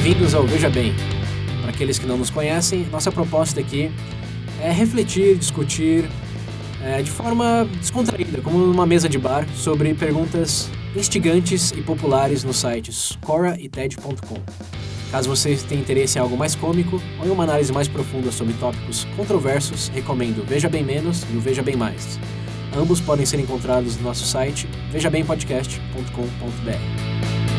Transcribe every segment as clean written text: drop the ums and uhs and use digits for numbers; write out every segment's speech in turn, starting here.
Bem-vindos ao Veja Bem. Para aqueles que não nos conhecem, nossa proposta aqui é refletir, discutir de forma descontraída, como numa mesa de bar, sobre perguntas instigantes e populares nos sites Quora e TED.com. Caso você tenha interesse em algo mais cômico ou em uma análise mais profunda sobre tópicos controversos, recomendo o Veja Bem Menos e o Veja Bem Mais. Ambos podem ser encontrados no nosso site vejabempodcast.com.br.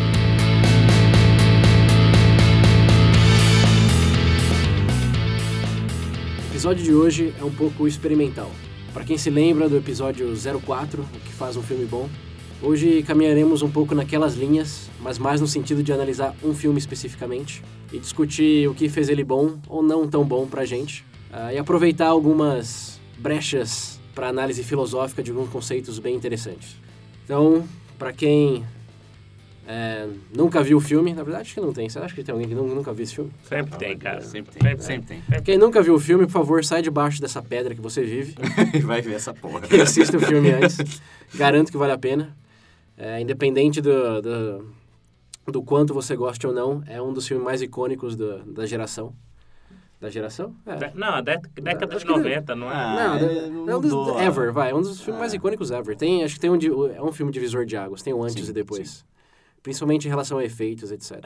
O episódio de hoje é um pouco experimental. Para quem se lembra do episódio 04, o que faz um filme bom, hoje caminharemos um pouco naquelas linhas, mas mais no sentido de analisar um filme especificamente e discutir o que fez ele bom ou não tão bom pra gente, e aproveitar algumas brechas para análise filosófica de alguns conceitos bem interessantes. Então, para quem nunca viu o filme, na verdade acho que não tem. Você acha que tem alguém que nunca viu esse filme? Sempre tem, cara. Sempre tem. Quem nunca viu o filme, por favor, sai debaixo dessa pedra que você vive. E vai ver essa porra. E assista o filme antes. Garanto que vale a pena. Independente do quanto você goste ou não, é um dos filmes mais icônicos da geração. Da geração? Não, a década de 90, não é? Não, é um dos ever, vai. É um dos filmes mais icônicos ever. Acho que tem é um filme divisor de águas. Tem o antes e depois. Sim. Principalmente em relação a efeitos, etc.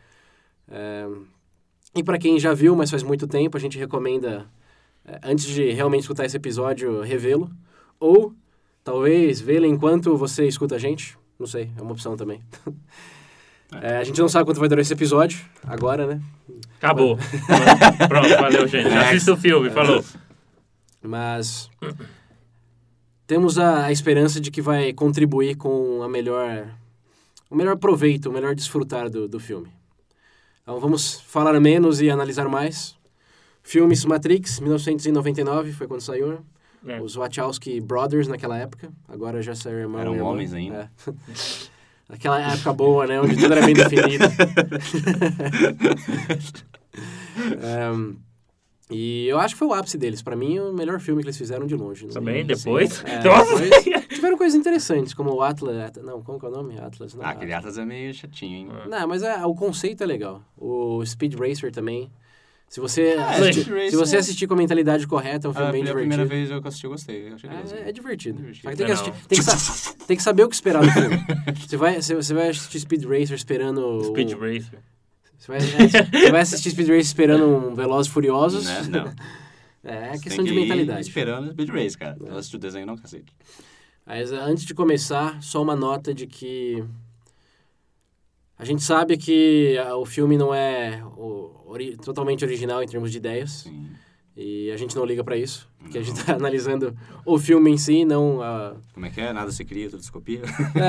E para quem já viu, mas faz muito tempo, a gente recomenda, antes de realmente escutar esse episódio, revê-lo. Ou, talvez, vê-lo enquanto você escuta a gente. Não sei, é uma opção também. A gente não sabe quanto vai durar esse episódio, agora, né? Acabou. Pronto, valeu, gente. Assista o filme, falou. Mas temos a esperança de que vai contribuir com o melhor proveito, o melhor desfrutar do filme. Então vamos falar menos e analisar mais. Filmes Matrix, 1999, foi quando saiu, né? Os Wachowski Brothers naquela época, agora já são irmãos. Eram homens ainda. Aquela época boa, né? Onde tudo era bem definido. E eu acho que foi o ápice deles. Pra mim, o melhor filme que eles fizeram de longe. Também, depois? Depois tiveram coisas interessantes, como o Atlas... Não, como que é o nome? Atlas. Não, aquele Atlas é meio chatinho, hein? Não, mas o conceito é legal. O Speed Racer também. Se você assistir com a mentalidade correta, é um filme bem divertido. A primeira vez que eu assisti, eu gostei. Eu achei é divertido. Tem que saber o que esperar do filme. Você vai assistir Speed Racer esperando... Speed Racer. Você vai assistir Speed Racer esperando um Velozes e Furiosos? Não. É questão de mentalidade. Esperando Speed Racer, cara. Eu assisti o desenho, não, cacete. Mas antes de começar, só uma nota de que... A gente sabe que o filme não é totalmente original em termos de ideias. Sim. E a gente não liga pra isso. Porque a gente tá analisando o filme em si, não a... Como é que é? Nada se cria, tudo se copia.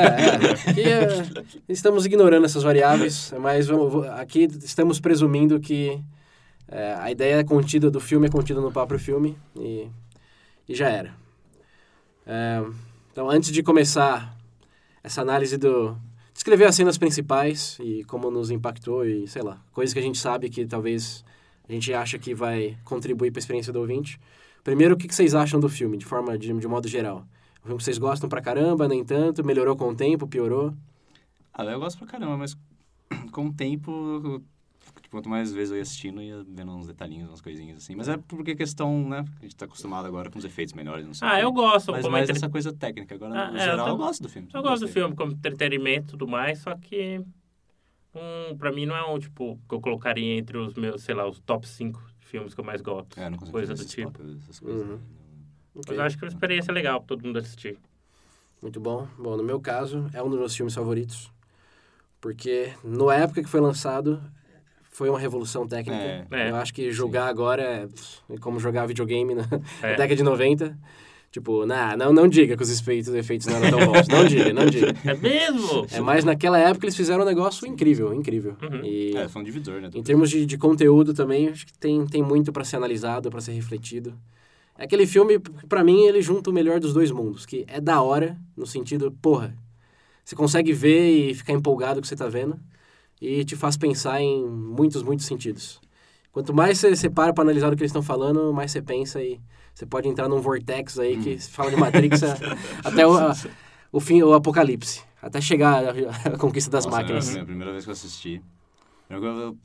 Estamos ignorando essas variáveis, mas aqui estamos presumindo que a ideia contida do filme é contida no próprio filme e já era. Então, antes de começar essa análise descrever as cenas principais e como nos impactou e, sei lá, coisas que a gente sabe que talvez a gente acha que vai contribuir para a experiência do ouvinte. Primeiro, o que vocês acham do filme, de modo geral? O filme que vocês gostam pra caramba, nem tanto? Melhorou com o tempo, piorou? Eu gosto pra caramba, mas com o tempo, quanto mais vezes eu ia assistindo, ia vendo uns detalhinhos, umas coisinhas assim. Mas é porque questão, né? A gente tá acostumado agora com os efeitos melhores, não sei o quê. Eu gosto. Mas mais essa coisa técnica. Agora, no geral, eu gosto do filme. Eu gosto do filme como entretenimento e tudo mais, só que pra mim não é que eu colocaria entre os meus, sei lá, os top 5 filmes que eu mais gosto. Não consigo coisa do tipo. Essas coisas. Mas eu acho que é uma experiência legal pra todo mundo assistir. Muito bom. Bom, no meu caso, é um dos meus filmes favoritos. Porque, na época que foi lançado, foi uma revolução técnica. Eu acho que jogar agora é como jogar videogame na década de 90. Tipo, não diga que os efeitos não eram tão bons. Não diga. É mesmo? Mas naquela época eles fizeram um negócio incrível. Uhum. E foi um divisor, né? Em termos de conteúdo também, acho que tem muito pra ser analisado, pra ser refletido. É aquele filme, pra mim, ele junta o melhor dos dois mundos. Que é da hora, no sentido, porra, você consegue ver e ficar empolgado com o que você tá vendo. E te faz pensar em muitos, muitos sentidos. Quanto mais você para pra analisar o que eles estão falando, mais você pensa e... Você pode entrar num vortex aí que fala de Matrix até o fim, o apocalipse. Até chegar a conquista das máquinas. A primeira vez que eu assisti, eu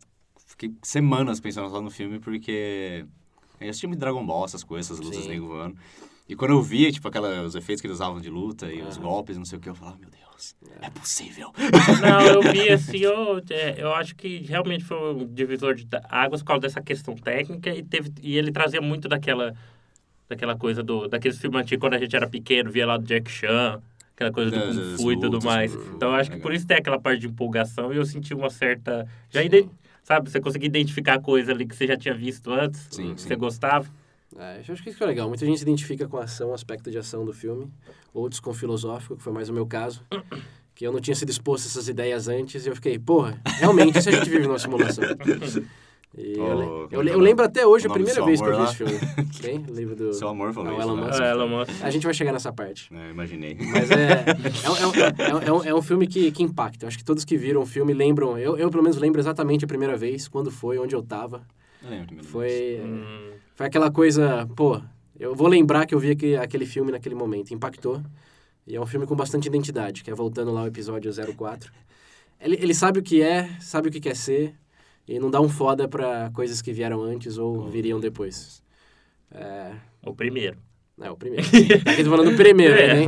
fiquei semanas pensando só no filme, porque eu assisti muito Dragon Ball, essas coisas, essas lutas negro voando. E quando eu via, tipo, os efeitos que eles usavam de luta e os golpes, não sei o que, eu falava, meu Deus, é possível. Não, eu vi assim, eu acho que realmente foi um divisor de águas por causa dessa questão técnica e ele trazia muito daquela coisa daqueles filmes antigos, quando a gente era pequeno, via lá do Jack Chan, aquela coisa do Kung Fu e tudo mais. Então eu acho que por isso tem aquela parte de empolgação e eu senti uma certa... Sabe, você conseguia identificar a coisa ali que você já tinha visto antes, que você gostava. Eu acho que isso é legal. Muita gente se identifica com a ação, o aspecto de ação do filme, outros com o filosófico, que foi mais o meu caso, que eu não tinha sido exposto a essas ideias antes, e eu fiquei, porra, realmente, isso a gente vive numa simulação. E eu lembro até hoje a primeira vez que eu vi esse filme. Quem? O livro do... Seu Amor falou isso. Elon Musk. A gente vai chegar nessa parte. Imaginei. Mas é um filme que impacta. Eu acho que todos que viram o filme lembram... Eu pelo menos lembro exatamente a primeira vez, quando foi, onde eu tava. Eu lembro também. Foi aquela coisa... Pô, eu vou lembrar que eu vi aquele filme naquele momento. Impactou. E é um filme com bastante identidade, que é voltando lá ao episódio 04. Ele sabe o que é, sabe o que quer ser... E não dá um foda pra coisas que vieram antes ou viriam depois. O primeiro. O primeiro. Aqui tô falando do primeiro, né?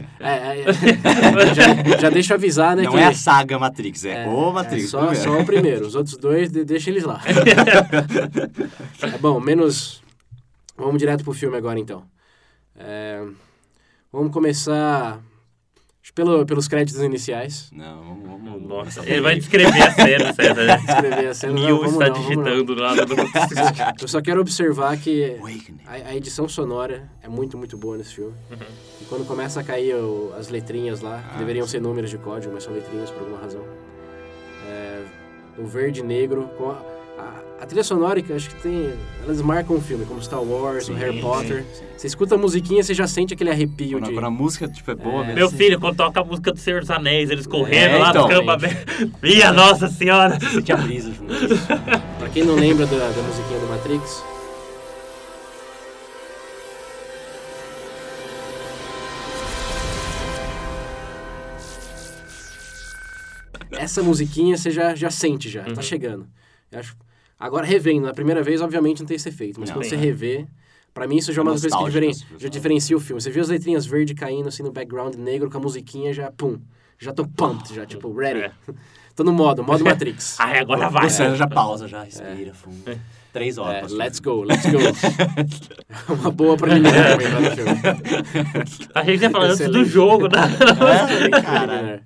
Já deixa eu avisar, né? Não é a saga Matrix, o Matrix. Só o primeiro. Os outros dois, deixa eles lá. Bom, vamos direto pro filme agora, então. Vamos começar... Pelos créditos iniciais. Não, vamos... Nossa, ele vai descrever a cena, César, né? Descrever a cena. Neil está digitando lá. Eu só quero observar que a edição sonora é muito, muito boa nesse filme. E quando começa a cair as letrinhas lá, que deveriam ser números de código, mas são letrinhas por alguma razão. O verde e negro, com a trilha sonora, que acho que elas marcam o filme, como Star Wars, o Harry Potter. Sim. Você escuta a musiquinha, você já sente aquele arrepio quando a música é boa mesmo. Meu filho, quando toca a música do Senhor dos Anéis, eles correndo lá no campo aberto. Minha Nossa Senhora! Você sente a brisa junto. Pra quem não lembra da musiquinha do Matrix... Essa musiquinha você já sente, tá chegando. Eu acho... Agora, revendo, na primeira vez, obviamente, não tem esse efeito. Mas quando você revê, pra mim isso já é uma das coisas que já diferencia o filme. Você viu as letrinhas verdes caindo assim no background negro com a musiquinha, já tô pumped, já, tipo, ready. Tô no modo Matrix. Agora vai. Você já pausa, já respira fundo. 3 horas. Let's go. É uma boa preliminar também lá no filme. A gente ia falando antes do jogo, né? Caralho.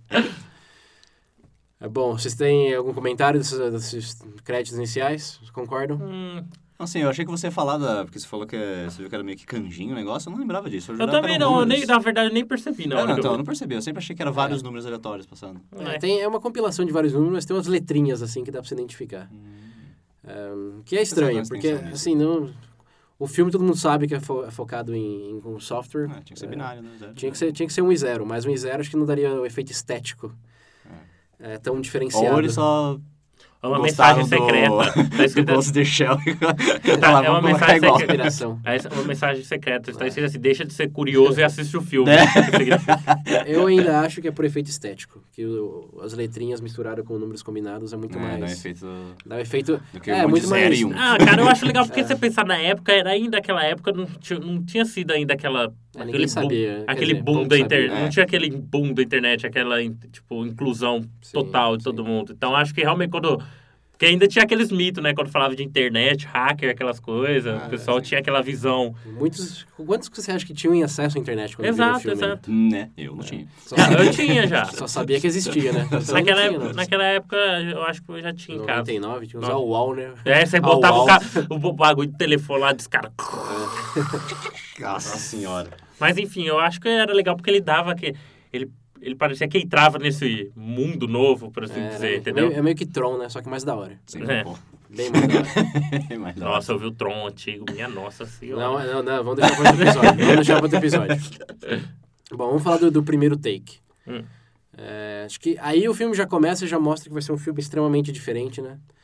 Bom, vocês têm algum comentário desses créditos iniciais? Vocês concordam? Assim, eu achei que você ia falar porque você falou que você viu que era meio que canjinho o negócio, eu não lembrava disso. Eu também não, na verdade eu nem percebi. Eu não percebi, eu sempre achei que era vários números aleatórios passando. É uma compilação de vários números, mas tem umas letrinhas assim que dá pra você identificar. Que é estranho, porque assim, o filme todo mundo sabe que é focado em um software. Tinha que ser binário, né? Tinha que ser 1 e 0, mas 1 e 0 acho que não daria o efeito estético. Tão diferenciado. Ou ele só... uma mensagem secreta. Tá escrito Ghost in the Shell. É uma mensagem secreta. É uma mensagem secreta. Está escrito assim, deixa de ser curioso e assiste o filme. Eu ainda acho que é por efeito estético. Que as letrinhas misturadas com números combinados é muito mais... Dá um efeito... Do que muito mais... Cara, eu acho legal porque você pensar na época, era ainda aquela época, não tinha sido ainda aquela... Ninguém sabia. Aquele boom da internet. Não tinha aquele boom da internet, aquela, tipo, inclusão total de todo mundo. Então, acho que realmente porque ainda tinha aqueles mitos, né? Quando falava de internet, hacker, aquelas coisas. O pessoal tinha aquela visão. Quantos que você acha que tinham acesso à internet quando viram o filme? Exato. Né? Eu não tinha. Eu tinha já. Só sabia que existia, né? Naquela época, eu acho que eu já tinha em casa. 99, tinha que usar o UOL, né? Você botava o bagulho de telefone lá, descara. Nossa senhora. Mas enfim, eu acho que era legal porque ele dava que... Ele parecia que entrava nesse mundo novo, por assim dizer, entendeu? É meio que Tron, né? Só que mais da hora. Sim, bem mais da hora. Nossa, eu vi o Tron antigo, minha nossa senhora. Não, vamos deixar para outro episódio. Bom, vamos falar do primeiro take. Acho que aí o filme já começa e já mostra que vai ser um filme extremamente diferente, né?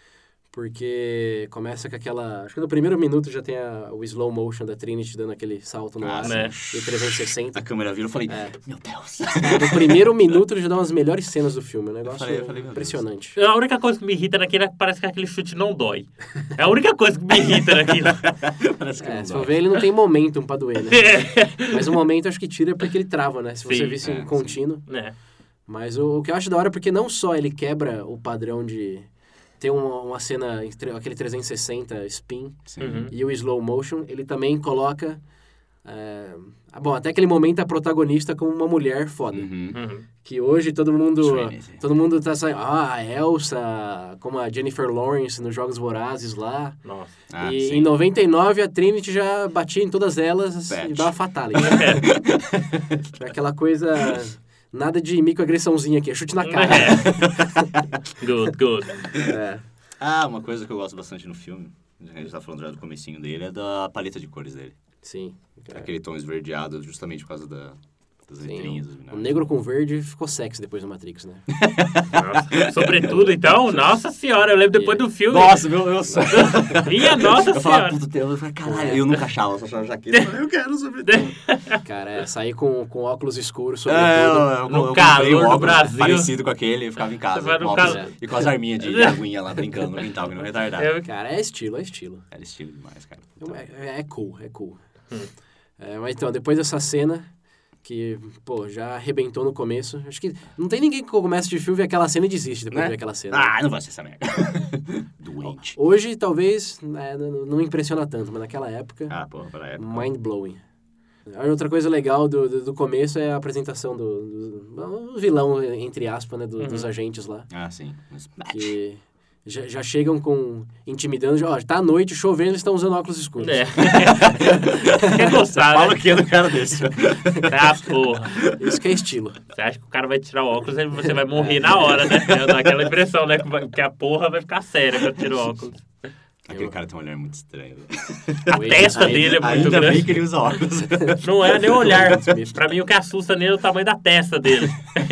Porque começa com aquela... Acho que no primeiro minuto já tem o slow motion da Trinity dando aquele salto no ar. né? E o 360. A câmera vira, eu falei, meu Deus. No primeiro minuto ele já dá umas melhores cenas do filme. Um negócio Eu falei, meu impressionante. A única coisa que me irrita naquilo é que parece que aquele chute não dói. É a única coisa que me irrita naquilo. Parece que não Se dá. for ver, ele não tem momentum pra doer, né? Mas o momento acho que tira porque ele trava, né? Se você Sim, visse em contínuo. É. Mas o que eu acho da hora é porque não só ele quebra o padrão de... Tem uma cena, aquele 360 spin Uhum. e o slow motion, ele também coloca... Bom, até aquele momento a protagonista como uma mulher foda. Uhum. Uhum. Que hoje todo mundo Trinity. tá saindo... a Elsa, como a Jennifer Lawrence nos Jogos Vorazes lá. Nossa. E sim. em 99 a Trinity já batia em todas elas Pet. e dava fatality. Aquela coisa... Nada de microagressãozinha aqui, é chute na cara. Good. É. Uma coisa que eu gosto bastante no filme, a gente tá falando já do comecinho dele, é da paleta de cores dele. Sim. Aquele tom esverdeado justamente por causa das letrinhas. dos O vinagres. negro com verde ficou sexy depois do Matrix, né? Nossa. Sobretudo, então, nossa senhora, eu lembro depois do filme. Nossa, meu sonho. Minha nossa Eu falava, senhora. puto, eu falei, caralho, eu nunca achava, eu só achava jaqueta. Eu quero sobretudo. Cara, sair com óculos escuros, sobretudo. No eu calor comprei um do óculos Brasil. parecido com aquele, eu ficava em casa Você vai no com óculos calor. e com as arminhas de aguinha lá brincando no quintal, que não retardado. Cara, é estilo. Era estilo demais, cara. É cool. Mas então, depois dessa cena, que, pô, já arrebentou no começo, acho que não tem ninguém que começa de filme ver aquela cena e desiste depois de ver aquela cena. Não vai ser essa merda. Doente. Hoje, talvez, não impressiona tanto, mas naquela época, Pra época. mind-blowing. A outra coisa legal do começo é a apresentação do vilão, entre aspas, né, dos agentes lá. Sim. Que já chegam intimidando, tá à noite, chovendo, eles estão usando óculos escuros. Quer gostar, Fala né? que é do cara desse. Porra. Isso que é estilo. Você acha que o cara vai tirar o óculos e você vai morrer na hora, né? Dá aquela impressão, né? Que a porra vai ficar séria quando tira o óculos. Aquele cara tem um olhar muito estranho. A testa dele é muito Ainda bem grande. que ele usa óculos. Não é nem o olhar. Pra mim, o que assusta nele é o tamanho da testa dele.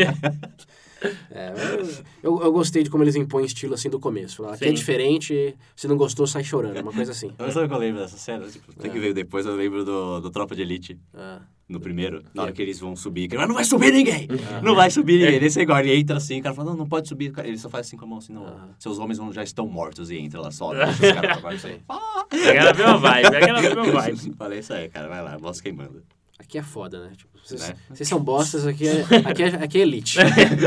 Eu gostei de como eles impõem estilo assim do começo. Falar, aqui é Sim. diferente, se não gostou, sai chorando. Uma coisa assim. Eu sabe que eu lembro dessa cena? Tipo, tem que ver depois, eu lembro do Tropa de Elite. No primeiro, na hora que eles vão subir, que ele fala, não vai subir ninguém! Não vai subir ninguém. Esse é igual, ele entra assim, o cara fala, não pode subir. Ele só faz assim com a mão assim, não. Seus homens já estão mortos e entra lá só. Deixa os caras agora isso aí. Pega ela mesma vibe. Falei isso aí, cara, vai lá, bosta quem manda. Aqui é foda, né? Tipo, vocês Né? são bostas, aqui é elite.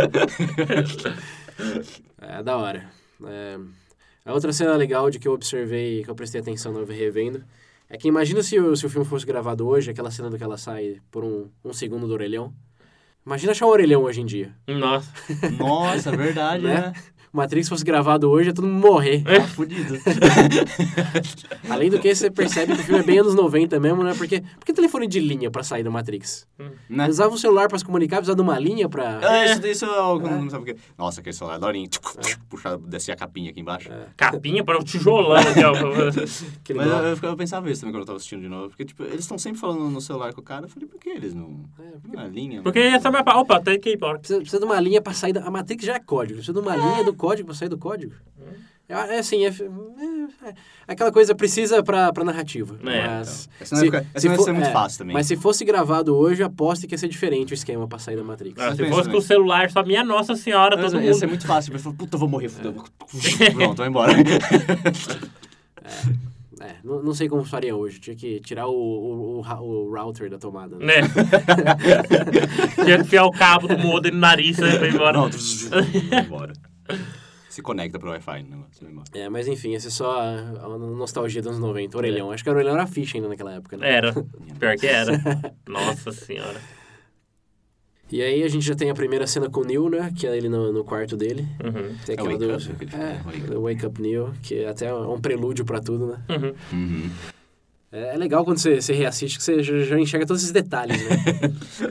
É da hora. A outra cena legal de que eu observei, que eu prestei atenção no revendo, é que imagina se o filme fosse gravado hoje, aquela cena do que ela sai por um segundo do orelhão. Imagina achar um orelhão hoje em dia. Nossa. Nossa, verdade, né? O Matrix fosse gravado hoje, ia todo mundo morrer. Fudido. Além do que, você percebe que o filme é bem anos 90 mesmo, né? Porque por que telefone de linha pra sair do Matrix? Né? Usava o celular pra se comunicar, precisava de uma linha pra... Isso não sabe o que. Nossa, aquele celular, daorinha. Puxar, descer a capinha aqui embaixo. Capinha para o tijolão. Aqui, ó. Aquele Mas nó. eu pensava isso também quando eu tava assistindo de novo. Porque, tipo, eles estão sempre falando no celular com o cara. Eu falei, por que eles não... Na linha? Porque essa é minha... Opa, tem que ir embora. Precisa de uma linha pra sair da... A Matrix já é código. Precisa de uma linha do código pra sair do código. É assim, aquela coisa precisa pra narrativa. Mas Essa não ia ser muito fácil também. Mas se fosse gravado hoje, aposto que ia ser diferente o esquema pra sair da Matrix. Se fosse com o celular, só minha nossa senhora, todo mundo... Ia ser muito fácil. Eu falei, puta, eu vou morrer. Pronto, vai embora. Não sei como faria hoje. Tinha que tirar o router da tomada. Né? Né? Tinha que enfiar o cabo do modem no nariz e vai embora. Pronto, vai embora. Se conecta pro Wi-Fi no negócio, vai embora. Mas enfim, essa é só a nostalgia dos anos 90. Orelhão. Acho que o orelhão era ficha ainda naquela época, né? Era. Pior que era. Nossa senhora. E aí a gente já tem a primeira cena com o Neo, né? Que é ele no quarto dele. Uhum. Tem aquela Wake do... Up, que ele fala, o Wake Up Neo, que é até um prelúdio pra tudo, né? Uhum. Uhum. É legal quando você reassiste, que você já enxerga todos esses detalhes, né?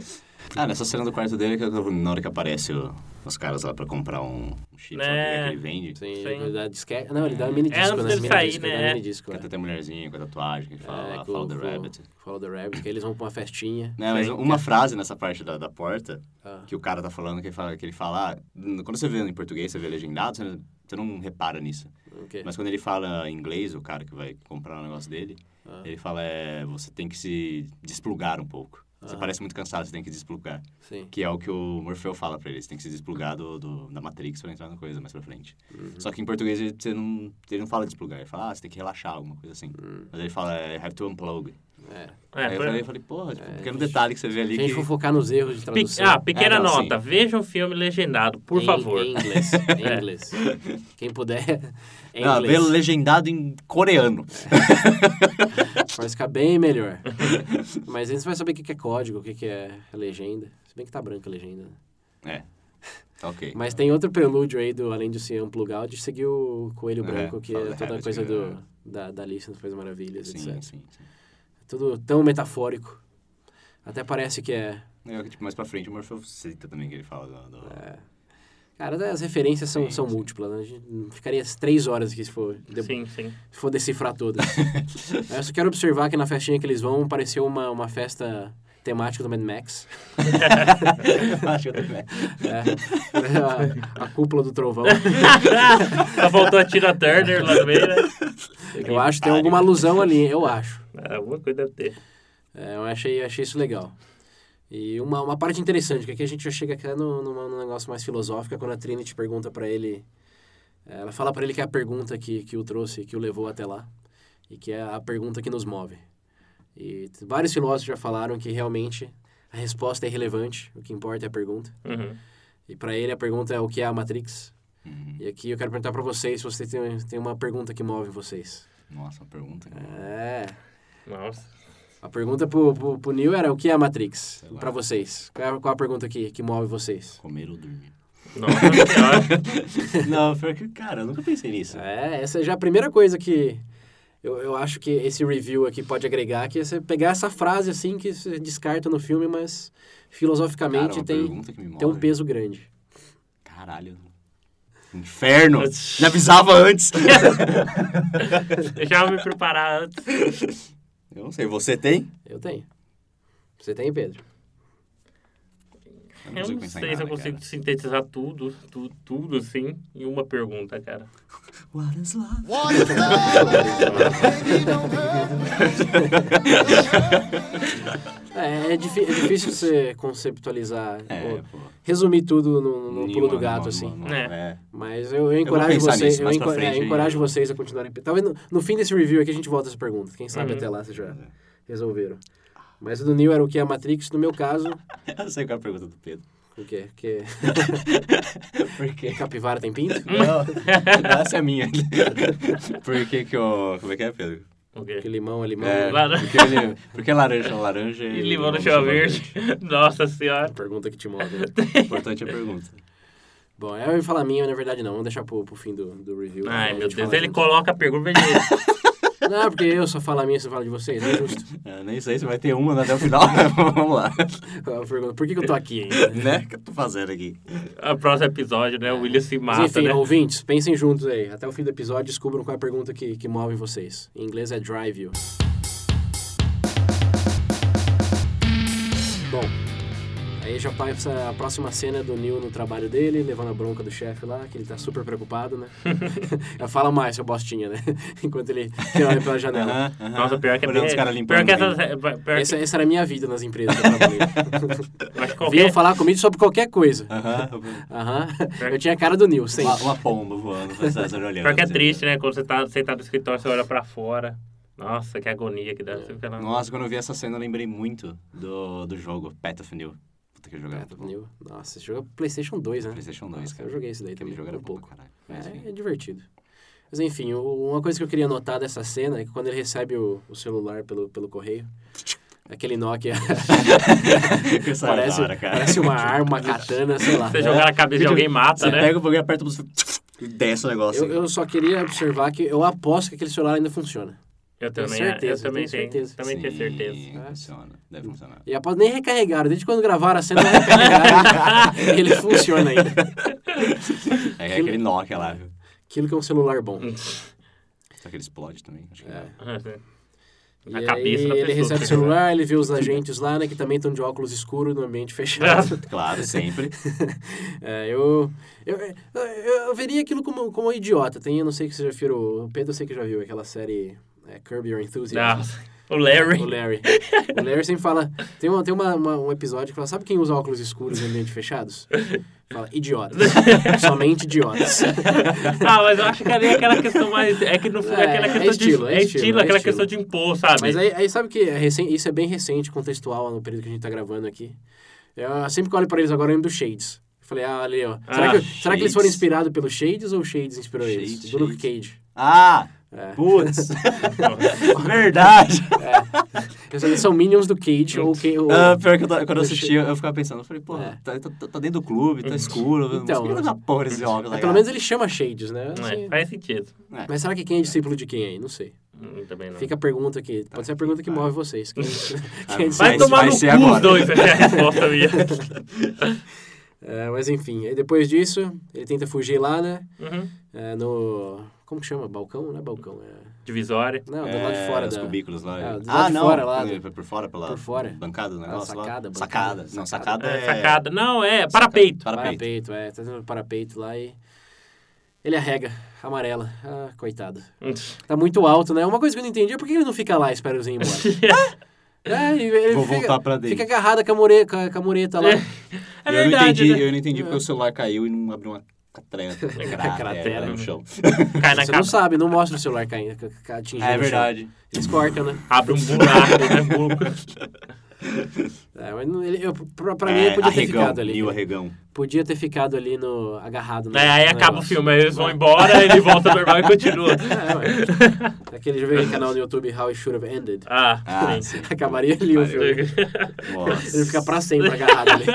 Nessa cena do quarto dele, na hora que aparece os caras lá pra comprar um chip que ele vende. Sim, Sim. ele dá disquete. Não, ele dá mini disco, antes dele sair, Ele dá né? mini disco, Que até tem a mulherzinha com a tatuagem que fala lá, Follow the Rabbit. Follow the Rabbit, que eles vão pra uma festinha. Né, mas uma frase nessa parte da porta, Ah. que o cara tá falando, que ele fala... quando você vê em português, você vê legendado, você não repara nisso. Okay. Mas quando ele fala em inglês, o cara que vai comprar o negócio dele, ele fala, você tem que se desplugar um pouco. Você parece muito cansado, você tem que desplugar. Sim. Que é o que o Morfeu fala pra ele. Você tem que se desplugar da Matrix pra entrar na coisa mais pra frente. Só que em português ele não fala desplugar. Ele fala, você tem que relaxar, alguma coisa assim. Mas ele fala, have to unplug. Aí eu falei, porra, pequeno detalhe que você vê ali Se a gente for focar nos erros de tradução... Pequena nota. Veja um filme legendado, por favor. Em inglês. Em inglês. Quem puder, em Não, inglês. vê legendado em coreano. Vai ficar bem melhor. Mas antes você vai saber o que é código, o que é legenda. Se bem que tá branca a legenda. Né? Tá ok. Mas tem outro prelúdio aí, além de ser unplugado, de seguir o Coelho Branco, que é toda a coisa da Alice nas Coisas Maravilhas, etc. Sim. Tudo tão metafórico. Até parece que é... Mais pra frente o Morfeu cita também que ele fala Cara, as referências são múltiplas, né? A gente ficaria 3 horas aqui se for decifrar todas. Eu só quero observar que na festinha que eles vão, pareceu uma festa temática do Mad Max. Acho que eu também. A cúpula do trovão. Só faltou a Tina Turner lá no meio, né? Eu acho que tem alguma alusão ali, eu acho. Alguma coisa deve ter. Eu achei isso legal. E uma parte interessante, que aqui a gente já chega aqui num negócio mais filosófico, é quando a Trinity pergunta pra ele... Ela fala pra ele que é a pergunta que o trouxe, que o levou até lá. E que é a pergunta que nos move. E vários filósofos já falaram que realmente a resposta é irrelevante, o que importa é a pergunta. E pra ele a pergunta é o que é a Matrix. E aqui eu quero perguntar pra vocês se vocês têm uma pergunta que move vocês. Nossa, uma pergunta. Nossa. A pergunta pro Neo era o que é a Matrix? Pra vocês. Qual a pergunta que move vocês? Comer ou dormir? Nossa senhora. Não, porque, cara, eu nunca pensei nisso. Essa é já a primeira coisa que eu acho que esse review aqui pode agregar, que é você pegar essa frase assim que você descarta no filme, mas filosoficamente tem um peso grande. Caralho. Inferno! Me avisava antes! Deixava me preparar antes. Eu não sei, você tem? Eu tenho. Você tem, Pedro? Eu não sei se eu consigo sintetizar tudo assim, em uma pergunta, cara. What is love? What is É difícil você conceptualizar, resumir tudo no pulo do gato, assim. Mas eu encorajo vocês, encorajo vocês a continuarem. Talvez no fim desse review aqui a gente volta essa pergunta. Quem sabe até lá vocês já resolveram. Mas o do Neo era o que é a Matrix, no meu caso... Eu sei qual é a pergunta do Pedro. O quê? Por quê? Capivara tem pinto? Não, essa é a minha. Por que Como é que é, Pedro? Porque limão é limão. Porque laranja é laranja e limão no chão verde. Nossa senhora. Pergunta que te move, né? Importante a pergunta. Bom, eu ia falar a minha, na verdade não. Vamos deixar pro fim do review. Ai, meu Deus. Ele coloca a pergunta Não, porque eu só falo a minha e você fala de vocês, não é justo. Nem sei se vai ter uma até o final. Vamos lá. Por que eu tô aqui ainda? Né? O que eu tô fazendo aqui? O próximo episódio, né? O William se mata, Mas, enfim, né? ouvintes, pensem juntos aí. Até o fim do episódio, descubram qual é a pergunta que move vocês. Em inglês é drive you. Bom, aí já passa a próxima cena do Neo no trabalho dele, levando a bronca do chefe lá, que ele tá super preocupado, né? Fala mais, seu bostinha, né? Enquanto ele olha pela janela. Nossa, pior que é os caras limpando. Essa era a minha vida nas empresas que eu trabalhei. Vinham falar comigo sobre qualquer coisa. Eu tinha a cara do Neo, sempre. Uma pomba voando, você olhando. Pior que é triste, né? Quando você tá sentado no escritório, você olha pra fora. Nossa, que agonia que dá. Nossa, quando eu vi essa cena, eu lembrei muito do jogo Path of New. Puta que eu jogava. Nossa, esse jogo é PlayStation 2, né? PlayStation 2, cara. Eu joguei esse daí também, jogo era um pouco. Caralho. É divertido. Mas enfim, uma coisa que eu queria notar dessa cena é que quando ele recebe o celular pelo correio, aquele Nokia parece uma arma, uma katana, sei lá. Você jogar na cabeça de alguém mata, né? Você pega o bagulho, aperta e desce o negócio. Eu só queria observar que eu aposto que aquele celular ainda funciona. Eu Tenho também, certeza, eu também tenho certeza. Também tenho certeza. Sim, funciona. Deve funcionar. E após nem recarregaram. Desde quando gravaram a cena, não recarregaram. E ele funciona ainda. É aquele Nokia lá, viu? Aquilo que é um celular bom. Só que ele explode também. Acho que Na E cabeça aí da ele pessoa. recebe o celular, ele vê os agentes lá, né, que também estão de óculos escuros no ambiente fechado. Claro, sempre. Eu veria aquilo como um idiota. Eu não sei se você já viu, o Pedro eu sei que já viu aquela série Curb Your Enthusiasm. O Larry. O Larry sempre fala... Tem um episódio que fala, sabe quem usa óculos escuros em ambientes fechados? Fala, idiotas. Somente idiotas. Mas eu acho que ali é aquela questão mais... É que no fundo é aquela questão estilo, de... estilo, aquela questão de impor, sabe? Mas aí sabe que isso é bem recente, contextual no período que a gente tá gravando aqui. Eu sempre que olho pra eles agora, eu lembro do Shades. Eu falei, ali, ó. Será que eles foram inspirados pelo Shades ou o Shades inspirou eles? Do Luke Cage. Putz! Verdade! Eles são minions do Cage ou... Pior que quando eu assisti, eu ficava pensando, eu falei, pô, tá dentro do clube, tá escuro, então, mas que porra desse óculos. Pelo menos ele chama Shades, né? Faz sentido. Mas será que quem é discípulo de quem aí? Não sei. Também não. Fica a pergunta aqui. Pode ser a pergunta que move vocês. Vai tomar no cu os dois, essa é a resposta minha. Mas enfim, aí depois disso, ele tenta fugir lá, né? Uhum. Como que chama? Balcão? Não é balcão, Divisória. Não, do lado de fora. Os cubículos lá. Do lado de fora lá. Por fora, por fora. Bancada do negócio sacada, lá. Sacada. Não, sacada é... Sacada. Não, parapeito. Parapeito, tá tendo parapeito lá e... Ele arrega, amarela. Coitado. Tá muito alto, né? Uma coisa que eu não entendi é por que ele não fica lá e espera os ir embora. Ele Vou voltar pra dentro. Fica agarrado com a mureta lá. É verdade, Eu não entendi porque o celular caiu e não abriu uma cratera no chão. Cai na Você não sabe, não mostra o celular caindo, atingindo É verdade. Eles cortam, né? Abre um buraco, né? Mas pra mim ele podia ter ficado ali. Arregão. Podia ter ficado ali agarrado. Aí acaba o filme, aí eles vão embora, ele volta normal e continua. Aquele, já viu aquele canal no YouTube, How It Should Have Ended? Sim. Acabaria ali o filme. Nossa. Ele fica pra sempre agarrado ali.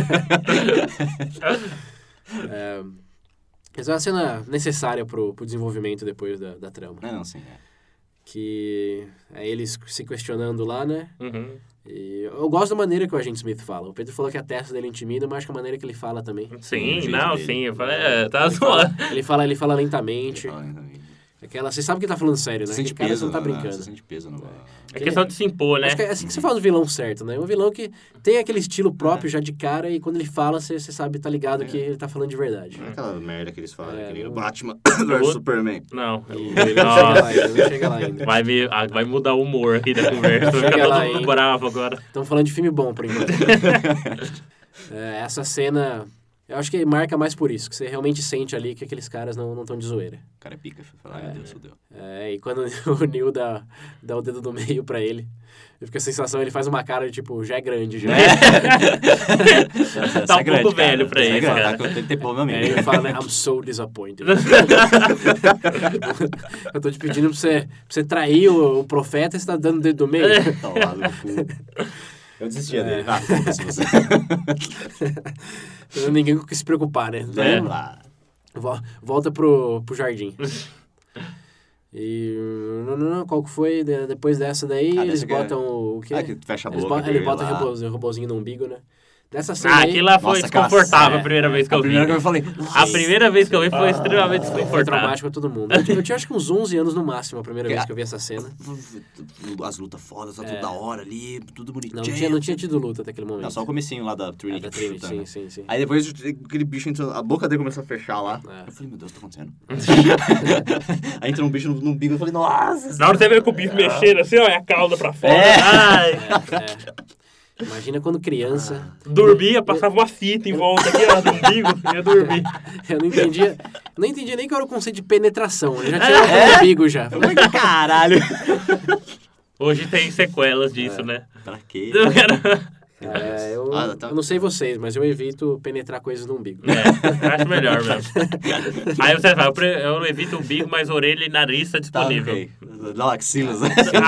Essa é uma cena necessária pro desenvolvimento depois da trama. Não, sim, Que é eles se questionando lá, né? Uhum. E eu gosto da maneira que o agente Smith fala. O Pedro falou que a testa dele intimida, mas acho que a maneira que ele fala também. Sim, sim. Eu falei, tá zoando. Ele fala lentamente. Você sabe que ele tá falando sério, né? Sente peso, você não tá brincando. Você sente peso, não. É questão de se impor, né? Acho que é assim que você fala do vilão certo, né? Um vilão que tem aquele estilo próprio já de cara e quando ele fala, você sabe, tá ligado que ele tá falando de verdade. Não é aquela merda que eles falam, aquele Batman vs Superman. Não. Ele não chega lá ainda. Vai mudar o humor aqui da conversa. Vai ficar todo mundo bravo agora. Estamos falando de filme bom, por enquanto. Essa cena... Eu acho que marca mais por isso, que você realmente sente ali que aqueles caras não estão de zoeira. O cara é pica, fala, meu Deus, fodeu. E quando o Neil dá o dedo do meio pra ele, fica a sensação, ele faz uma cara de tipo, já é grande, já. Tá um pouco velho pra isso, cara. Ele fala, né, I'm so disappointed. Eu tô te pedindo pra você trair o profeta e você tá dando o dedo do meio. Tá lá no cu. Eu desistia dele. Foda-se você. Ninguém com que se preocupar, né? Volta pro jardim. E... Qual que foi? Depois dessa daí, eles botam o quê? Que fecha a boca. Ele bota o robozinho no umbigo, né? Dessa cena aí... Aquilo lá foi desconfortável a primeira vez que eu vi. A primeira vez que eu vi foi extremamente desconfortável. Foi traumático pra todo mundo. Eu tinha acho que uns 11 anos no máximo a primeira vez que eu vi essa cena. As lutas fodas, tá tudo da hora ali, tudo bonitinho. Não tinha tido luta até aquele momento. Não, só o comecinho lá da Trinity. Da Trinity, sim. Aí depois aquele bicho entrou, a boca dele começou a fechar lá. Eu falei, meu Deus, o que tá acontecendo? Aí entrou um bicho no umbigo, eu falei, nossa! Na hora você vê que o bicho mexendo assim, ó, é a cauda pra fora. Imagina quando criança... Dormia, passava uma fita em volta aqui, ó, do umbigo, ia dormir. Eu não entendia nem qual era o conceito de penetração. Eu já tinha o umbigo já. Falei, caralho! Hoje tem sequelas disso, né? Pra quê? Eu não sei vocês, mas eu evito penetrar coisas no umbigo. Acho melhor mesmo. Aí você fala, eu evito o umbigo, mas orelha e nariz tá disponível. Okay. Não, axilas, né?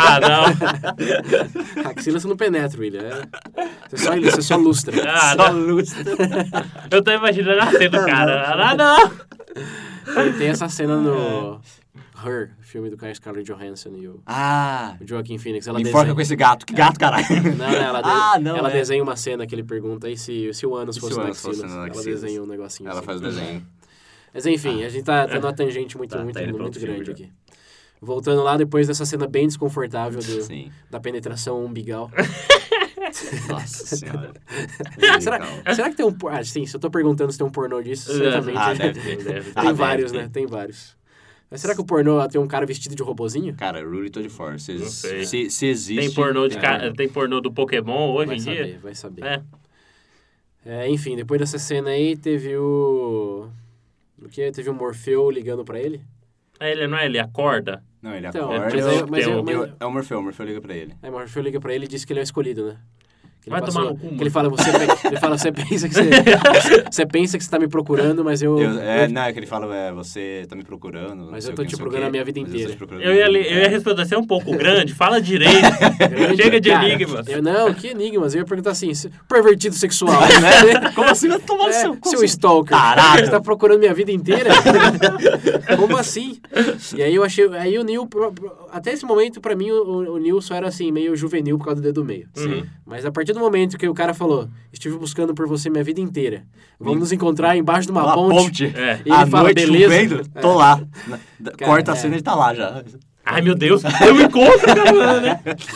Não. Axilas você não penetra, William. Você só lustra. Só lustra. Eu tô imaginando a cena do cara. Não! Tem essa cena no Her, filme do Cara Scarlett Johansson e o Joaquin Phoenix. Ela enforca desenha... com esse gato. Que gato, caralho? Ela desenha uma cena que ele pergunta aí se o ânus fosse na axila. Ela desenha um negocinho Ela assim. faz o desenho. Mas enfim, a gente tá numa tangente muito grande aqui. Voltando lá, depois dessa cena bem desconfortável da penetração umbigal. Nossa senhora. será que tem um... sim, se eu tô perguntando se tem um pornô disso, certamente... deve. Tem vários, né? Tem vários. Mas será que o pornô tem um cara vestido de robozinho? Cara, Rule Told Force. Não sei. Se existe... Tem pornô do Pokémon hoje em dia? Vai saber. Enfim, depois dessa cena aí, teve o... O que? Teve o Morfeu ligando pra ele? Ele acorda? Não, ele então, acorda. É o Morfeu liga pra ele. O Morfeu liga pra ele e diz que ele é o escolhido, né? Vai tomar no cu, mano. Ele fala, você pensa que você pensa que você tá me procurando, mas eu... Não, é que ele fala, você tá me procurando. Mas eu tô te procurando a minha vida inteira. Eu ia responder, você é um pouco grande, fala direito. Chega de enigmas. Que enigmas? Eu ia perguntar assim, pervertido sexual, né? Como assim? Vai tomar seu stalker. Caralho. Você tá procurando minha vida inteira? Como assim? E aí eu achei... Aí o Neil... Até esse momento, pra mim, o Neil só era assim, meio juvenil por causa do dedo meio. Sim. Mas a partir do momento que o cara falou, estive buscando por você minha vida inteira, vamos nos encontrar embaixo de uma ponte. E ele fala, noite beleza. Chovendo, tô lá. Corta a cena e ele tá lá já. Ai, meu Deus, eu me encontro, cara, né?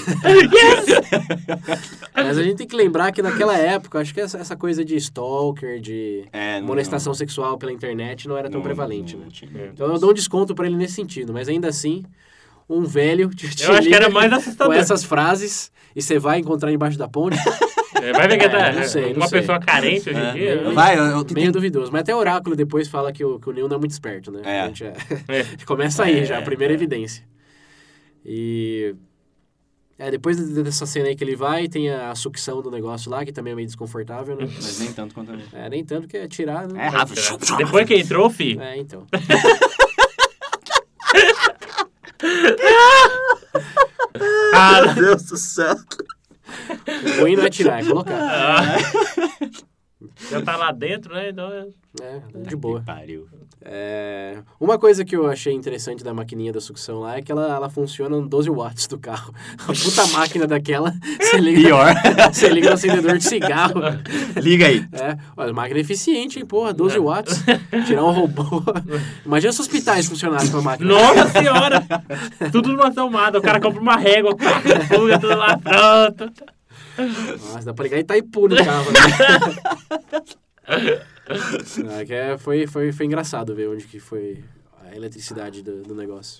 Yes! Mas a gente tem que lembrar que naquela época, acho que essa coisa de stalker, de molestação sexual pela internet não era tão prevalente, né? Então eu dou um desconto pra ele nesse sentido, mas ainda assim, um velho te eu acho que era mais assustador. Com essas frases, e você vai encontrar embaixo da ponte. Vai ver que não sei. Pessoa carente hoje em dia. Meio duvidoso. Mas até o Oráculo depois fala que o Neil não é muito esperto, né? A gente começa aí já, a primeira evidência. E... depois dessa cena aí que ele vai, tem a sucção do negócio lá, que também é meio desconfortável, né? Mas nem tanto quanto... nem tanto que é tirar... Né? Rápido. Depois que entrou, fi. Então. Meu Deus do céu. O ruim não é tirar, é colocar. Já tá lá dentro, né? Então de boa. Que pariu. Uma coisa que eu achei interessante da maquininha da sucção lá é que ela funciona no 12 watts do carro. A puta máquina daquela, você liga no acendedor de cigarro. Liga aí. Olha, máquina eficiente, hein, porra, 12 watts. Tirar um robô. Imagina se os hospitais funcionassem com a máquina. Nossa senhora! Tudo numa tomada. O cara compra uma régua, fuga, tudo lá pronto. Nossa, dá pra ligar Itaipu no carro, né? Foi engraçado ver onde que foi a eletricidade do negócio.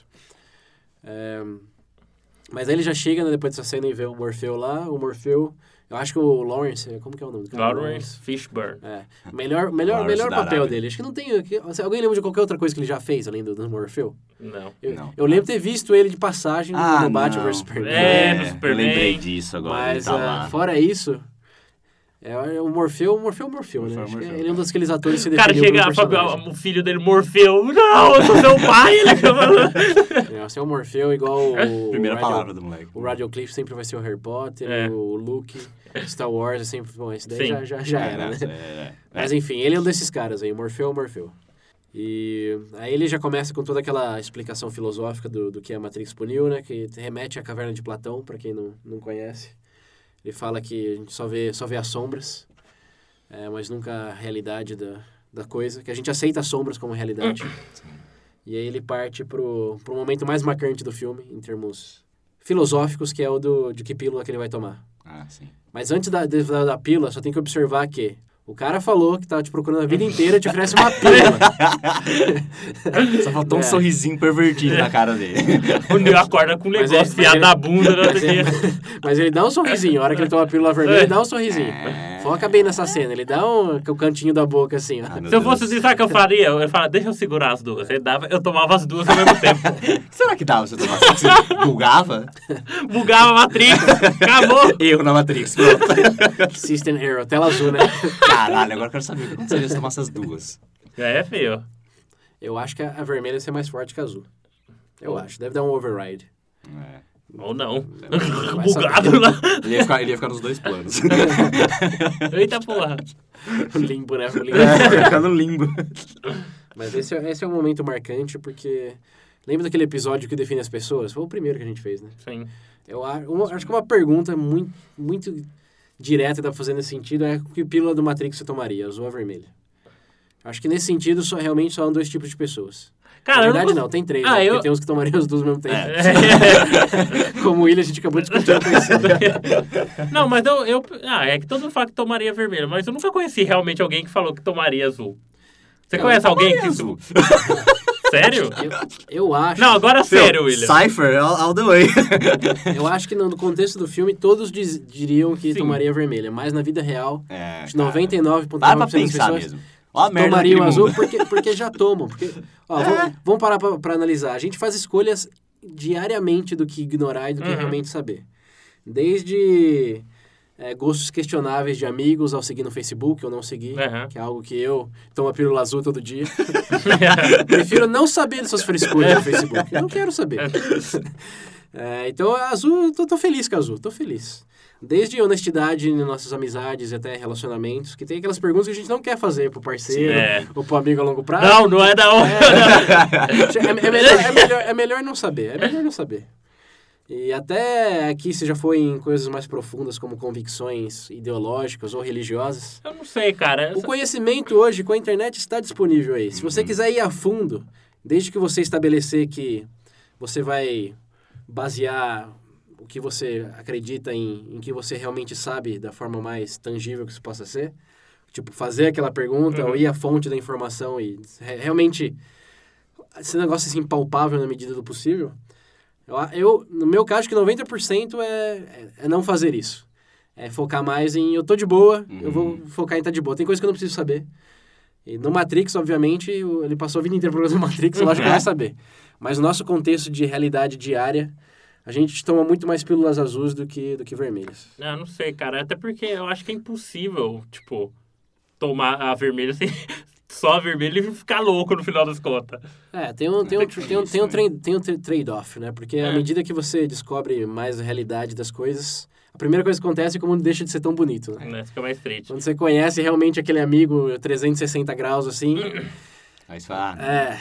Mas aí ele já chega, né, depois dessa cena e vê o Morfeu lá. O Morfeu, eu acho que o Lawrence, como que é o nome do cara? Lawrence Fishburne. Melhor papel dele. Acho que não tem... Alguém lembra de qualquer outra coisa que ele já fez, além do Morfeu? Não. Eu lembro de ter visto ele de passagem no Batman vs Superman. No Superman. Eu lembrei disso agora. Mas tá lá. fora isso... o Morfeu, né? Acho que ele é um daqueles atores que se o cara chega, o filho dele, Morfeu. Não, eu sou seu pai. Você é o Morfeu igual o... Primeira palavra do moleque. O Radcliffe sempre vai ser o Harry Potter, o Luke, Star Wars é sempre... Bom, esse daí já era, né? Mas enfim, ele é um desses caras aí, Morfeu. E aí ele já começa com toda aquela explicação filosófica do que é a Matrix pro Neo, né? Que remete à Caverna de Platão, pra quem não conhece. Ele fala que a gente só vê as sombras, mas nunca a realidade da coisa, que a gente aceita as sombras como realidade. E aí ele parte pro momento mais marcante do filme, em termos filosóficos, que é o de que pílula que ele vai tomar. Sim. Mas antes da pílula, só tem que observar que o cara falou que tava te procurando a vida inteira e te oferece uma pílula. Só faltou um sorrisinho pervertido na cara dele. O Neo acorda com um negócio fiado na bunda no outro dia. Mas ele dá um sorrisinho. A hora que ele toma a pílula vermelha, ele dá um sorrisinho. Foca bem nessa cena. Ele dá o cantinho da boca assim, ó. Se eu fosse assim, sabe o que eu faria? Eu falava, deixa eu segurar as duas. Ele dava, eu tomava as duas ao mesmo tempo. O que será que dava se eu tomasse? Você bugava? Bugava a Matrix. Acabou. Erro na Matrix. Pronto. System Error. Tela azul, né? Caralyo, agora eu quero saber o que aconteceria se eu tomasse as duas. Feio. Eu acho que a vermelha ia ser mais forte que a azul. Eu acho. Deve dar um override. Ou não. Bugado lá. Ele ia ficar nos dois planos. Eita porra. O limbo, né? Ia ficar no limbo. Mas esse é um momento marcante, porque... Lembra daquele episódio que define as pessoas? Foi o primeiro que a gente fez, né? Sim. Eu acho que uma pergunta muito, muito direta que dá pra fazer nesse sentido é que pílula do Matrix você tomaria, azul ou vermelha? Acho que nesse sentido realmente só há 2 tipos de pessoas. Cara, Na verdade não, tem 3, né? Porque tem uns que tomariam as 2 ao mesmo tempo. Como o William, a gente acabou de discutir. Não, mas é que todo mundo fala que tomaria vermelho, mas eu nunca conheci realmente alguém que falou que tomaria azul. Você conhece alguém que... azul. Sério? Eu acho... Não, agora sério, William. Cypher, all the way. Eu acho que no contexto do filme, todos diriam que Sim. tomaria vermelha, mas na vida real, É, 99,9% dá pra das pensar pessoas mesmo. Ó a merda tomariam daquele azul mundo. porque já tomam. Porque, vamos parar pra analisar. A gente faz escolhas diariamente do que ignorar e do que realmente saber. Desde gostos questionáveis de amigos ao seguir no Facebook ou não seguir, que é algo que eu tomo a pílula azul todo dia. Prefiro não saber dessas frescuras no Facebook. Eu não quero saber. Então, azul, tô feliz com azul, tô feliz. Desde honestidade nas nossas amizades e até relacionamentos, que tem aquelas perguntas que a gente não quer fazer pro parceiro ou pro amigo a longo prazo. Não é da hora. É melhor não saber, é melhor não saber. E até aqui você já foi em coisas mais profundas, como convicções ideológicas ou religiosas. Eu não sei, cara. O conhecimento hoje com a internet está disponível aí. Se você quiser ir a fundo, desde que você estabelecer que você vai basear o que você acredita em que você realmente sabe da forma mais tangível que isso possa ser, tipo, fazer aquela pergunta ou ir à fonte da informação e realmente esse negócio assim palpável na medida do possível. No meu caso, acho que 90% é não fazer isso. É focar mais em eu tô de boa, eu vou focar em estar de boa. Tem coisa que eu não preciso saber. E no Matrix, obviamente, ele passou a vida inteira procurando o Matrix, eu acho que vai saber. Mas no nosso contexto de realidade diária, a gente toma muito mais pílulas azuis do que vermelhas. Não sei, cara. Até porque eu acho que é impossível, tipo, tomar a vermelha sem... Só a vermelha e ficar louco no final das contas. Tem um trade-off, né? Porque à medida que você descobre mais a realidade das coisas, a primeira coisa que acontece é como deixa de ser tão bonito, né? Fica mais triste. Quando você conhece realmente aquele amigo 360 graus, assim... Aí você fala...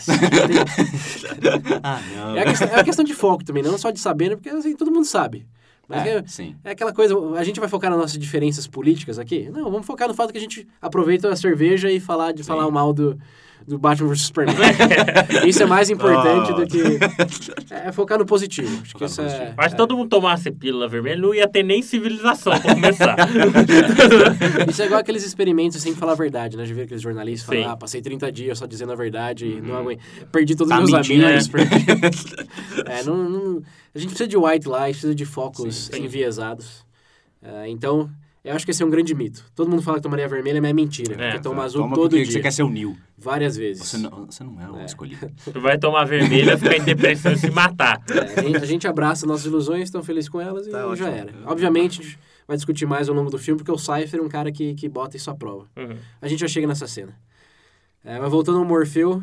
não. É a questão de foco também, não só de saber, né? Porque assim, todo mundo sabe. Mas sim. É aquela coisa, a gente vai focar nas nossas diferenças políticas aqui? Não, vamos focar no fato que a gente aproveita a cerveja e falar mal do Batman vs Superman. Isso é mais importante do que... focar no positivo. Acho que isso Mas se todo mundo tomasse pílula vermelha, não ia ter nem civilização pra começar. Isso é igual aqueles experimentos sem falar a verdade, né? Já viram aqueles jornalistas falam, passei 30 dias só dizendo a verdade e não aguento. Perdi todos os meus amigos. A gente precisa de white light, precisa de focos enviesados. Então, eu acho que esse é um grande mito. Todo mundo fala que tomaria vermelha, mas é mentira. Porque toma azul todo dia. Você quer ser o Neo. Várias vezes. Você não é o escolhido. Você vai tomar vermelha, ficar em depressão e se matar. A gente abraça nossas ilusões, estão felizes com elas e já era. Obviamente, a gente vai discutir mais ao longo do filme, porque o Cypher é um cara que bota isso à prova. A gente já chega nessa cena. Mas voltando ao Morfeu...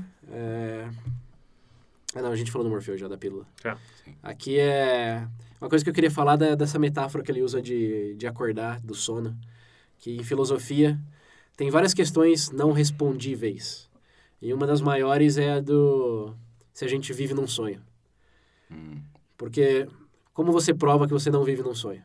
não, a gente falou do Morfeu já, da pílula. Aqui é... Uma coisa que eu queria falar dessa metáfora que ele usa de acordar, do sono. Que em filosofia tem várias questões não respondíveis. E uma das maiores é a do... se a gente vive num sonho. Porque como você prova que você não vive num sonho?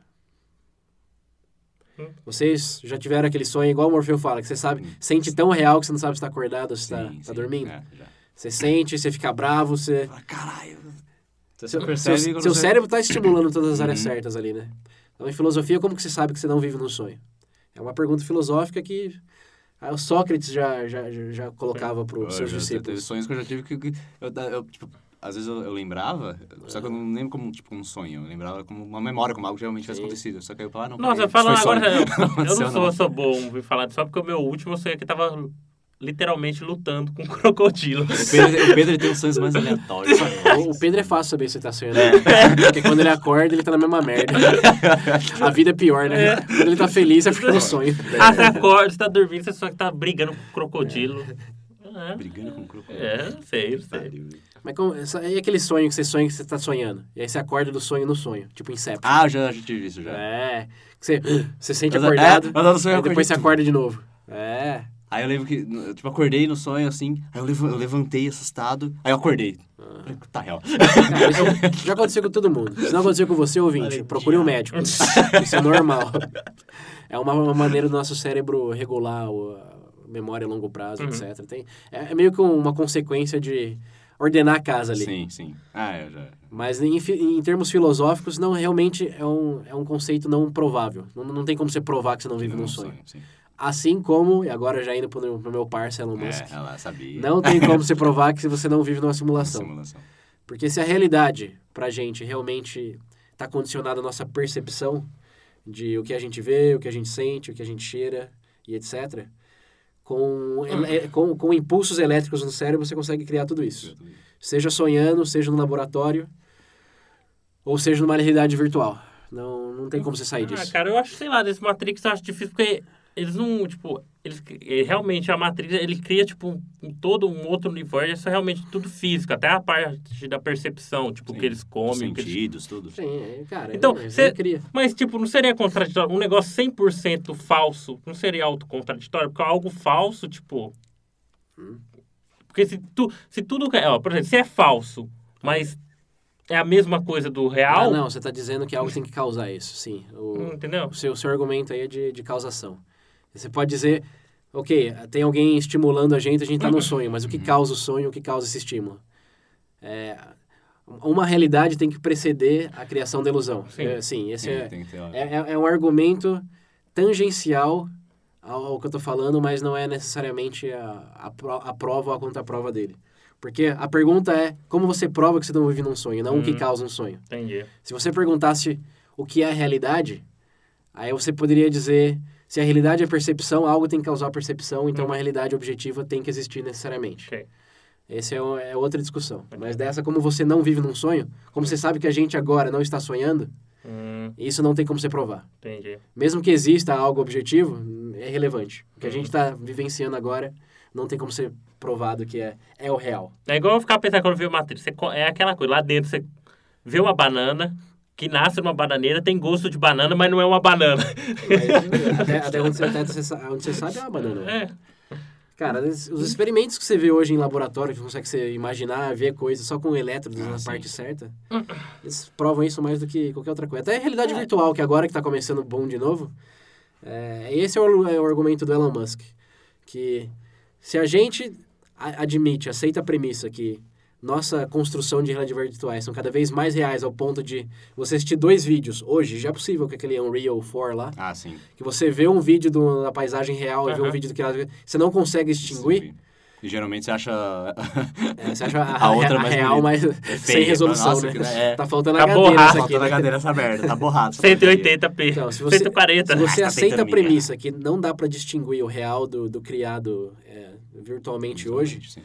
Vocês já tiveram aquele sonho, igual o Morfeu fala, que você sabe, sente tão real que você não sabe se está acordado ou se está dormindo? Você sente, você fica bravo, você... Caralho... Seu cérebro está estimulando todas as áreas certas ali, né? Então, em filosofia, como que você sabe que você não vive num sonho? É uma pergunta filosófica que o Sócrates já colocava para os seus discípulos. Teve sonhos que eu já tive que tipo, às vezes eu lembrava, só que eu não lembro como um sonho. Eu lembrava como uma memória, como algo que realmente tivesse acontecido. Só que aí eu falava, não, nossa, falando agora, eu não sou bom em falar só porque o meu último sonho é que tava... literalmente lutando com um crocodilo. O Pedro tem uns sonhos mais aleatórios. O Pedro é fácil saber se ele tá sonhando. Porque quando ele acorda, ele tá na mesma merda. A vida é pior, né? Quando ele tá feliz, é porque no sonho. Você acorda, você tá dormindo, você só que tá brigando com o crocodilo. Brigando com o crocodilo. Não sei. Mas e aquele sonho que você sonha que você tá sonhando? E aí você acorda do sonho no sonho. Tipo Inception. Eu já tive isso já. Que você sente acordado, mas e depois você acorda de novo. Aí eu lembro que, tipo, acordei no sonho, assim, aí eu levantei assustado, aí eu acordei. Tá real. Cara, isso já aconteceu com todo mundo. Se não aconteceu com você, ouvinte, procure um médico. Isso é normal. É uma maneira do nosso cérebro regular a memória a longo prazo, etc. É meio que uma consequência de ordenar a casa ali. Sim. Eu já... Mas em termos filosóficos, não, realmente é um conceito não provável. Não tem como você provar que você não vive num sonho. Sim. Assim como, e agora já indo pro meu parça Elon Musk, ela sabia. não tem como você provar que você não vive numa simulação. Porque se a realidade, pra gente, realmente está condicionada à nossa percepção de o que a gente vê, o que a gente sente, o que a gente cheira e etc., com impulsos elétricos no cérebro, você consegue criar tudo isso. Seja sonhando, seja no laboratório, ou seja numa realidade virtual. Não tem como você sair disso. Cara, eu acho, sei lá, desse Matrix eu acho difícil, porque eles não, tipo... realmente, a Matrix, ele cria, tipo, todo um outro universo, isso é realmente tudo físico, até a parte da percepção, tipo, que eles comem... Sentidos, tudo. Sim, cara, então, você cria. Mas, tipo, não seria contraditório? Um negócio 100% falso, não seria autocontraditório? Porque algo falso, tipo... Porque se tudo... por exemplo, se é falso, mas... É a mesma coisa do real? Não, você está dizendo que algo tem que causar isso, sim. Entendeu? O seu argumento aí é de causação. Você pode dizer, ok, tem alguém estimulando a gente está no sonho, mas o que causa o sonho, o que causa esse estímulo? Uma realidade tem que preceder a criação da ilusão. Sim, esse é um argumento tangencial ao que eu estou falando, mas não é necessariamente a prova ou a contraprova dele. Porque a pergunta é, como você prova que você não vive num sonho, não o que causa um sonho? Entendi. Se você perguntasse o que é a realidade, aí você poderia dizer, se a realidade é percepção, algo tem que causar percepção, então uma realidade objetiva tem que existir necessariamente. Okay. Essa é outra discussão. Mas dessa, como você não vive num sonho, como você sabe que a gente agora não está sonhando, isso não tem como você provar. Entendi. Mesmo que exista algo objetivo, é relevante. O que a gente está vivenciando agora não tem como ser provado que é o real. É igual eu ficar pensando quando eu vi o Matrix. É aquela coisa, lá dentro você vê uma banana que nasce numa bananeira, tem gosto de banana, mas não é uma banana. Mas, até onde você sabe é uma banana. Cara, os experimentos que você vê hoje em laboratório, que consegue você imaginar, ver coisas só com elétrodos na parte certa, eles provam isso mais do que qualquer outra coisa. Até a realidade virtual, que agora que está começando bom de novo, esse é o argumento do Elon Musk. Que se a gente aceita a premissa que nossa construção de realidade virtuais são cada vez mais reais ao ponto de você assistir 2 vídeos. Hoje já é possível com aquele Unreal 4 lá. Sim. Que você vê um vídeo da paisagem real e vê um vídeo do que você não consegue distinguir. Sim. E geralmente você acha... você acha a outra mais real, mas sem resolução, nossa, né? Tá faltando tá a cadeira borrado, isso aqui. Tá faltando a cadeira essa merda, tá borrado. 180p, então, se você, 140. Se você tá aceita a premissa que não dá para distinguir o real do criado virtualmente hoje, sim.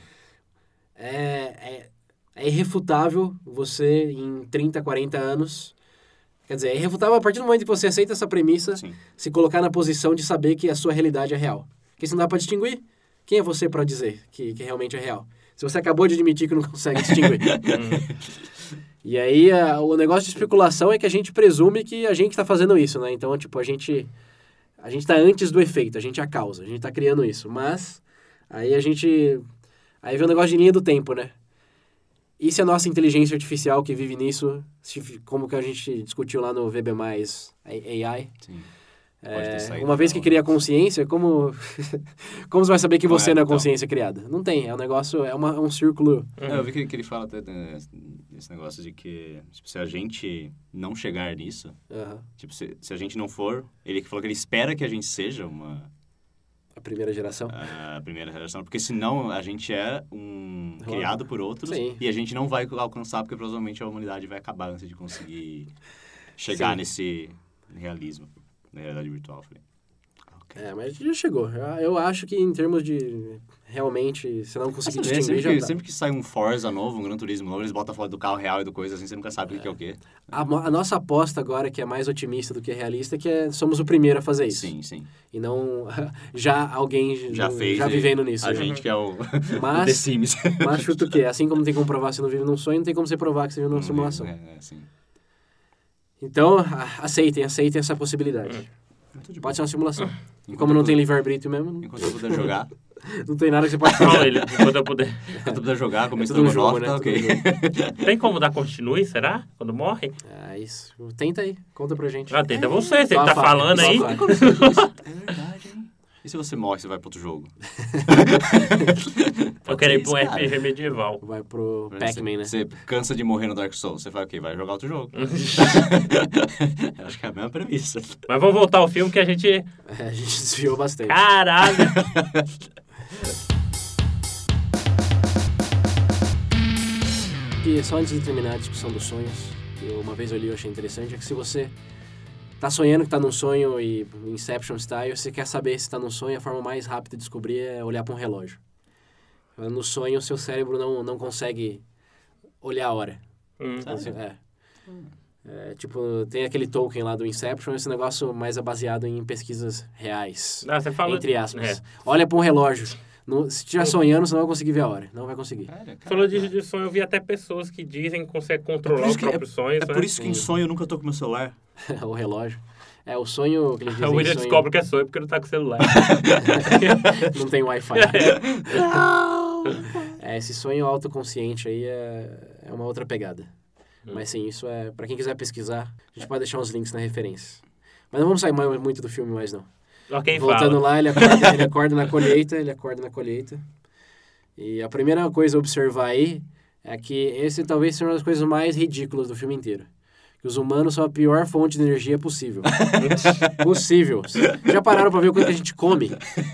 É irrefutável você, em 30, 40 anos... Quer dizer, é irrefutável a partir do momento que você aceita essa premissa, se colocar na posição de saber que a sua realidade é real. Porque se não dá para distinguir, quem é você para dizer que realmente é real? Se você acabou de admitir que não consegue distinguir. E aí, o negócio de especulação é que a gente presume que a gente está fazendo isso, né? Então, tipo, a gente está antes do efeito, a gente é a causa, a gente está criando isso. Mas, aí vem o negócio de linha do tempo, né? E se a nossa inteligência artificial que vive nisso, como que a gente discutiu lá no VB+, AI... Sim. Uma vez que cria consciência, como você vai saber que você não é consciência criada? Não tem, é um negócio, é um círculo. Eu vi que ele fala até desse negócio de que tipo, se a gente não chegar nisso, tipo, se a gente não for, ele falou que ele espera que a gente seja a primeira geração. A primeira geração, porque senão a gente é criado por outros e a gente não vai alcançar, porque provavelmente a humanidade vai acabar antes de conseguir chegar nesse realismo. Na realidade virtual, falei. Okay. Mas já chegou. Eu acho que em termos de realmente, você não conseguir distinguir, sempre que sai um Forza novo, um Gran Turismo novo, eles botam a foto do carro real e do coisa assim, você nunca sabe o que é o quê. A nossa aposta agora, que é mais otimista do que realista, é que somos o primeiro a fazer isso. Sim. E não já alguém já vivendo nisso. A gente que é o The Sims. Mas chuta o quê? Assim como tem como provar que você não vive num sonho, não tem como você provar que você vive numa simulação. Sim. Então, aceitem essa possibilidade. Pode ser uma simulação. Como não tem livre-arbítrio mesmo, Enquanto eu puder jogar. não tem nada que você pode Não, fazer. ele, quando eu puder. Enquanto eu puder jogar, como tudo um jogo, estrogonofe, né? tá Tudo ok. um Tem como dar continue, será? Quando morre? Ah, isso. Tenta aí. Conta pra gente. Ah, tenta você Só tá a faca, falando só a aí. faca. É verdade, hein? E se você morre, você vai pro outro jogo? Eu quero ir pra um Isso, cara. RPG medieval. Vai pro Pac-Man, né? Você cansa de morrer no Dark Souls, você vai o quê? Vai jogar outro jogo. Eu acho que é a mesma premissa. Mas vamos voltar ao filme que a gente... É, a gente desviou bastante. Caralho! E só antes de terminar a discussão dos sonhos, que uma vez eu li e eu achei interessante, é que se você tá sonhando que tá num sonho e Inception style, você quer saber se tá num sonho, a forma mais rápida de descobrir é olhar para um relógio. No sonho, o seu cérebro não consegue olhar a hora. Tipo, tem aquele token lá do Inception, esse negócio mais é baseado em pesquisas reais, Não, você falou... entre aspas. É. Olha para um relógio. Se estiver sonhando, você não vai conseguir ver a hora. Não vai conseguir. Falou de sonho, eu vi até pessoas que dizem que conseguem controlar os próprios sonhos, É por isso que em sonho eu nunca tô com meu celular. O relógio. O sonho que eles dizem. O William sonho... descobre que é sonho porque não tá com o celular. Não tem Wi-Fi. Esse sonho autoconsciente aí é uma outra pegada. Mas sim, isso é... Pra quem quiser pesquisar, a gente pode deixar uns links na referência. Mas não vamos sair muito do filme mais, não. Ok, Voltando fala. lá, ele acorda na colheita. E a primeira coisa a observar aí é que esse talvez seja uma das coisas mais ridículas do filme inteiro. Que os humanos são a pior fonte de energia possível. Possível. Já pararam pra ver o quanto que a gente come?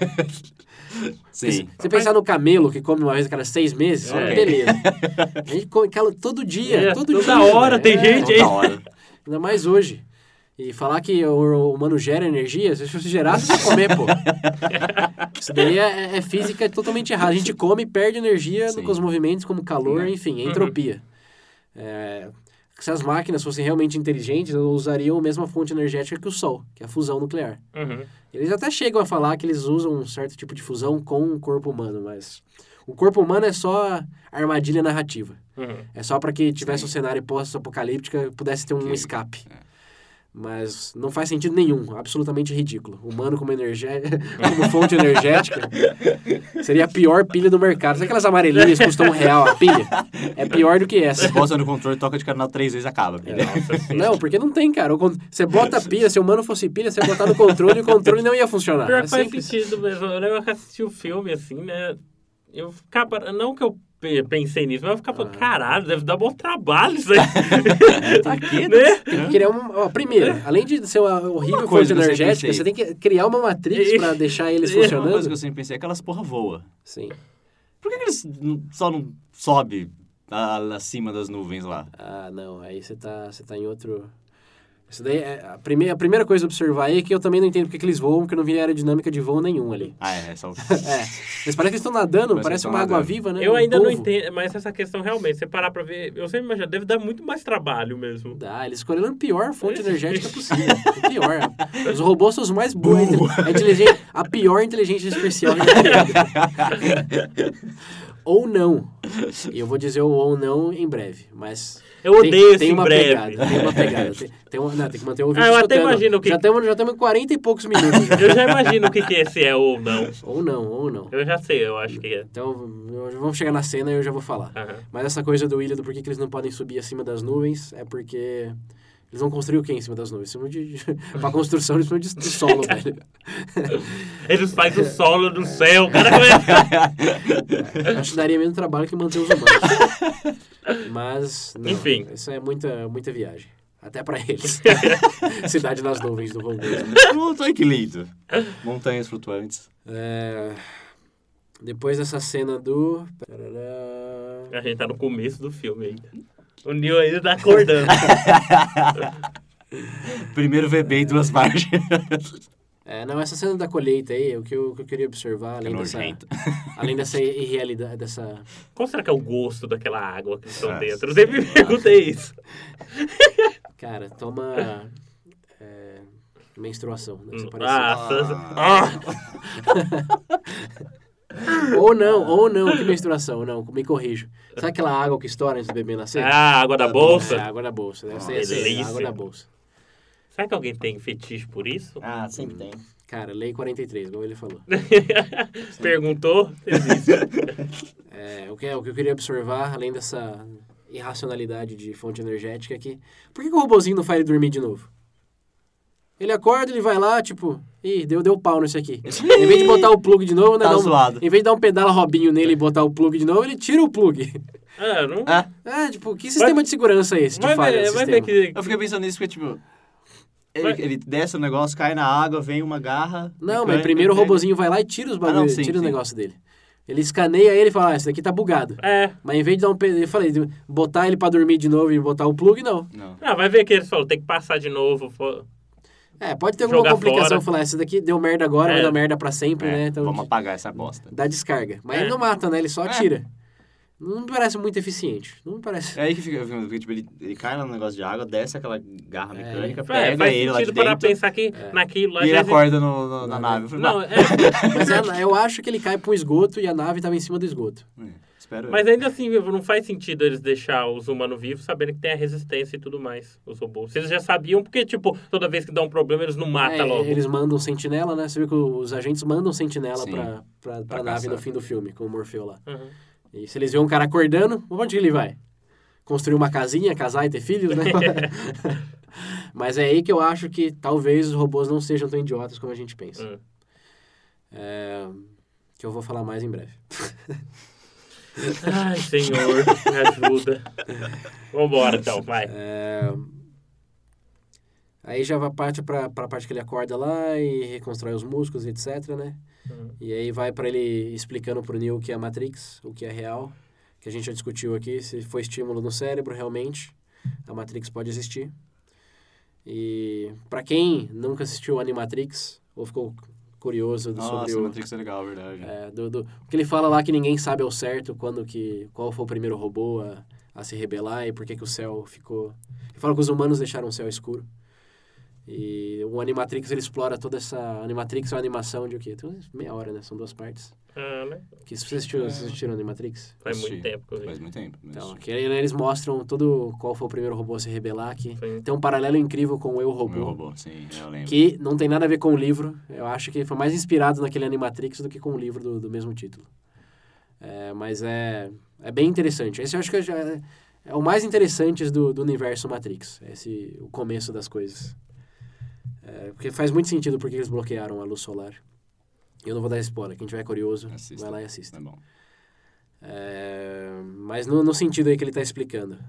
Sim. Você pensar no camelo que come uma vez a cada 6 meses, beleza. A gente come todo dia, todo dia. Toda hora tem gente aí. Toda hora. Ainda mais hoje. E falar que o humano gera energia, se você gerar, você vai comer, pô. Isso daí é física totalmente errada. A gente come e perde energia com os movimentos, como calor, enfim, entropia. Se as máquinas fossem realmente inteligentes, elas usariam a mesma fonte energética que o Sol, que é a fusão nuclear. Eles até chegam a falar que eles usam um certo tipo de fusão com o corpo humano, mas o corpo humano é só armadilha narrativa. É só para que tivesse um cenário pós-apocalíptico, pudesse ter um escape. Mas não faz sentido nenhum, absolutamente ridículo. Humano como como fonte energética seria a pior pilha do mercado. Sabe aquelas amarelinhas que custam R$1 a pilha? É pior do que essa. Você bota no controle, toca de canal 3 vezes, acaba a pilha. Não, porque não tem, cara. Você bota a pilha, se o humano fosse pilha, você ia botar no controle e o controle não ia funcionar. Pior que faz sentido mesmo. Eu lembro que assisti o filme, assim, né? Eu ficava... Não que eu pensei nisso, mas eu ficava falando, caralho, deve dar bom trabalho isso aí. Tá aqui, né? Tem que criar primeiro, além de ser uma horrível fonte energética, você tem que criar uma matrix pra deixar eles funcionando. Uma coisa que eu sempre pensei é que aquelas porra voa. Sim. Por que eles só não sobem acima das nuvens lá? Ah, não. Aí você tá em outro... Isso daí a primeira coisa a observar aí é que eu também não entendo porque que eles voam, porque eu não vi aerodinâmica de voo nenhum ali. É só... Mas parece que eles estão nadando, parece uma água viva, né? Eu ainda não entendo, mas essa questão realmente, você parar pra ver, eu sempre imagino, deve dar muito mais trabalho mesmo. Dá, eles escolheram a pior fonte energética possível. A pior. Os robôs são os mais burros. A pior inteligência artificial que ou não. E eu vou dizer o ou não em breve, mas... Eu odeio esse tem uma breve. Pegada, tem uma pegada. Tem que manter o ouvido eu escutando. até imagino que... Já estamos em 40 e poucos minutos. Eu já imagino o que esse é ou não. Ou não. Eu já sei, eu acho que é. Então, vamos chegar na cena e eu já vou falar. Mas essa coisa do William, do porquê que eles não podem subir acima das nuvens, é porque... Eles vão construir o quê em cima das nuvens? Pra construção, eles precisam de solo, velho. Eles fazem o solo do céu, cara. Acho que daria menos trabalho que manter os humanos. Mas, não, enfim. Isso é muita viagem. Até pra eles. Cidade nas nuvens do robô. Olha que lindo. Montanhas flutuantes. Depois dessa cena do... A gente tá no começo do filme aí. O Neil ainda tá acordando. Primeiro VB em 2 partes. Não, essa cena da colheita aí, o que eu queria observar, além dessa irrealidade, dessa... Qual será que é o gosto daquela água que estão dentro? Eu sempre me perguntei isso. Cara, toma... menstruação, né? Ou não, que menstruação, não, me corrijo. Sabe aquela água que estoura antes do bebê nascer? Água da bolsa? Água da bolsa, deve ser essa, água da bolsa. Será que alguém tem fetiche por isso? Ah, sempre tem. Cara, Lei 43, igual ele falou. Perguntou? Existe. O que eu queria observar, além dessa irracionalidade de fonte energética, é que... Por que o robozinho não faz ele dormir de novo? Ele acorda, ele vai lá, tipo... Ih, deu pau nesse aqui. Em vez de botar o plug de novo... Tá zoado. Em vez de dar um pedala Robinho nele e botar o plug de novo, ele tira o plug. Não... Tipo, que sistema de segurança é esse? De falha vai ver que... Eu fiquei pensando nisso porque, tipo... Ele desce o negócio, cai na água, vem uma garra... Não, mas primeiro o robozinho vai lá e tira os bagulhos, tira o negócio dele. Ele escaneia ele e fala, esse daqui tá bugado. Mas em vez de dar eu falei, botar ele pra dormir de novo e botar o plug, não. Vai ver que eles falam, tem que passar de novo. Pode ter alguma complicação, fora. falar, esse daqui deu merda agora, vai dar merda pra sempre, né? Então, vamos apagar essa bosta. Dá descarga. Mas ele não mata, né? Ele só atira. Não me parece muito eficiente. Não me parece. É aí que fica, tipo, ele cai no negócio de água, desce aquela garra mecânica, faz pega ele lá de sentido para dentro... pensar que naquilo lá... E ele acorda na nave. Eu falei, Mas eu acho que ele cai pro esgoto e a nave tava em cima do esgoto. Espero mas ainda assim, não faz sentido eles deixar os humanos vivos sabendo que tem a resistência e tudo mais, os robôs. Eles já sabiam, porque, tipo, toda vez que dá um problema, eles não matam logo. Eles mandam sentinela, né? Você viu que os agentes mandam sentinela pra nave no fim do filme, com o Morfeu lá. E se eles veem um cara acordando, onde ele vai? Construir uma casinha, casar e ter filhos, né? Mas é aí que eu acho que talvez os robôs não sejam tão idiotas como a gente pensa. Que eu vou falar mais em breve. Ai, Senhor, me ajuda. Vambora, então, vai. Aí já vai parte pra parte que ele acorda lá e reconstrói os músculos, etc, né? E aí vai pra ele explicando pro Neo o que é a Matrix, o que é real, que a gente já discutiu aqui, se foi estímulo no cérebro, realmente, a Matrix pode existir. E pra quem nunca assistiu Animatrix, ou ficou curioso sobre o... Matrix é legal, verdade. O que ele fala lá que ninguém sabe ao certo qual foi o primeiro robô a se rebelar e por que o céu ficou... Ele fala que os humanos deixaram o céu escuro. E o Animatrix, ele explora toda essa... Animatrix é uma animação de o quê? Tem meia hora, né? São 2 partes. Né? Que vocês assistiram Animatrix? Faz muito tempo. Faz muito tempo. Então, aqui eles mostram qual foi o primeiro robô a se rebelar aqui. Sim. Tem um paralelo incrível com o Eu, Robô. O Eu, Robô, sim, eu lembro. Que não tem nada a ver com o livro. Eu acho que foi mais inspirado naquele Animatrix do que com o livro do mesmo título. Mas é bem interessante. Esse eu acho que é o mais interessante do universo Matrix. O começo das coisas. Porque faz muito sentido porque eles bloquearam a luz solar. Eu não vou dar spoiler. Quem tiver curioso, vai lá e assista. É bom. Mas no sentido aí que ele está explicando.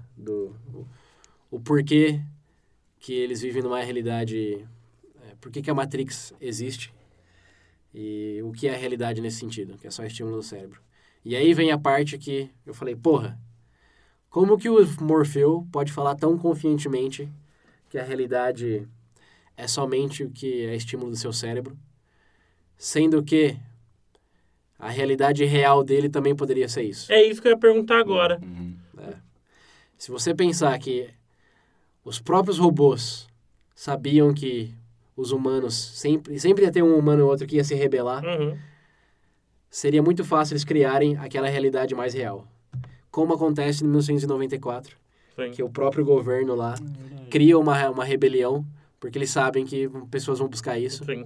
O porquê que eles vivem numa realidade... por que a Matrix existe. E o que é a realidade nesse sentido. Que é só estímulo do cérebro. E aí vem a parte que eu falei, porra, como que o Morfeu pode falar tão confiantemente que a realidade é somente o que é estímulo do seu cérebro, sendo que a realidade real dele também poderia ser isso. É isso que eu ia perguntar agora. Se você pensar que os próprios robôs sabiam que os humanos sempre ia ter um humano ou outro que ia se rebelar, seria muito fácil eles criarem aquela realidade mais real. Como acontece em 1994, que o próprio governo lá cria uma rebelião, porque eles sabem que pessoas vão buscar isso. Sim.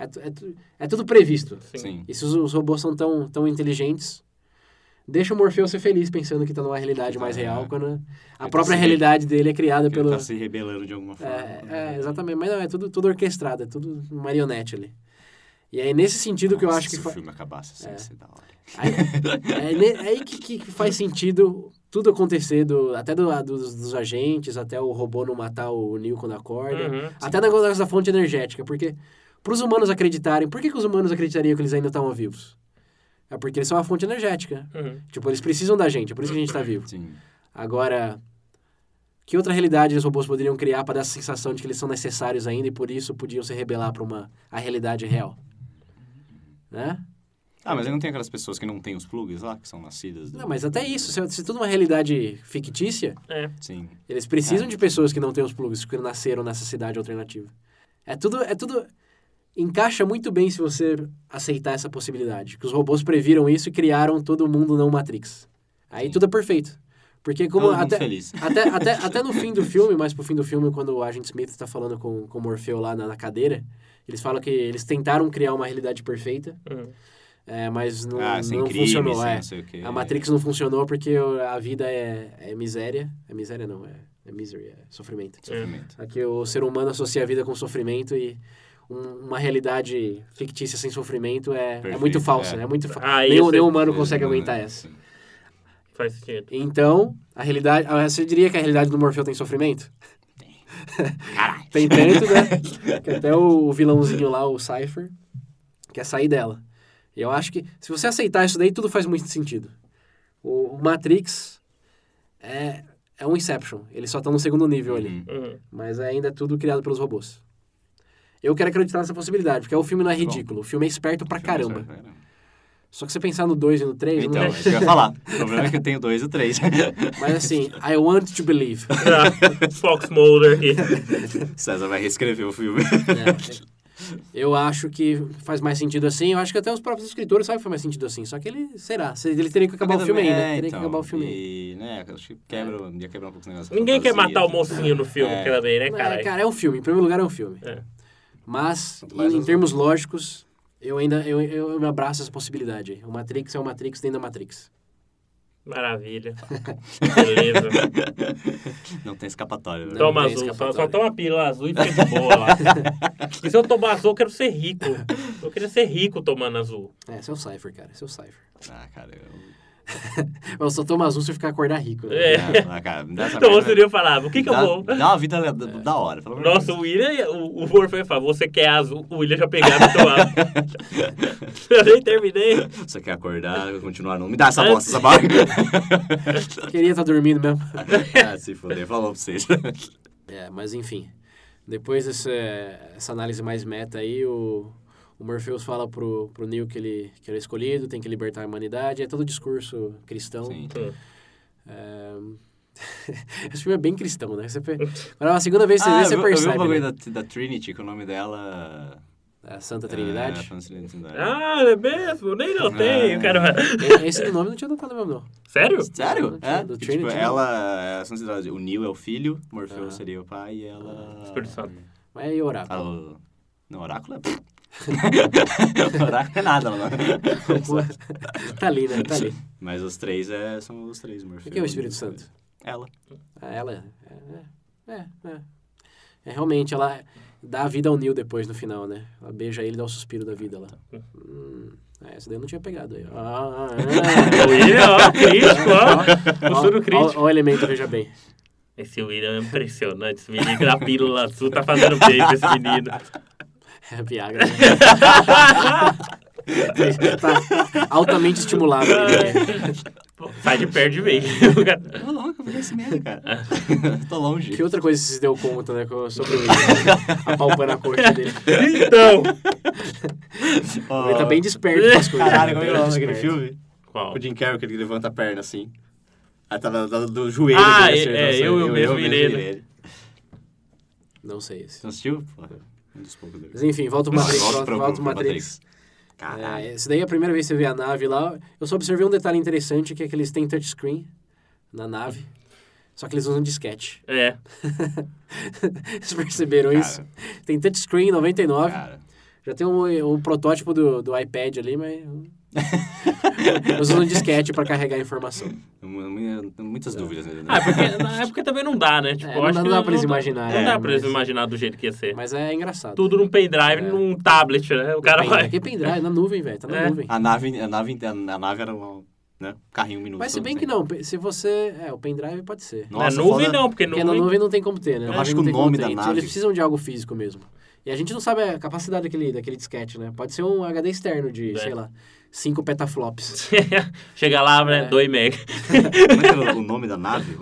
É tudo previsto. Sim. E se os robôs são tão inteligentes, deixa o Morfeu ser feliz pensando que está numa realidade mais real, quando a própria realidade dele é criada pelo... Ele está se rebelando de alguma forma. Exatamente. Mas não, é tudo orquestrado, é tudo marionete ali. E é nesse sentido que eu acho que... Se o filme acabasse assim, ia ser da hora. Aí que faz sentido tudo acontecer, até dos agentes, até o robô não matar o Neo quando acorda, até o negócio da fonte energética, porque para os humanos acreditarem, por que os humanos acreditariam que eles ainda estavam vivos? É porque eles são uma fonte energética. Tipo, eles precisam da gente, é por isso que a gente está vivo. Sim. Agora, que outra realidade os robôs poderiam criar para dar a sensação de que eles são necessários ainda e por isso podiam se rebelar para a realidade real? Né? Mas aí não tem aquelas pessoas que não têm os plugs lá, que são nascidas... Não, mas até isso, se tudo uma realidade fictícia, Sim. Eles precisam de pessoas que não têm os plugs, que nasceram nessa cidade alternativa. É tudo... Encaixa muito bem se você aceitar essa possibilidade, que os robôs previram isso e criaram todo mundo não Matrix. Aí tudo é perfeito. Porque como Todo mundo feliz. até no fim do filme, mais pro fim do filme, quando o Agente Smith tá falando com o Morfeu lá na cadeira, eles falam que eles tentaram criar uma realidade perfeita, mas não crime, funcionou. não sei o quê. A Matrix não funcionou porque a vida é miséria. É miséria não, é misery, é sofrimento. Aqui o ser humano associa a vida com sofrimento e uma realidade fictícia sem sofrimento é muito falsa. É muito nenhum humano consegue aguentar essa. Faz sentido. Então, a realidade... Você diria que a realidade do Morfeu tem sofrimento? Caralho. Tem tanto, né? Que até o vilãozinho lá, o Cypher, quer sair dela. E eu acho que, se você aceitar isso daí, tudo faz muito sentido. O Matrix é um Inception. Ele só tá no segundo nível ali. Mas ainda é tudo criado pelos robôs. Eu quero acreditar nessa possibilidade, porque o filme não é ridículo. O filme é esperto pra caramba. Só que você pensar no 2 e no 3... Então, é isso que eu ia falar. O problema é que eu tenho 2 e o 3. Mas assim, I want to believe. Fox Mulder aqui. César vai reescrever o filme. Eu acho que faz mais sentido assim. Eu acho que até os próprios escritores sabem que faz mais sentido assim. Só que ele teria que acabar o filme ainda. Teria que acabar o filme e, né, acho que ia quebrar um pouco esse negócio. Ninguém quer matar o mocinho no filme, também, né, cara? Cara, é um filme. Em primeiro lugar, é um filme. Mas, em termos lógicos... Eu me abraço essa possibilidade aí. O Matrix é o Matrix dentro da Matrix. Maravilha. Beleza. Não tem escapatória, né? Toma azul. Só toma pílula azul e fica de boa lá. E se eu tomar azul, eu quero ser rico. Eu queria ser rico tomando azul. Esse é o Cypher, cara. Esse é o Cypher. Cara, Eu só tomo azul se eu ficar acordar rico. Né? Cara, então você iria falar, o que eu vou... Dá uma vida da hora. Nossa, o William, o Morfeu fala, você quer azul? O William já pegava e tomava. Eu nem terminei. Você quer acordar, continuar não? Me dá essa bosta, essa barra. Queria estar dormindo mesmo. Se foder, falou pra vocês. Mas enfim. Depois dessa análise mais meta aí, o Morpheus fala pro Neo que ele é escolhido, tem que libertar a humanidade. É todo discurso cristão. Sim. Esse filme é bem cristão, né? Agora, a segunda vez que você vê, você percebe. Eu vi um bagulho da Trinity, que o nome dela... A Santa Trindade? É mesmo? Nem notei. Cara... Esse nome não tinha notado mesmo, não. Sério? Sério? Do Trinity, ela é a Santa Trindade. O Neo é o filho, o Morpheus seria o pai e ela... Espírito Santo. Mas e Oráculo? Não, Oráculo é... Oráculo é nada, mano. Tá ali, né? Tá ali. Mas os três são os três, Morpheus. O que é o Espírito Santo? Ela. Ela realmente, ela dá a vida ao Neo depois, no final, né? Ela beija ele e dá o suspiro da vida lá. Essa daí eu não tinha pegado aí. Crítico, ó. Futuro crítico. Olha o elemento, veja bem. Esse William é impressionante. Esse menino da pílula azul tá fazendo bem pra esse menino. É Viagra, né? Tá altamente estimulado. Sai de perto de mim. Tô louco, por esse medo, cara. Tô longe. Que outra coisa você se deu conta, né? Sobre o apalpando a coxa dele. Então! Ele tá bem desperto com as coisas. Caralho, como é o nome daquele filme? Qual? O Jim Carrey, que ele levanta a perna assim. Aí tá do joelho. Eu mesmo virei ele. Não sei esse. Não assistiu? Mas enfim, volta o Matrix. Esse daí é a primeira vez que você vê a nave lá. Eu só observei um detalhe interessante, que é que eles têm touchscreen na nave. Só que eles usam disquete. Vocês perceberam isso? Tem touchscreen 99. Já tem um protótipo do iPad ali, mas... Eles usam disquete pra carregar a informação. Muitas dúvidas. Né? Porque na época também não dá, né? Tipo, não dá pra eles imaginar. Não dá pra eles imaginar do jeito que ia ser. Mas é engraçado. Tudo num pendrive, num tablet, né? O cara vai... Que pendrive? Na nuvem, velho. Tá na nuvem. A nave era um carrinho minúsculo. Mas se bem que não. Se você... o pendrive pode ser. Nossa, na nuvem não, porque na nuvem não tem como ter, né? Eu acho que o nome da nave... Eles precisam de algo físico mesmo. E a gente não sabe a capacidade daquele disquete, né? Pode ser um HD externo de, sei lá, 5 petaflops. Chega lá, né? 2 MB. Como é o nome da nave?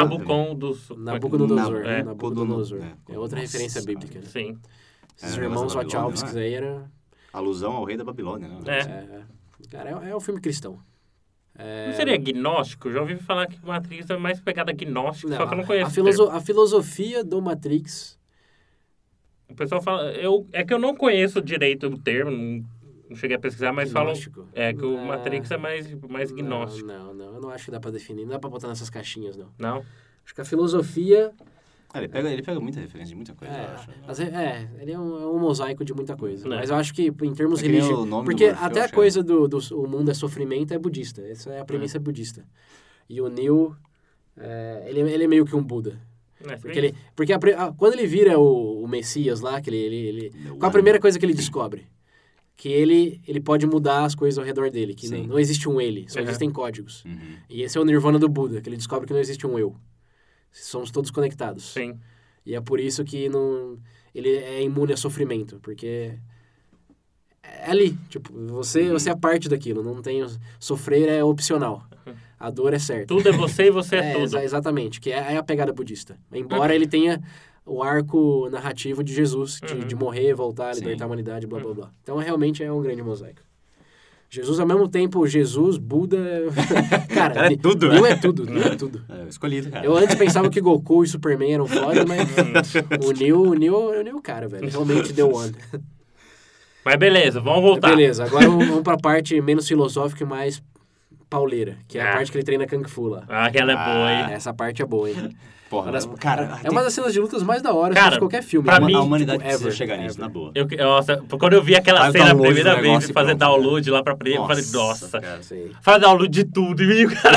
Nabucodonosor. É outra referência bíblica. Né? Sim. Esses irmãos Wachowskis aí era... Alusão ao rei da Babilônia, né? Cara, é um filme cristão. Não seria gnóstico? Já ouvi falar que Matrix é mais pegada gnóstica, só que eu não conheço. A filosofia do Matrix... O pessoal fala... É que eu não conheço direito o termo, Não cheguei a pesquisar, mas falam Gnóstico. que o Matrix é mais gnóstico. Não. Eu não acho que dá pra definir. Não dá pra botar nessas caixinhas, não. Não? Acho que a filosofia... Ele pega muita referência de muita coisa, eu acho. Ele é um mosaico de muita coisa. É. Mas eu acho que em termos É que nem o religiosos... nome Porque do Morfeu, até a acho, coisa do o mundo é sofrimento é budista. Essa é a premissa budista. E o Neo, ele é meio que um Buda. Porque quando ele vira o Messias lá, qual a primeira coisa que ele descobre? Que ele pode mudar as coisas ao redor dele. Que não existe um ele, só existem códigos. Uhum. E esse é o nirvana do Buda, que ele descobre que não existe um eu. Somos todos conectados. Sim. E é por isso que ele é imune a sofrimento, porque é ali, tipo, você é parte daquilo, não tem... Sofrer é opcional, a dor é certa. Tudo é você e você é tudo. Exatamente, que é a pegada budista. Embora ele tenha o arco narrativo de Jesus, de morrer, voltar, libertar a humanidade, blá, blá, blá. Então, realmente é um grande mosaico. Jesus, ao mesmo tempo, Jesus, Buda... Cara, é tudo, Neo é tudo, Neo é tudo. Escolhido, cara. Eu antes pensava que Goku e Superman eram foda, mas o Neo, cara, velho, realmente deu one. Mas beleza, vamos voltar. Beleza, agora vamos pra parte menos filosófica e mais pauleira, que é a parte que ele treina Kung Fu lá. Aquela é boa, hein? Essa parte é boa, hein? Porra, cara... É uma das cenas de lutas mais da hora de qualquer filme. Pra mim, a humanidade tipo, precisa chegar nisso, na boa. Quando eu vi aquela cena a primeira vez de fazer download lá pra prêmio, eu falei, nossa, cara. Faz download de tudo e meio, cara.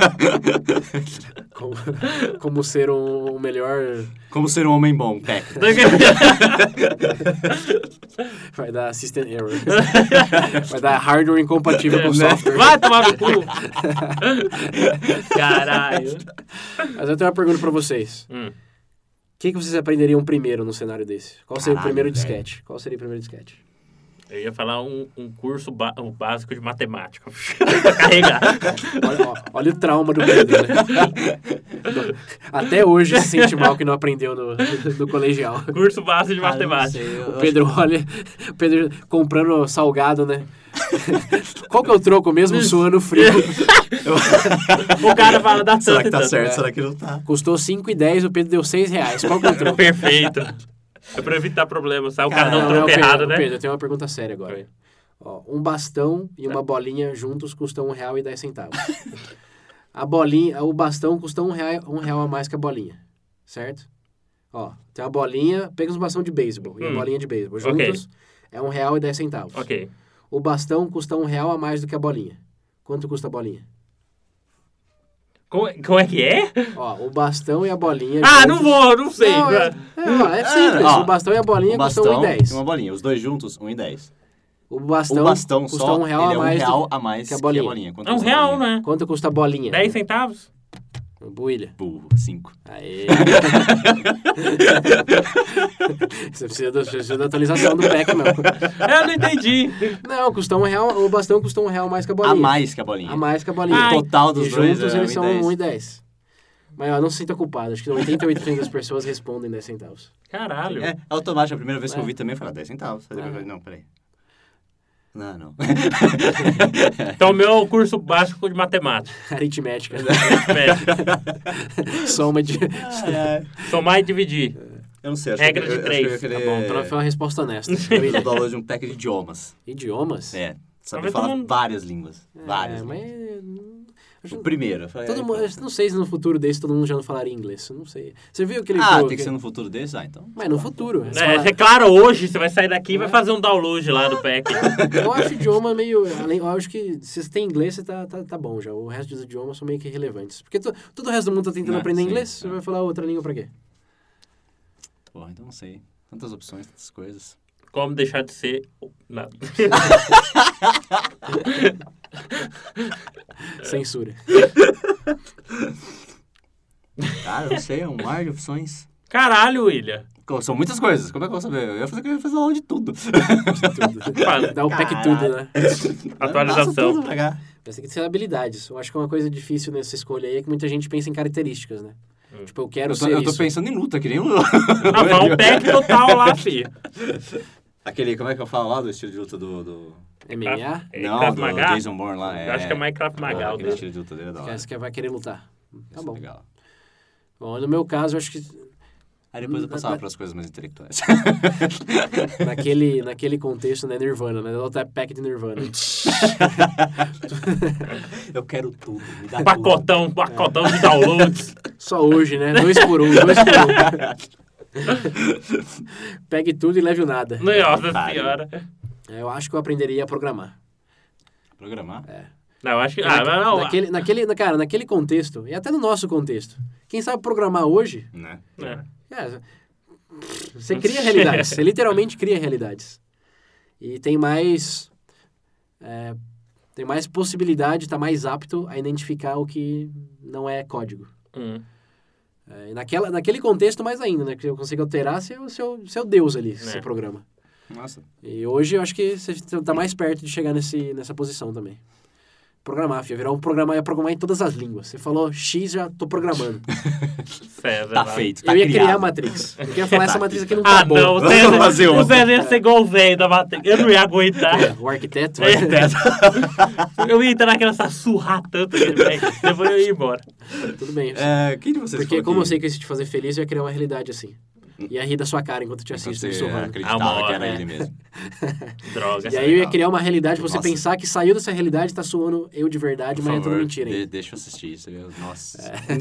Como ser um melhor... Como ser um homem bom, Peck. Vai dar system error. Vai dar hardware incompatível com software. Vai tomar no cu. Caralho. Mas eu tenho uma pergunta pra vocês. O que vocês aprenderiam primeiro no cenário desse? Qual seria o primeiro disquete? Qual seria o primeiro disquete? Eu ia falar um curso básico de matemática. Pra carregar. Olha o trauma do Pedro, né? Até hoje se sente mal que não aprendeu no colegial. Curso básico de matemática. O Pedro comprando salgado, né? Qual que é o troco mesmo? Suando frio. O cara fala, dá tanto. Será que tá certo? Será que não tá? Custou R$5,10, o Pedro deu R$6. Qual que é o troco? Perfeito. É pra evitar problemas, sabe? O cara não troca errado, né? Pedro, eu tenho uma pergunta séria agora. Ó, um bastão e uma bolinha juntos custam R$1,10. O bastão custa R$1 a mais que a bolinha, certo? Ó, tem uma bolinha, pega uns bastão de beisebol e a bolinha de beisebol. Juntos é R$1,10. Ok. O bastão custa R$1 a mais do que a bolinha. Quanto custa a bolinha? Como é que é? Ó, o bastão e a bolinha... não sei. É simples. O bastão e a bolinha custam R$1,10. E uma bolinha. Os dois juntos, R$1,10. O bastão custa só, R$1 a mais que a bolinha. É R$1, né? Quanto custa a bolinha? 10 centavos? Builha. Burro, 5. Aê. Você precisa da atualização do pack, meu. Eu não entendi. Não, custa R$1, o bastão custa R$1 mais que a bolinha. A mais que a bolinha. A mais que a bolinha. O total dos dois juntos eles são R$1,10. R$1,10. Mas eu não se sinta culpado. Acho que 88% das pessoas respondem 10 centavos. Caralho. É automático. A primeira vez que eu vi também, eu falei 10 centavos. Aí depois eu falei, não, peraí. Não. Então, meu curso básico de matemática. Aritmética. Soma de... Somar e dividir. Eu não sei. Regra de 3. Tá bom, então foi uma resposta honesta. Eu download de um pack de idiomas. Idiomas? É. Saber falar várias línguas. Várias línguas. O primeiro. Todo mundo, não sei se no futuro desse todo mundo já não falaria inglês. Não sei. Você viu aquele... Tem que ser no futuro desse? Então. Mas no futuro. É claro, hoje você vai sair daqui e vai fazer um download lá do pack. Eu acho o idioma meio... Eu acho que se você tem inglês, você tá bom já. O resto dos idiomas são meio que irrelevantes. Porque todo o resto do mundo tá tentando aprender inglês. Você vai falar outra língua pra quê? Porra, então não sei. Tantas opções, tantas coisas. Como deixar de ser... Nada. Censura. Cara, eu não sei, é um mar de opções. Caralho, William. São muitas coisas, como é que eu vou saber? Eu ia fazer aula de tudo. Dá o pack tudo, né? Atualização. Mas tem que ser habilidades. Eu acho que uma coisa difícil nessa escolha aí é que muita gente pensa em características, né? Tipo, eu quero ser isso. Eu tô pensando em luta, que nem o... Vai um pack total lá, filho. Aquele, como é que eu falo lá do estilo de luta do... MMA? Não, do Jason Bourne lá. Eu acho que é Minecraft Magal. Aquele estilo de luta dele é da hora. Você vai querer lutar. Tá bom. Legal. Bom, no meu caso, eu acho que... Aí depois eu passava para as coisas mais intelectuais. naquele contexto, né? Nirvana, né? Outra pack de Nirvana. Eu quero tudo, me dá Pacotão de downloads. Só hoje, né? 2 por 1, 2 por 1. Pegue tudo e leve o nada. Nossa senhora. Eu acho que eu aprenderia a programar. Programar? Não, eu acho que... Naquele contexto, e até no nosso contexto. Quem sabe programar hoje... Né? Você cria realidades. Você literalmente cria realidades. E tem mais possibilidade, está mais apto a identificar o que não é código. Naquele contexto mais ainda, né? Que eu consigo alterar seu Deus ali, seu programa. Nossa. E hoje eu acho que você está mais perto de chegar nessa posição também. Programar, filho. Ia programar em todas as línguas. Você falou X, já tô programando. Tá feito, tá Eu ia criado. criar a Matrix. Eu ia falar, essa Matrix aqui não tá boa. Não, o César ia ser igual o velho da Matrix. Eu não ia aguentar. O arquiteto. Eu ia entrar naquela sussurrar tanto aquele velho. Depois eu ia embora. Tudo bem. Quem de vocês Porque como eu sei que isso te fazer feliz, eu ia criar uma realidade assim. Ia rir da sua cara enquanto eu te assisto Você sussurrando. acreditava que era ele mesmo. Droga. E aí eu ia criar uma realidade pra você Nossa. pensar que saiu dessa realidade e tá suando eu de verdade, Por mas é tudo favor, mentira, hein? deixa eu assistir isso. Nossa.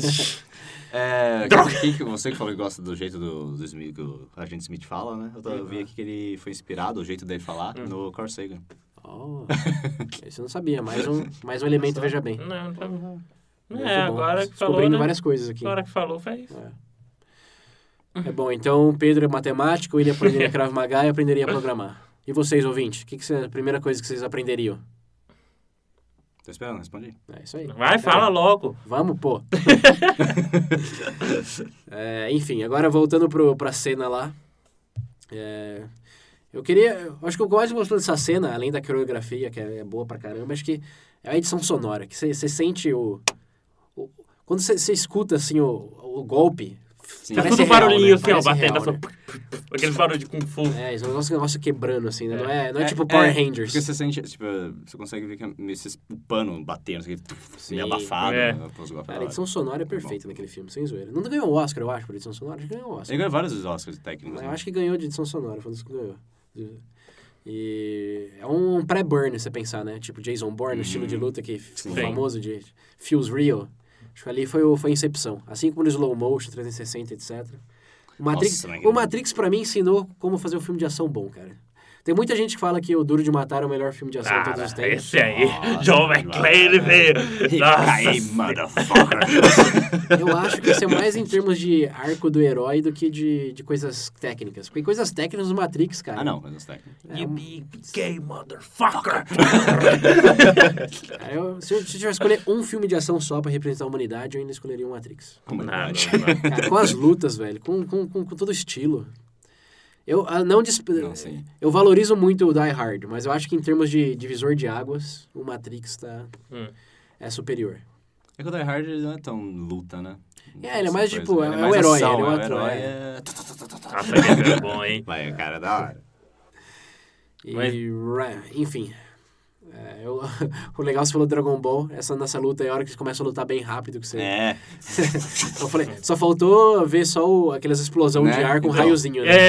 Você que falou que gosta do jeito do Smith, que o agente Smith fala, né? Eu vi aqui que ele foi inspirado, o jeito dele falar, no Carl Sagan. Oh, isso eu não sabia. Mais um elemento, veja bem. Não. Muito É, bom. agora que falou, Descobrindo né? várias coisas aqui. Agora que falou, fez. É bom, então o Pedro é matemático, ele aprenderia Krav Maga e aprenderia a programar. E vocês, ouvintes, o que é a primeira coisa que vocês aprenderiam? Tô esperando, responde. É isso aí. Vai, fala logo. Vamos, pô. Enfim, agora voltando pra cena lá. Eu acho que o que eu mais gostou dessa cena, além da coreografia, que é boa pra caramba, acho que é a edição sonora, que você sente quando você escuta, assim, o golpe... Sim. Tá Parece tudo real, barulhinho, né? assim, ó, Parece batendo. real, né? Aquele barulho de Kung Fu. Esse negócio quebrando, assim, né? Não é tipo Power Rangers. Porque você sente, tipo, você consegue ver que o pano batendo, assim, Sim. meio abafado. É. Né? Cara, a edição sonora é perfeita naquele filme, sem zoeira. Não ganhou o Oscar, eu acho, por edição sonora. Acho que ganhou o Oscar. Ele ganhou vários Oscars técnicos. Eu Né? acho que ganhou de edição sonora, foi um dos que ganhou. E é um pré-burn, se você pensar, né? Tipo Jason Bourne, o estilo de luta que ficou famoso de Feels Real. Acho que ali foi a Incepção. Assim como no Slow Motion, 360, etc. O Matrix, pra mim, ensinou como fazer um filme de ação bom, cara. Tem muita gente que fala que o Duro de Matar é o melhor filme de ação de todos os tempos. Esse aí, John McClane, velho. Aí, motherfucker. Eu acho que isso é mais em termos de arco do herói do que de coisas técnicas. Porque coisas técnicas do Matrix, cara... Ah, não, coisas técnicas. You big gay motherfucker. Se eu tivesse escolher um filme de ação só pra representar a humanidade, eu ainda escolheria o Matrix. Não. Cara, com as lutas, velho, com todo o estilo. Eu valorizo muito o Die Hard, mas eu acho que em termos de divisor de águas, o Matrix é superior. É que o Die Hard não é tão luta, né? Ele é mais tipo, Ele é o herói. ação, Ele é o herói Nossa, que é bom, hein? Vai, cara, da hora. Enfim. O legal, você falou Dragon Ball, nessa luta é a hora que você começa a lutar bem rápido. Que você... Eu falei, só faltou ver aquelas explosões de ar com raiozinho, né?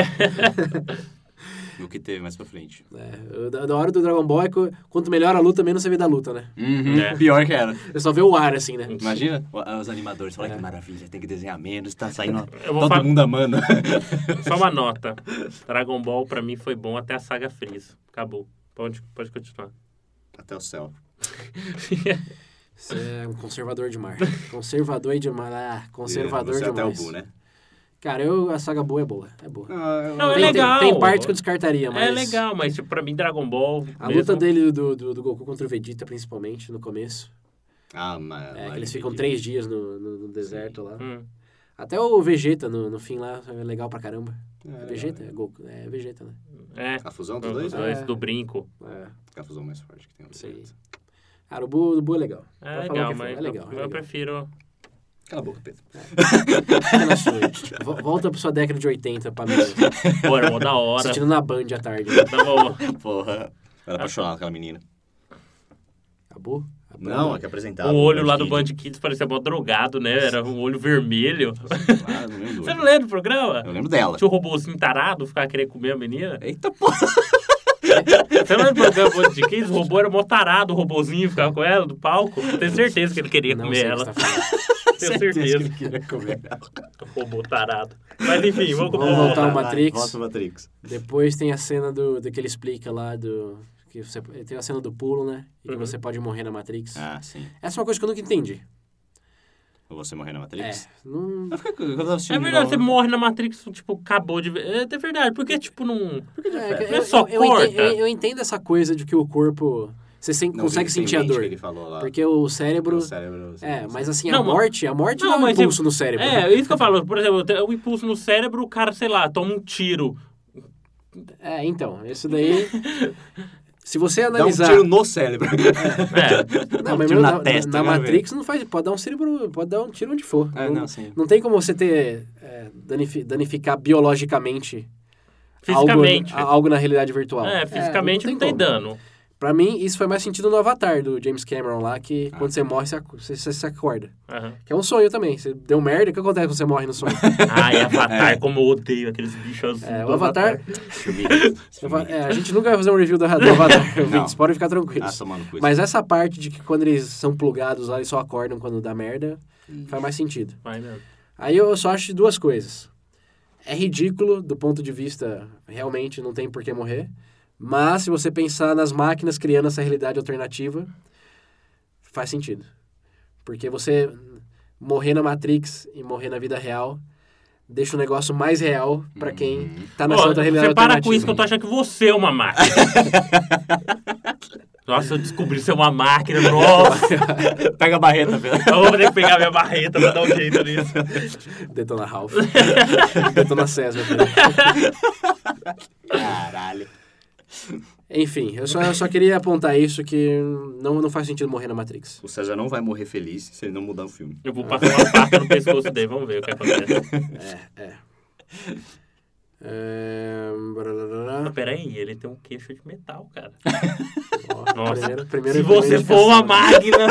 O que teve mais pra frente. Da hora do Dragon Ball é que quanto melhor a luta, menos você vê da luta, né? Pior que era. Você só vê o ar, assim, né? Imagina os animadores falam que maravilha, tem que desenhar menos, tá saindo todo mundo amando. Só uma nota. Dragon Ball, pra mim, foi bom até a saga Freeza. Acabou. Pode continuar. Até o céu. Você é um conservador de mar. Conservador demais. Conservador você demais. Até o Bu, né? Cara, a saga boa é boa. É boa. Não, é legal. Tem partes que eu descartaria, mas... É legal, mas tipo, pra mim, Dragon Ball... A luta dele do Goku contra o Vegeta, principalmente, no começo. Mas... que eles ficam 3 dias no deserto lá. Até o Vegeta, no fim lá, é legal pra caramba. Vegeta? É Goku. É Vegeta, né? A fusão dos dois? Do brinco. A fusão mais forte que tem. Sim. Cara, o Bu é legal. É legal, mas é legal. Eu prefiro... Cala a boca, Pedro. Volta pra sua década de 80 pra mim. Pô, era mó da hora. Assistindo na Band à tarde. Tá bom. Porra. Era apaixonado aquela menina. Acabou? Não, é que apresentava. O olho lá do Band Kids parecia mó drogado, né? Era um olho vermelho. Ah, não lembro. Você não lembra do programa? Eu lembro dela. Tinha um robôzinho tarado, ficava querendo comer a menina. Eita porra. Você não lembra do programa Band Kids? O robô era mó tarado, o robôzinho ficava com ela do palco. Tenho certeza que ele queria Não comer sei o ela. que você tá falando. Tenho certeza. que ele queria comer ela. O robô tarado. Mas enfim, vamos Vamos voltar ao Vai, Matrix. Volta ao Matrix. Depois tem a cena do que ele explica lá que você tem a cena do pulo, né? E que você pode morrer na Matrix. Ah, sim. Essa é uma coisa que eu nunca entendi. Ou você morrer na Matrix? Não... Quando eu tava assistindo É verdade, de você novo- morre na Matrix, tipo, acabou de ver. É verdade, porque, tipo, não... É, É só corta. eu entendo essa coisa de que o corpo... Você Não, consegue tem sentir a mente dor. que ele falou lá. Porque o cérebro... O cérebro... mas assim, Não, a morte Não, dá um mas impulso no cérebro. É, isso que eu falo. Por exemplo, o impulso no cérebro, o cara, sei lá, toma um tiro. Então, isso daí... Se você Dá um analisar... tiro no cérebro. É. Não, mas tiro mesmo na testa, na né, Matrix não faz... Pode dar um cérebro... Pode dar um tiro onde for. Sim. Não tem como você ter... danificar biologicamente... Fisicamente. Algo na realidade virtual. Fisicamente não tem como. dano. Pra mim, isso foi mais sentido no Avatar, do James Cameron lá, que quando você morre, você se acorda. Aham. Que é um sonho também. Você deu merda, o que acontece quando você morre no sonho? Ai, Avatar, como eu odeio aqueles bichos azuis. O Avatar... a gente nunca vai fazer um review do Avatar, ouvintes, podem ficar tranquilos. Tomando coisa. Mas essa parte de que quando eles são plugados lá, eles só acordam quando dá merda, faz mais sentido. Vai mesmo. Aí eu só acho duas coisas. É ridículo, do ponto de vista, realmente não tem por que morrer. Mas, se você pensar nas máquinas criando essa realidade alternativa, faz sentido. Porque você morrer na Matrix e morrer na vida real deixa o negócio mais real pra quem tá nessa outra realidade Você para alternativa. com isso que eu tô achando que você é uma máquina. Nossa, eu descobri ser uma máquina, nossa. Pega a barreta, Pedro. Eu vou ter que pegar minha barreta pra dar um jeito nisso. Detona Ralph. Detona César. Caralho. Enfim, eu só queria apontar isso, que não faz sentido morrer na Matrix. O César não vai morrer feliz se ele não mudar o filme. Eu vou passar uma faca no pescoço dele, vamos ver o que acontece. Peraí, ele tem um queixo de metal, cara. Nossa, Primeiro se você for uma máquina...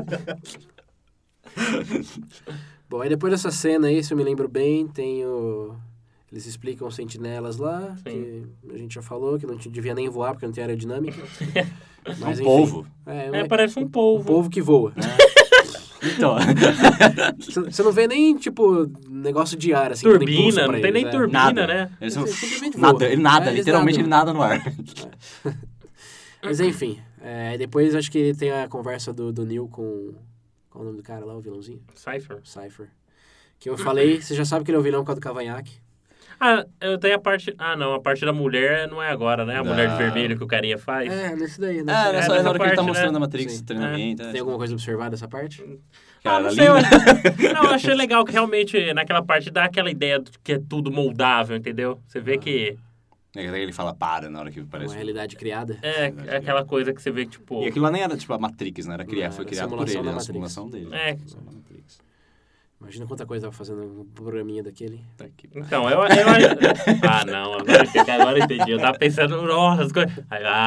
Bom, aí depois dessa cena aí, se eu me lembro bem, tem o... Eles explicam os sentinelas lá, Sim. que a gente já falou, que não devia nem voar, porque não tem aerodinâmica. Mas, enfim, polvo. Parece um polvo. Um polvo que voa. Então. Você não vê nem, tipo, negócio de ar, assim. Turbina, não tem nem turbina, Nada. né? Eles não... Simplesmente voa. Nada, ele nada, Eles literalmente nadam. ele nada no ar. Mas enfim, depois acho que tem a conversa do Neo com... Qual é o nome do cara lá, o vilãozinho? Cypher. Que eu falei, você já sabe que ele é o vilão por causa do cavanhaque. Eu tenho a parte... não, a parte da mulher não é agora, né? A mulher de vermelho que o carinha faz. Nesse daí, né? Nessa hora que ele parte, tá mostrando né? a Matrix, Sim. treinamento. Tem alguma coisa a observar dessa parte? Não sei. Eu achei legal que realmente naquela parte dá aquela ideia de que é tudo moldável, entendeu? Você vê que... Ele fala para na hora que Uma parece. realidade criada. É aquela coisa que você vê que, tipo... E aquilo lá nem era tipo a Matrix, né? Foi Era criado por simulação ele, da a Matrix. simulação dele. É. Da Matrix. Imagina quanta coisa tava fazendo um programinha daquele. Tá aqui. Então, eu... não, agora eu entendi. Eu tava pensando, nossa, as coisas...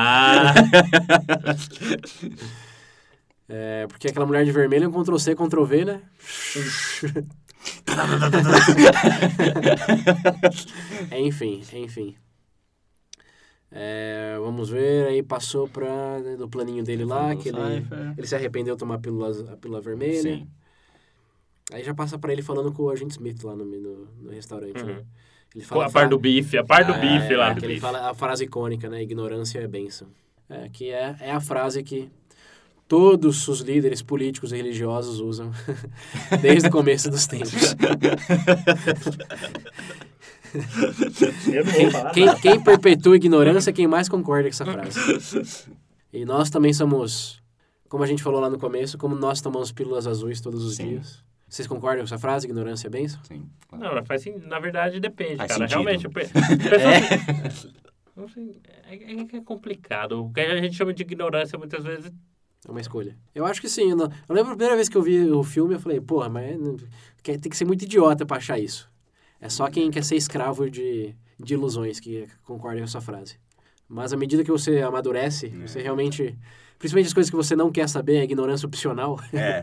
Porque aquela mulher de vermelho é um Ctrl-C, Ctrl-V, né? Enfim. Vamos ver, aí passou do planinho dele lá, que ele se arrependeu de tomar a pílula vermelha. Sim. Aí já passa pra ele falando com o Agente Smith lá no restaurante, né? Ele Com a parte do bife, lá. Que ele fala a frase icônica, né? Ignorância é bênção. Que é a frase que todos os líderes políticos e religiosos usam desde o começo dos tempos. Eu não vou falar Quem perpetua ignorância é quem mais concorda com essa frase. E nós também somos, como a gente falou lá no começo, como nós tomamos pílulas azuis todos os dias. Vocês concordam com essa frase? Ignorância é bênção? Sim. Não, na verdade depende, Faz cara. sentido. Realmente, não sei, é complicado. O que a gente chama de ignorância muitas vezes... É uma escolha. Eu acho que sim. Eu lembro a primeira vez que eu vi o filme, eu falei, porra, mas tem que ser muito idiota pra achar isso. É só quem quer ser escravo de ilusões que concorda com essa frase. Mas à medida que você amadurece, você realmente... Principalmente as coisas que você não quer saber, a ignorância opcional.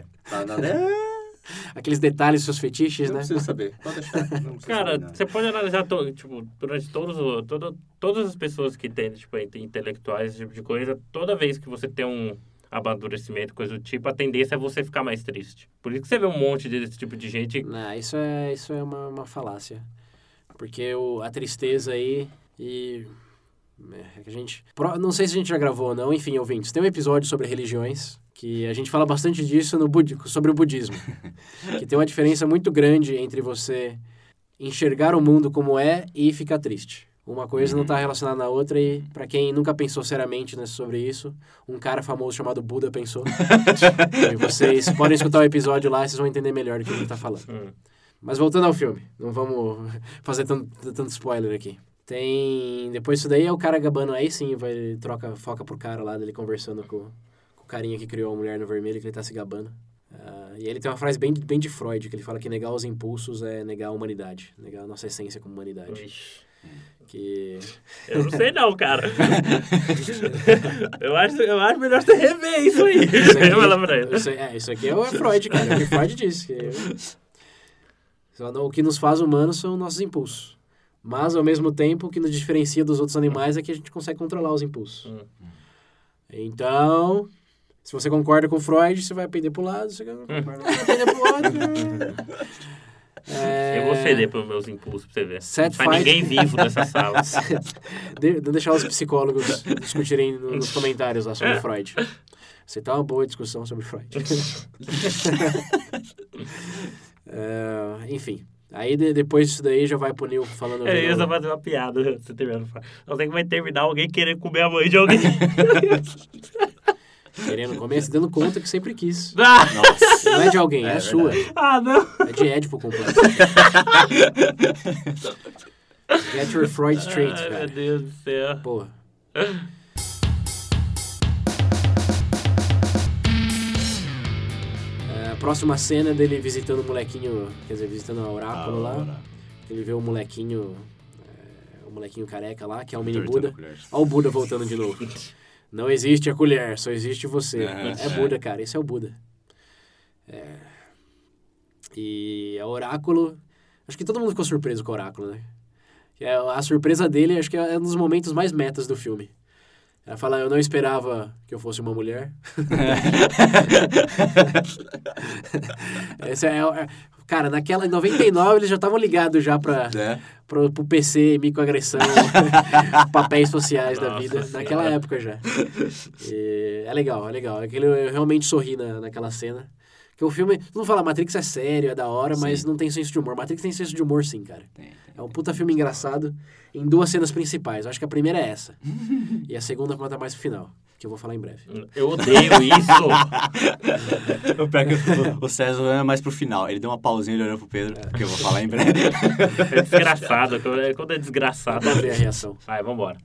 Aqueles detalhes dos seus fetiches, Não né? preciso saber. Pode deixar. Não precisa Cara, saber nada. você pode analisar, tipo, durante todas as pessoas que têm, tipo, intelectuais, esse tipo de coisa, toda vez que você tem um amadurecimento, coisa do tipo, a tendência é você ficar mais triste. Por isso que você vê um monte desse tipo de gente... Não, isso é uma falácia. Porque a tristeza aí e... a gente... Não sei se a gente já gravou ou não, enfim, ouvintes. Tem um episódio sobre religiões, que a gente fala bastante disso sobre o budismo. Que tem uma diferença muito grande entre você enxergar o mundo como é e ficar triste. Uma coisa não está relacionada na outra e, para quem nunca pensou seriamente sobre isso, um cara famoso chamado Buda pensou. E vocês podem escutar o episódio lá e vocês vão entender melhor do que a gente está falando. Mas voltando ao filme, não vamos fazer tanto spoiler aqui. Depois disso daí é o cara gabando, aí sim, foca pro cara lá, dele conversando com o carinha que criou a Mulher no Vermelho, que ele tá se gabando. E ele tem uma frase bem de Freud, que ele fala que negar os impulsos é negar a humanidade, negar a nossa essência como humanidade. Ixi. Que... Eu não sei não, cara. eu acho melhor você rever isso aí. Isso aqui é o Freud, cara. É o que Freud disse. O que nos faz humanos são nossos impulsos. Mas, ao mesmo tempo, o que nos diferencia dos outros animais é que a gente consegue controlar os impulsos. Então, se você concorda com Freud, você vai pender pro lado. Se você não concorda, vai pender pro outro. Eu vou ceder pelos meus impulsos pra você ver. Set Não vai ninguém vivo nessa sala. Vou deixar os psicólogos discutirem nos comentários lá sobre Freud. Você tá uma boa discussão sobre Freud. Enfim. Aí depois disso daí já vai pro Neil falando... Eu ia fazer uma piada, você terminando. Não sei que vai terminar alguém querendo comer a mãe de alguém. Querendo comer, se dando conta que sempre quis. Nossa. Não é de alguém, é sua. Ah, não. É de Édipo completo. Get your Freud straight, Ai, cara. meu Deus do céu. Porra. A próxima cena é dele visitando o molequinho, quer dizer, visitando o oráculo lá. Ele vê o molequinho careca lá, que é o mini Buda. Olha o Buda voltando de novo. Não existe a colher, só existe você. É Buda, cara, esse é o Buda. E o oráculo... Acho que todo mundo ficou surpreso com o oráculo, né? A surpresa dele, acho que é um dos momentos mais metas do filme. Ela fala, eu não esperava que eu fosse uma mulher. Cara, em 99 eles já estavam ligados já pro PC, microagressão, papéis sociais da vida. Naquela época já. É legal. Eu realmente sorri naquela cena. Porque o filme, não fala, Matrix é sério, é da hora, mas não tem senso de humor. Matrix tem senso de humor sim, cara. É um puta filme engraçado em 2 cenas principais. Eu acho que a primeira é essa. E a segunda conta mais pro final, que eu vou falar em breve. Eu odeio isso. Eu pego o César é mais pro final. Ele deu uma pausinha, ele olhou pro Pedro, que eu vou falar em breve. É desgraçado. Quando é desgraçado. Vamos ver a reação. Vai, vambora.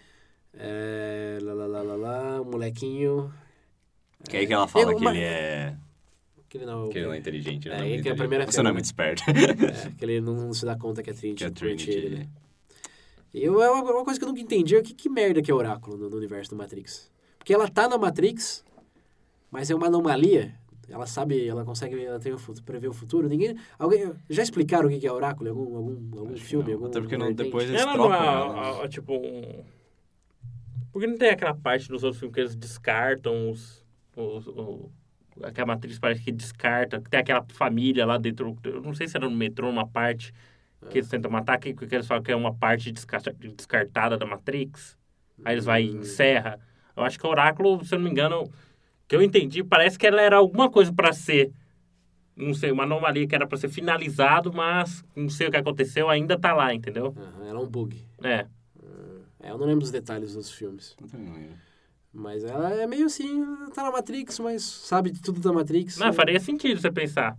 O molequinho... Que aí que ela fala que ele é... Que ele não é inteligente, né? Que a primeira Você não é muito esperto. Que ele não se dá conta que é Trinity. Que é Trinity, ele, né? E uma coisa que eu nunca entendi é que merda que é Oráculo no universo do Matrix. Porque ela tá na Matrix, mas é uma anomalia. Ela sabe, ela consegue prever o futuro. Alguém já explicaram o que é Oráculo? Algum filme? Até porque depois eles ela trocam. Tipo Porque não tem aquela parte dos outros filmes que eles descartam que a Matrix parece que descarta, que tem aquela família lá dentro, eu não sei se era no metrô, uma parte que eles tentam matar, que eles falam que é uma parte descartada da Matrix, aí eles vai e encerra. Eu acho que o Oráculo, se eu não me engano, que eu entendi, parece que ela era alguma coisa pra ser, não sei, uma anomalia que era pra ser finalizado, mas não sei o que aconteceu, ainda tá lá, entendeu? Ela é um bug. Eu não lembro dos detalhes dos filmes. Eu também não lembro. Mas ela é meio assim, tá na Matrix, mas sabe de tudo da Matrix. Não, faria sentido você pensar.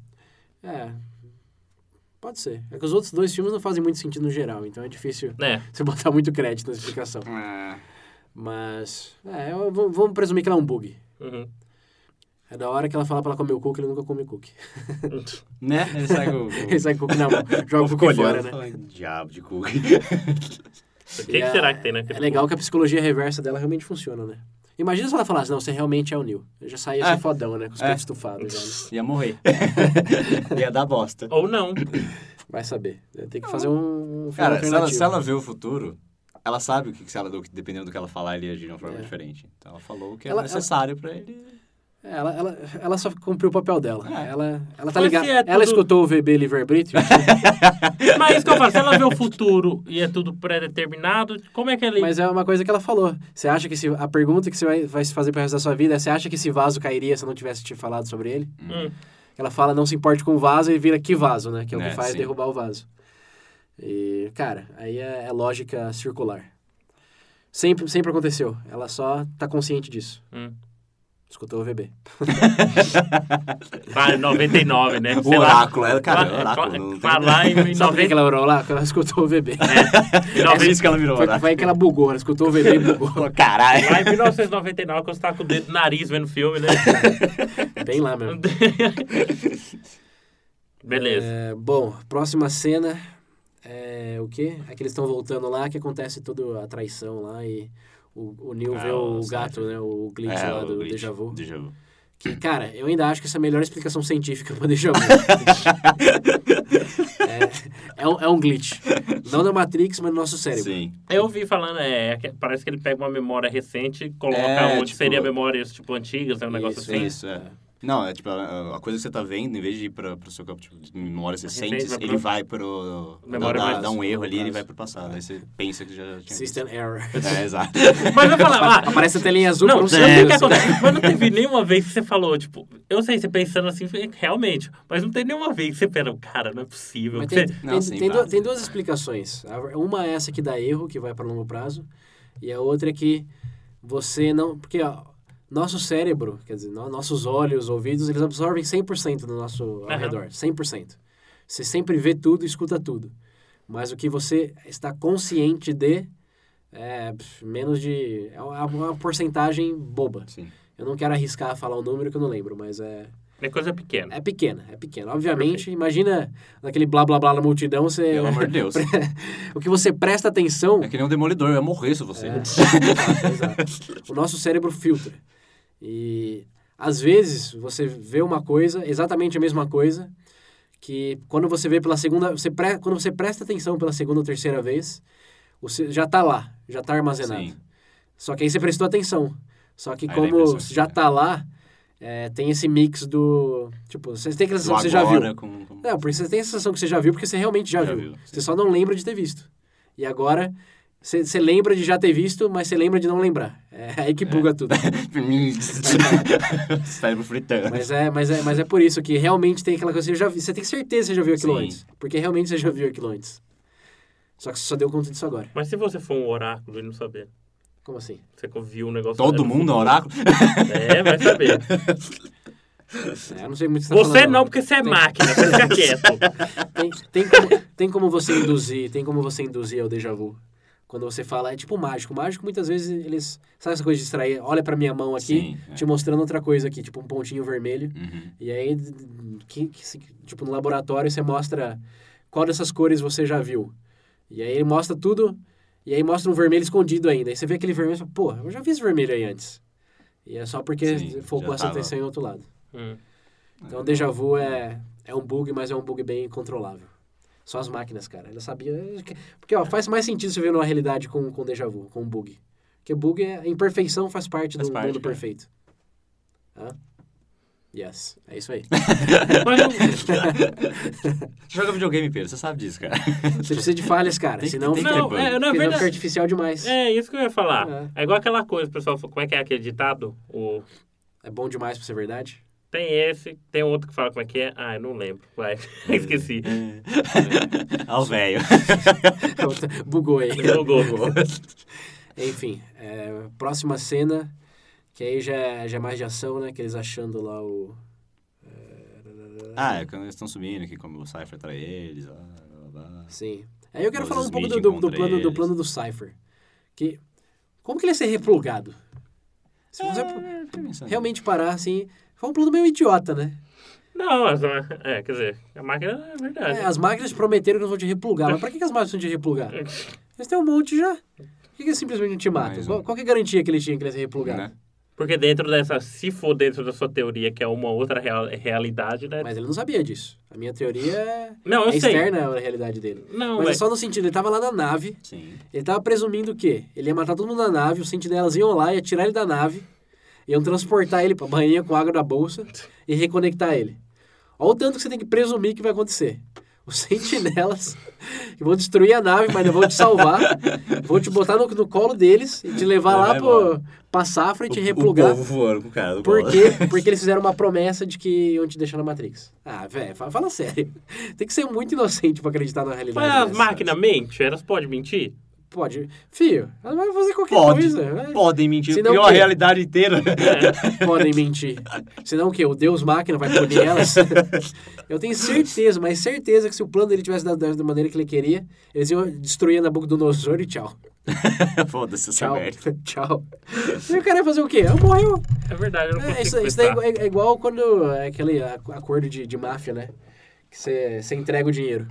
Pode ser. É que os outros 2 filmes não fazem muito sentido no geral, então é difícil você botar muito crédito na explicação. Mas, vamos presumir que ela é um bug. Uhum. É da hora que ela fala pra ela comer o cookie, ele nunca come cookie. Né? Ele sai com Ele sai com o cookie na mão, joga o cookie fora, né? Diabo de cookie. O que será que tem naquele É legal que a psicologia reversa dela realmente funciona, né? Imagina se ela falasse, não, você realmente é o Neo. Eu já saía assim fodão, né? Com os peitos estufados. Já, né? Ia morrer. Ia dar bosta. Ou não. Vai saber. Tem que fazer um filme Cara, alternativo. se ela vê o futuro, ela sabe dependendo do que ela falar, ele ia agir de uma forma diferente. Então ela falou o que é necessário pra ele. Ela só cumpriu o papel dela. Ela tá Mas ligada. se é Ela tudo- escutou o VB livre-arbítrio. Mas isso que eu falo, se ela vê o futuro e é tudo pré-determinado, como é que ela... Mas é uma coisa que ela falou. Você acha que a pergunta que você vai se fazer pro resto da sua vida é: você acha que esse vaso cairia se eu não tivesse te falado sobre ele? Ela fala, não se importe com o vaso, e vira que vaso, né? Que é o que faz sim. derrubar o vaso. E, cara, aí é lógica circular. Sempre aconteceu. Ela só tá consciente disso. Escutou o VB. Vai, 99, né? O oráculo, oráculo. Não Lá em Sabe por que 90... ela orou lá? Porque ela escutou o VB. É isso que ela virou oráculo. Foi que ela bugou. Ela escutou o VB e bugou. Pô, caralho. Lá em 1999, quando você tava com o dedo no nariz vendo filme, né? Bem lá mesmo. Beleza. Bom, próxima cena é o quê? É que eles estão voltando lá, que acontece toda a traição lá e o Neo vê o gato, né? O glitch lá do Déjà Vu. Que, cara, eu ainda acho que essa é a melhor explicação científica pra Déjà Vu. É um glitch. Não na Matrix, mas no nosso cérebro. Sim. Eu vi falando, parece que ele pega uma memória recente e coloca onde tipo, seria memórias, tipo, antigas, né? Um negócio assim. Isso, Não, é tipo, a coisa que você tá vendo, em vez de ir pro seu campo tipo, de memórias recentes, ele vai pro... Dá um erro ali, ele vai pro passado. Aí você pensa que já tinha System error. Exato. Mas eu falar, Aparece a telinha azul não, por um sabe o que segundo. acontece? Mas não teve nenhuma vez que você falou, tipo, eu sei, você pensando assim, realmente, mas não tem nenhuma vez que você pensa, cara, não é possível. Mas Você- tem duas explicações. Uma é essa que dá erro, que vai para longo prazo, e a outra é que você não... Porque, ó, nosso cérebro, quer dizer, nossos olhos, ouvidos, eles absorvem 100% do nosso ao redor. 100%. Você sempre vê tudo e escuta tudo. Mas o que você está consciente de é menos de... É uma porcentagem boba. Sim. Eu não quero arriscar falar o número que eu não lembro, mas é coisa pequena. pequena. Obviamente, imagina naquele blá blá blá na multidão, você... Pelo amor de Deus. O que você presta atenção... É que nem um demolidor, eu ia morrer se você... Exato. O nosso cérebro filtra. E, às vezes, você vê uma coisa, exatamente a mesma coisa, que quando você vê pela segunda... Quando você presta atenção pela segunda ou terceira vez, você já tá lá, já tá armazenado. Sim. Só que aí você prestou atenção. Só que Aí como já tá lá, tem esse mix do... Tipo, você tem a sensação que você já viu. Não, porque você tem a sensação que você já viu, porque você realmente já viu. Você só não lembra de ter visto. E agora... Você lembra de já ter visto, mas você lembra de não lembrar. É aí que buga tudo. Cérebro fritando. Mas é por isso que realmente tem aquela coisa que você tem certeza que você já viu aquilo Sim. antes. Porque realmente você já viu aquilo antes. Só que você só deu conta disso agora. Mas se você for um oráculo e não saber, Como assim? você viu um negócio... Todo mundo é oráculo? Vai saber. Eu não sei muito o que Você tá falando. não, porque você é máquina, você fica quieto. Tem como você induzir ao déjà vu. Quando você fala, é tipo mágico. Mágico, muitas vezes, eles... Sabe essa coisa de distrair? Olha pra minha mão aqui, Sim, te mostrando outra coisa aqui, tipo um pontinho vermelho. Uhum. E aí, tipo, no laboratório, você mostra qual dessas cores você já viu. E aí ele mostra tudo, e aí mostra um vermelho escondido ainda. Aí você vê aquele vermelho e fala, pô, eu já vi esse vermelho aí antes. E é só porque focou essa atenção em outro lado. Então, o déjà vu é um bug, mas é um bug bem controlável. Só as máquinas, cara. Ela sabia... Porque, ó, faz mais sentido você ver numa realidade com déjà vu, com bug. Porque bug a imperfeição faz parte do mundo perfeito. Yes, é isso aí. Joga videogame, Pedro, você sabe disso, cara. Você precisa de falhas, cara. Senão tem que Não, ter bug. na fica verdade... artificial demais. É isso que eu ia falar. É igual aquela coisa, pessoal, como é que é aquele ditado? É bom demais pra ser verdade? Tem esse, tem outro que fala como é que é. Ah, eu não lembro. Vai, esqueci. Ó o velho. Bugou aí. Bugou. Enfim, próxima cena, que aí já é mais de ação, né? Que eles achando lá o... É quando eles estão subindo aqui, como o Cypher trai eles. Sim. Aí eu quero Os falar um pouco Smith do plano do Cypher. Que, como que ele ia ser replugado? Se você realmente parar, assim... Foi um plano meio idiota, né? Não, quer dizer, a máquina é verdade. As máquinas prometeram que não vão te replugar. Mas pra que as máquinas vão te replugar? Mas tem um monte já. Por que ele simplesmente não te mata? Qual que é a garantia que ele tinha que ele ia ser replugado? Né? Porque dentro dessa... Se for dentro da sua teoria, que é uma outra realidade, né? Mas ele não sabia disso. A minha teoria é eu sei. externa à realidade dele. Não, mas é só no sentido, ele tava lá na nave. Sim. Ele tava presumindo o quê? Ele ia matar todo mundo na nave, os sentinelas iam lá, ia tirar ele da nave, iam transportar ele pra banhinha com água da bolsa e reconectar ele. Olha o tanto que você tem que presumir que vai acontecer. Os sentinelas que vão destruir a nave, mas não vão te salvar. Vão te botar no colo deles e te levar lá pra Safra e te replugar. O povo voando com o cara do Por colo. quê? Porque eles fizeram uma promessa de que iam te deixar na Matrix. Ah, velho, fala sério. Tem que ser muito inocente pra acreditar na realidade. Mas as máquinas mentem? Elas podem mentir? Pode. Filho, ela vai fazer qualquer coisa. Vai. Podem mentir, Senão criou a realidade inteira. Podem mentir. Senão o quê? O Deus Máquina vai punir elas? Eu tenho certeza, mas certeza que se o plano dele tivesse dado da maneira que ele queria, eles iam destruir a Nabucodonosor e tchau. Foda-se essa Tchau. merda. Tchau. E o cara ia fazer o quê? Morreu. É verdade, eu não consigo Isso daí é igual quando é aquele acordo de máfia, né? Que você entrega o dinheiro.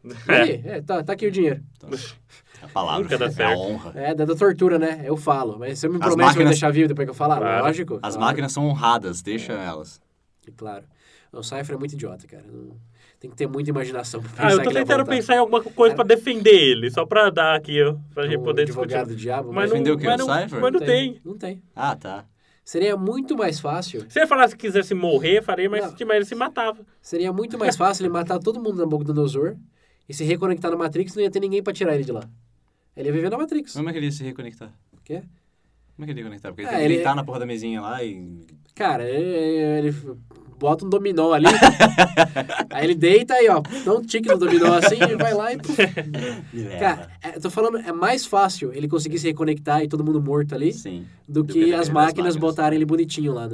Aí, tá aqui o dinheiro. A palavra Nunca dá é a certo. honra. É, da tortura, né? Eu falo. Mas você me promete que vai máquinas- deixar vivo depois que eu falar? Claro. Lógico. As claro. máquinas são honradas, deixa elas. Claro. O Cypher é muito idiota, cara. Tem que ter muita imaginação pra pensar eu tô que ele ia tentando voltar. pensar em alguma coisa pra defender ele, só pra dar aqui, ó, pra gente O poder advogado discutir. do diabo. Mas Defender não, o quê? mas O não, Cypher? mas não tem. Não tem. Ah, tá. Seria muito mais fácil. Se ele falasse que quisesse morrer, faria, mas Não. ele se matava. Seria muito mais fácil ele matar todo mundo na Nabucodonosor e se reconectar na Matrix, não ia ter ninguém pra tirar ele de lá. Ele ia viver na Matrix. Como é que ele ia se reconectar? O quê? Como é que ele ia conectar? Porque ele Ah, tem que ele- deitar na porra da mesinha lá e... Cara, ele bota um dominó ali. Aí ele deita aí, ó. Dá um tique no dominó assim e vai lá e... Me leva. Cara, eu tô falando, é mais fácil ele conseguir se reconectar e todo mundo morto ali Sim. do que depender as das máquinas botarem ele bonitinho lá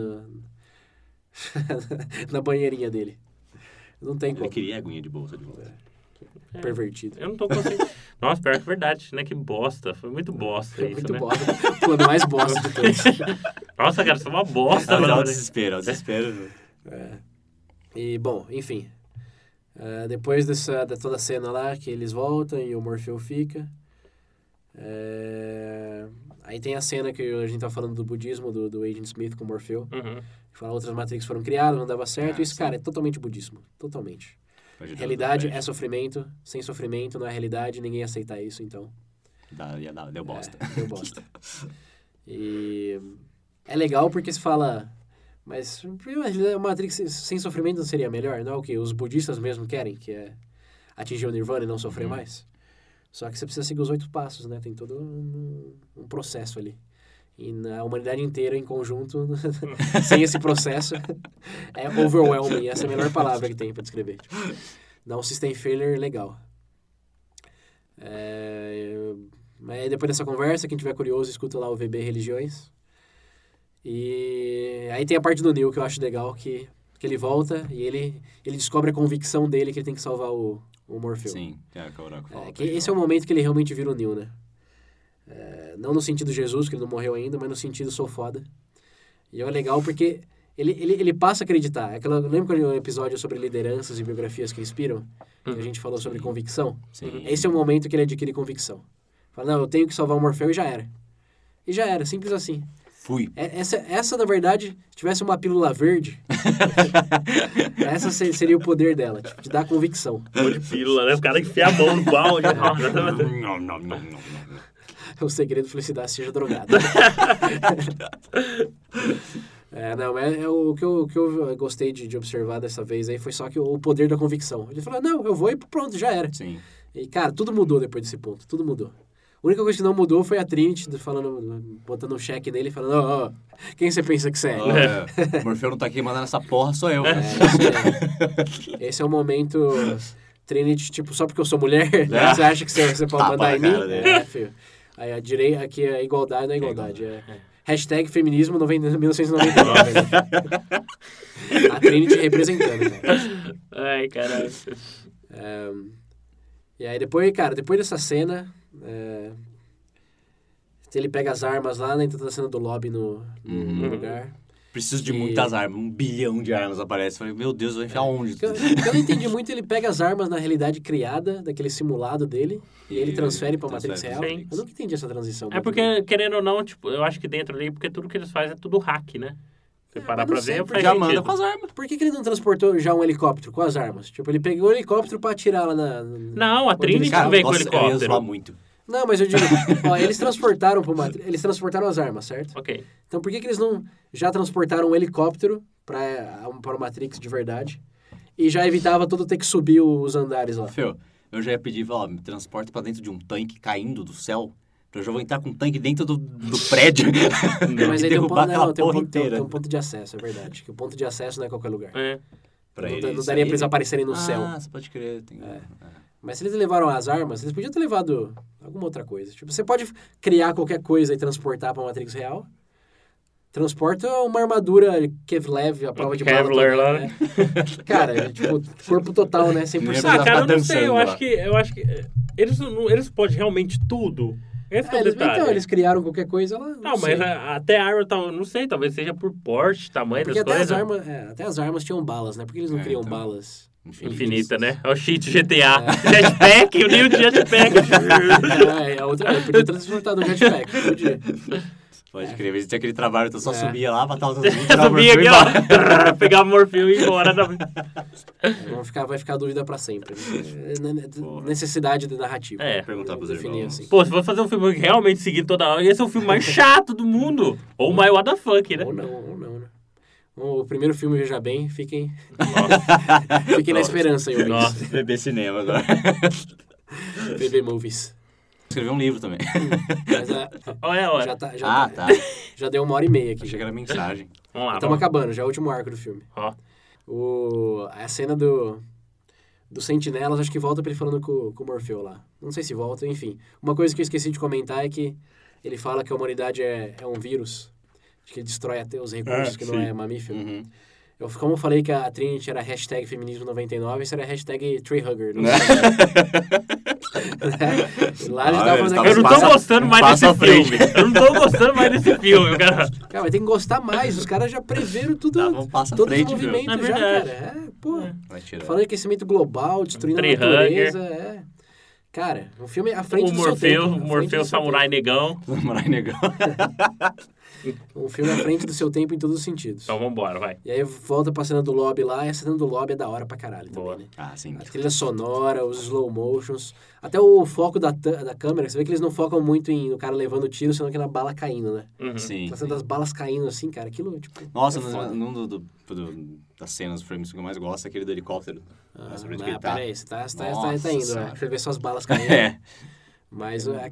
na banheirinha dele. Não tem Ele como. queria a aguinha de bolsa de volta. Pervertido. Eu não tô conseguindo. Nossa, pior que verdade, né? Que bosta. Foi muito bosta Foi isso, muito né? bosta. O plano mais bosta de todos. Nossa, cara, isso é uma bosta, É o mano. desespero, é o desespero. E, bom, enfim. Depois de toda a cena lá, que eles voltam e o Morfeu fica. Aí tem a cena que a gente tá falando do budismo, do Agent Smith com o Morfeu. Uhum. Que fala, outras Matrix foram criadas, não dava certo. Isso, sim. cara, é totalmente budismo. Totalmente. Pode dar Realidade tudo é sofrimento. Sem sofrimento não é realidade. Ninguém aceita isso, então... Deu bosta. Deu bosta. E é legal porque se fala... Mas uma Matrix sem sofrimento não seria melhor? Não é o que os budistas mesmo querem, que é atingir o nirvana e não sofrer mais? Só que você precisa seguir os 8 passos, né? Tem todo um processo ali. E na humanidade inteira, em conjunto, sem esse processo, é overwhelming. Essa é a melhor palavra que tem para descrever. Tipo, dá um system failure legal. Mas depois dessa conversa, quem tiver curioso, escuta lá o VB Religiões. E aí tem a parte do Neo que eu acho legal, que ele volta e ele descobre a convicção dele que ele tem que salvar o Morfeu. Sim, que é o que o Oracle fala. Que esse é o momento que ele realmente vira o Neo, né? Não no sentido Jesus, que ele não morreu ainda, mas no sentido sou foda. E é legal porque ele passa a acreditar. Lembra quando o episódio sobre lideranças e biografias que inspiram? Que a gente falou sobre convicção? Sim. Esse é o momento que ele adquire convicção. Fala, não, eu tenho que salvar o Morfeu e já era. E já era, simples assim. Fui. Essa, na verdade, se tivesse uma pílula verde, essa seria o poder dela, tipo, de dar convicção. Pô de pílula, né? O cara enfia a mão no balde. Não. O segredo da felicidade seja drogado. Não, mas o que eu gostei de observar dessa vez aí foi só que o poder da convicção. Ele falou, não, eu vou e pronto, já era. Sim. E, cara, tudo mudou depois desse ponto, tudo mudou. A única coisa que não mudou foi a Trinity botando um cheque nele e falando, ó, quem você pensa que você é? O Morfeu não tá aqui mandando essa porra, sou eu. Esse é o momento Trinity, tipo, só porque eu sou mulher, você acha que você pode Tapa mandar em na mim? cara dele. Filho. Aí a direita, aqui é igualdade, não é igualdade. Hashtag feminismo 1999. Né? A Trinity representando, cara. Ai, caralho. E aí depois dessa cena, ele pega as armas lá, né, então tá cena do lobby no lugar. Preciso de muitas armas. 1 bilhão de armas aparece. Falei, meu Deus, eu vou enfiar onde? O que eu não entendi muito, ele pega as armas na realidade criada, daquele simulado dele, e ele transfere pra Matrix real. Sim. Eu nunca entendi essa transição. É porque, querendo ou não, tipo, eu acho que dentro ali, porque tudo que eles fazem é tudo hack, né? Você parar mas não pra sei, ver, porque faz Já sentido. manda com as armas. Por que ele não transportou já um helicóptero com as armas? Tipo, ele pegou o helicóptero pra atirar lá na... Não, a Trinity Cara, veio com o nossa, eu ia helicóptero. zoar muito. Não, mas eu digo, ó, eles transportaram pro Matrix, eles transportaram as armas, certo? Ok. Então por que eles não já transportaram um helicóptero para o Matrix de verdade e já evitava todo ter que subir os andares lá? Fio, eu já ia pedir, ó, me transporta pra dentro de um tanque caindo do céu. Eu já vou entrar com um tanque dentro do prédio. Mas e aí derrubar tem aquela um porra ponto, inteira. tem um ponto de acesso, é verdade. Que o ponto de acesso não é qualquer lugar. É. Pra Não, eles não daria pra eles aí- aparecerem no céu. Ah, você pode crer. Tem... Mas se eles levaram as armas, eles podiam ter levado alguma outra coisa. Tipo, você pode criar qualquer coisa e transportar pra Matrix real. Transporta uma armadura Kevlar, a prova de bala Kevlar toda, lá. né? Cara, tipo, corpo total, né? 100%. Vai Ah, cara, ficar eu não sei, dançando lá. eu acho que eles podem realmente tudo. Esse que é o detalhe. Então, eles criaram qualquer coisa lá. Não, mas até a arma, não sei, talvez seja por porte, tamanho Porque das até coisas. até as armas tinham balas, né? Por que eles não criam então. balas? Infinita, né? É o cheat GTA. Jetpack, o Neo de jetpack. A outra, eu podia transportar no jetpack, podia. Pode crer, às vezes tinha aquele trabalho, tu só subia lá, matava os outros, Eu subia aqui, ó, pegava o morfil e ir embora. Vai ficar a dúvida pra sempre. Necessidade de narrativa. É. Perguntar pros Definir irmãos. assim. Pô, se for fazer um filme realmente seguindo toda hora, esse é o filme mais chato do mundo. Ou mais what the fuck, né? Ou não, né? O primeiro filme, veja bem, fiquem Nossa. fiquem na esperança aí, ouvintes. Nossa. Bebê cinema agora. BB Movies. Escrever um livro também. Mas Olha a hora. já deu 1h30 aqui. Achei que era mensagem. Vamos lá, Estamos vamos. acabando, já é o último arco do filme. Ó. A cena do Sentinelas, acho que volta pra ele falando com o Morfeu lá. Não sei se volta, enfim. Uma coisa que eu esqueci de comentar é que ele fala que a humanidade é um vírus, que destrói até os recursos, que não sim. é mamífero. Uhum. Como eu falei que a Trinity era hashtag feminismo 99, isso era hashtag treehugger. Lá a gente tava falando Eu não tô Passa- gostando mais passa desse à frente. filme. Eu não tô gostando mais desse filme, cara. Cara, mas tem que gostar mais. Os caras já preveram tudo, Tá, vamos passar à todos os frente, viu? movimentos É já, verdade. cara. Pô. Vai tirar. Falando em aquecimento global, destruindo a Treehugger. natureza, Cara, um filme à frente O do seu tempo. à frente do Morfeu seu Samurai Negão. Samurai negão. tempo. Um filme à frente do seu tempo em todos os sentidos. Então vambora, vai. E aí volta pra cena do lobby lá, e a cena do lobby é da hora pra caralho Boa. também, né? Ah, sim. A trilha sonora, os slow motions, até o foco da câmera, você vê que eles não focam muito no cara levando tiro, senão que na bala caindo, né? Uhum. Sim. A cena das balas caindo assim, cara, aquilo, tipo... Nossa, é foda. num das cenas, dos frames que eu mais gosto é aquele do helicóptero. Mas por isso que ele tá. Peraí, você tá Nossa indo, né? Senhora. Você vê suas balas caindo. É. Mas é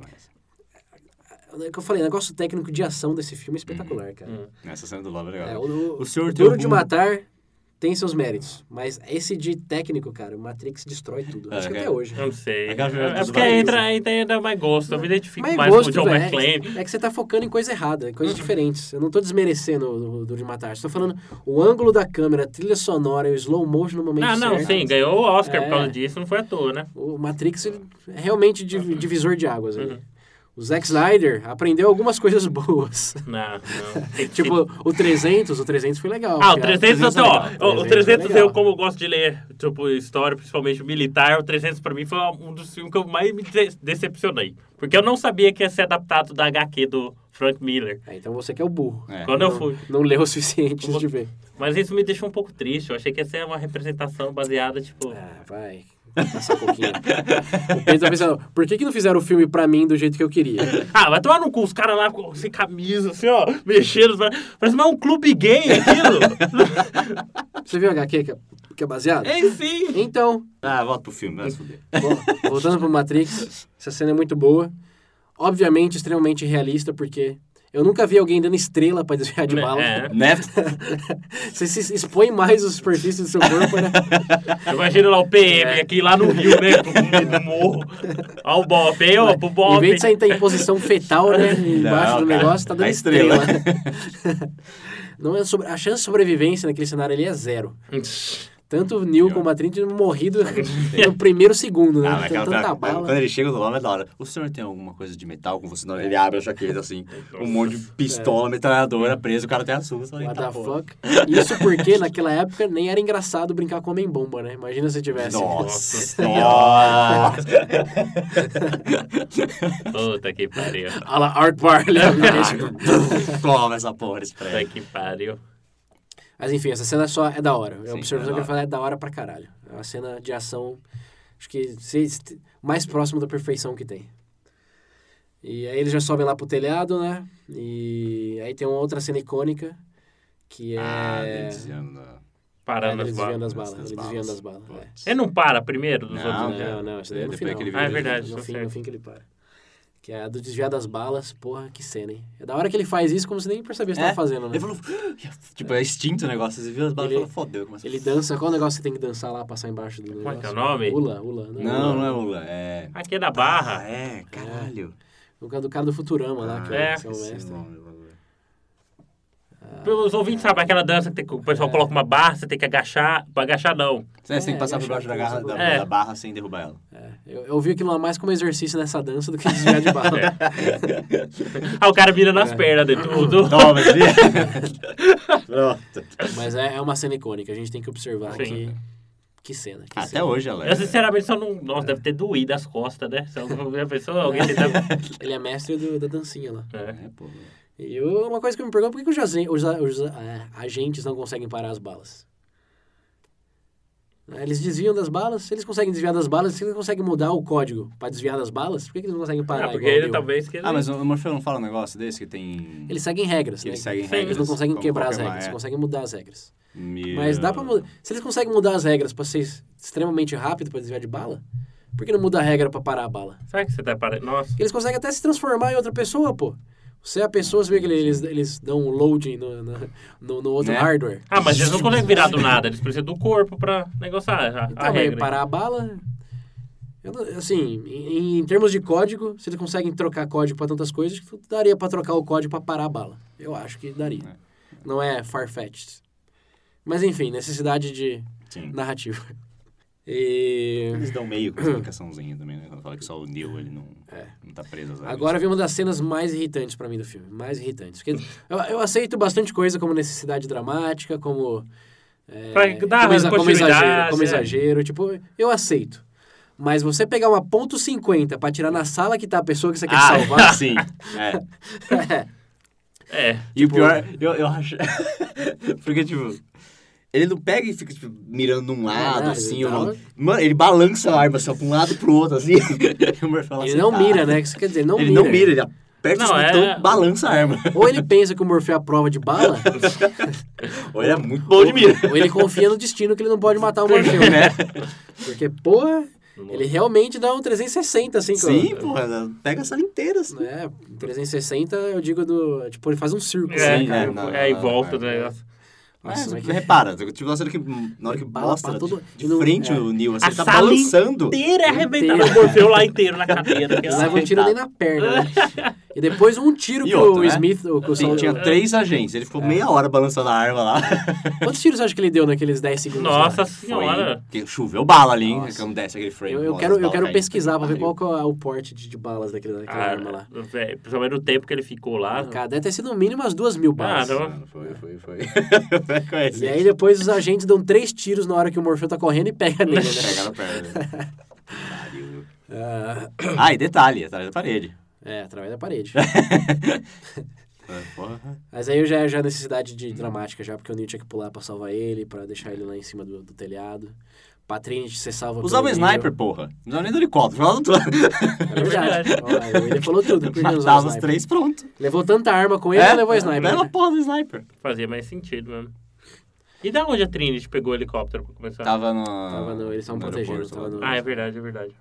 que eu falei, o negócio técnico de ação desse filme é espetacular, cara. Essa cena do Love é É, legal. o senhor Duro de Matar tem seus méritos, mas esse de técnico, cara, o Matrix destrói tudo. Acho que até hoje. Eu não sei. Aquela primeira É dos porque Matrix. entra mais gosto. Eu me identifico Mas mais gosto, com o John velho, McClane. é que você tá focando em coisa errada, em coisas diferentes. Eu não tô desmerecendo o Duro de Matar. Estou falando o ângulo da câmera, a trilha sonora e o slow motion no momento Ah, não, certo. sim, ganhou o Oscar por causa É. disso, não foi à toa, né? O Matrix ele é realmente divisor de águas. Ali. O Zack Snyder aprendeu algumas coisas boas. Não. Tipo, o 300 foi legal. Ah, o cara. 300, ó, o 300 foi legal. eu, como eu gosto de ler, tipo, história, principalmente militar, o 300 pra mim foi um dos filmes que eu mais me decepcionei. Porque eu não sabia que ia ser adaptado da HQ do Frank Miller. Então você que é o burro. É. Quando eu fui. Não leu o suficiente antes de ver. Mas isso me deixou um pouco triste. Eu achei que ia ser uma representação baseada, tipo... Ah, vai. Passa um pouquinho. O Pedro tá pensando, por que não fizeram o filme pra mim do jeito que eu queria? Ah, vai tomar no cu, os caras lá sem camisa, assim, ó, mexendo. Parece mais um clube gay aquilo. Você viu a HQ que é baseado? É sim. Então, Ah, volta pro filme, vai se fuder. voltando pro Matrix, essa cena é muito boa. Obviamente, extremamente realista, porque eu nunca vi alguém dando estrela pra desviar de bala. É. Né? Você se expõe mais os superfícies do seu corpo, né? Imagina lá o PM aqui lá no Rio, né? No morro. Ó o Bob, hein, ó, pro Em Bob. vez de você estar em posição fetal, né? Embaixo Não, do cara, negócio, tá dando a estrela. estrela. Não é a chance de sobrevivência naquele cenário ali é zero. Tanto o Neo como a Trinity morrido no primeiro segundo, né? Mas Tanta bala. quando ele chega do lado, é da hora. O senhor tem alguma coisa de metal com você? Não, ele abre a jaqueta assim, um monte de pistola, metralhadora preso, o cara até assusta. What the fuck? Isso porque naquela época nem era engraçado brincar com Homem-Bomba, né? Imagina se tivesse. Nossa! Puta que pariu. Olha lá, Art Barley. Toma essa porra, esse Puta prédio. que pariu. Mas enfim, essa cena só é da hora. A Sim, observação que eu falei é da hora pra caralho. É uma cena de ação, acho que mais próximo da perfeição que tem. E aí eles já sobem lá pro telhado, né? E aí tem uma outra cena icônica, que é... Ele desviando da... Parando ele as desviando balas. das balas. Ele desviando das balas. É. Ele não para primeiro dos Não, outros, né? Não, isso daí é no Depois final. que ele Ah, é verdade. No fim que ele para. Que é a do desviar das balas. Porra, que cena, hein? É da hora que ele faz isso como se nem percebia o que tava fazendo, né? Ele falou... Tipo, é extinto o negócio. Você viu as balas e falou, fodeu. Ele dança... Qual negócio que você tem que dançar lá, passar embaixo do negócio? Como é que é o nome? Ula. Não é Ula. É... Aqui é da Barra. Caralho. O do cara do Futurama lá, que é o mestre. Os ouvintes sabem aquela dança que o pessoal coloca uma barra, você tem que agachar. Pra agachar, não. Você tem que passar por baixo da barra sem derrubar ela. Eu vi aquilo lá mais como exercício nessa dança do que desviar de bala. O cara vira nas pernas de tudo. Toma, pronto. Mas é uma cena icônica, a gente tem que observar que cena. Até hoje ela é. Eu sinceramente só não... Nossa, deve ter doído as costas, né? Se alguma pessoa, alguém tentando... Ele é mestre da dancinha lá. Pô. E uma coisa que eu me pergunto, por que os agentes não conseguem parar as balas? Eles desviam das balas, se eles conseguem desviar das balas, se eles conseguem mudar o código pra desviar das balas, por que eles não conseguem parar? porque ele talvez... Que ele... mas o Morfeu não fala um negócio desse que tem... Eles seguem regras, né? Eles seguem Eles regras. não conseguem quebrar as qualquer regras, uma, conseguem mudar as regras. Mas dá pra mudar. Se eles conseguem mudar as regras pra ser extremamente rápido pra desviar de bala, por que não muda a regra pra parar a bala? Sabe que você tá parando? Nossa. Eles conseguem até se transformar em outra pessoa, pô. Você é a pessoa, você vê que eles dão um loading no outro hardware. Mas eles não conseguem virar do nada, eles precisam do corpo pra negociar a regra. Parar a bala... Assim, em termos de código, se eles conseguem trocar código pra tantas coisas, daria pra trocar o código pra parar a bala. Eu acho que daria. Não é far-fetched. Mas enfim, necessidade de narrativa. E... Eles dão meio com explicaçãozinha também, né? Quando fala que só o Neo, ele não tá preso às regras. Agora vem uma das cenas mais irritantes pra mim do filme. Mais irritantes. Porque eu aceito bastante coisa como necessidade dramática, como exagero. Tipo, eu aceito. Mas você pegar uma .50 pra tirar na sala que tá a pessoa que você quer salvar... Sim, E tipo, o pior, eu acho... Porque, tipo... Ele não pega e fica, tipo, mirando num lado, assim, ou não. Mano, ele balança a arma, assim, pra um lado e pro outro, assim. Ele não mira, né? Isso quer dizer, ele não mira, ele aperta o botão e balança a arma. Ou ele pensa que o Morfeu é a prova de bala... ou ele é muito bom de mira. Ou ele confia no destino que ele não pode matar o Morfeu, né? Porque, porra... Ele realmente dá um 360, assim. Sim, porra, pega a sala inteira, assim. 360, eu digo do... Tipo, ele faz um círculo. E volta do negócio. Nossa, repara, tipo, na hora que mostra de frente o Neo, assim, ele tá sala balançando. Inteira arrebentando o Morfeu lá inteiro na cadeira. Ele leva um tiro nem na perna, né? E depois um tiro que o Smith... Tinha 3 agentes, ele ficou meia hora balançando a arma lá. Quantos tiros você acha que ele deu naqueles 10 segundos? Nossa senhora! Choveu bala ali, hein? Quando desce aquele frame. Eu quero pesquisar pra ver qual que é o porte de balas daquela arma lá. Principalmente no tempo que ele ficou lá. Cara, deve ter sido no mínimo umas 2.000 balas. Foi. E aí depois os agentes dão 3 tiros na hora que o Morfeu tá correndo e pega nele, né? Pega na perna. E detalhe, atrás da parede. Através da parede. Mas aí já é necessidade de dramática já, porque o Neo tinha que pular pra salvar ele, pra deixar ele lá em cima do telhado. Pra Trinity ser salva pelo Usava sniper, porra. Não usava nem do helicóptero, falava tudo. É verdade. Ele falou tudo. Matava os 3, pronto. Levou tanta arma com ele e levou sniper. Leva a porra do sniper. Fazia mais sentido mesmo. E da onde a Trinity pegou o helicóptero pra começar? Tava no... Eles estavam protegendo. É verdade.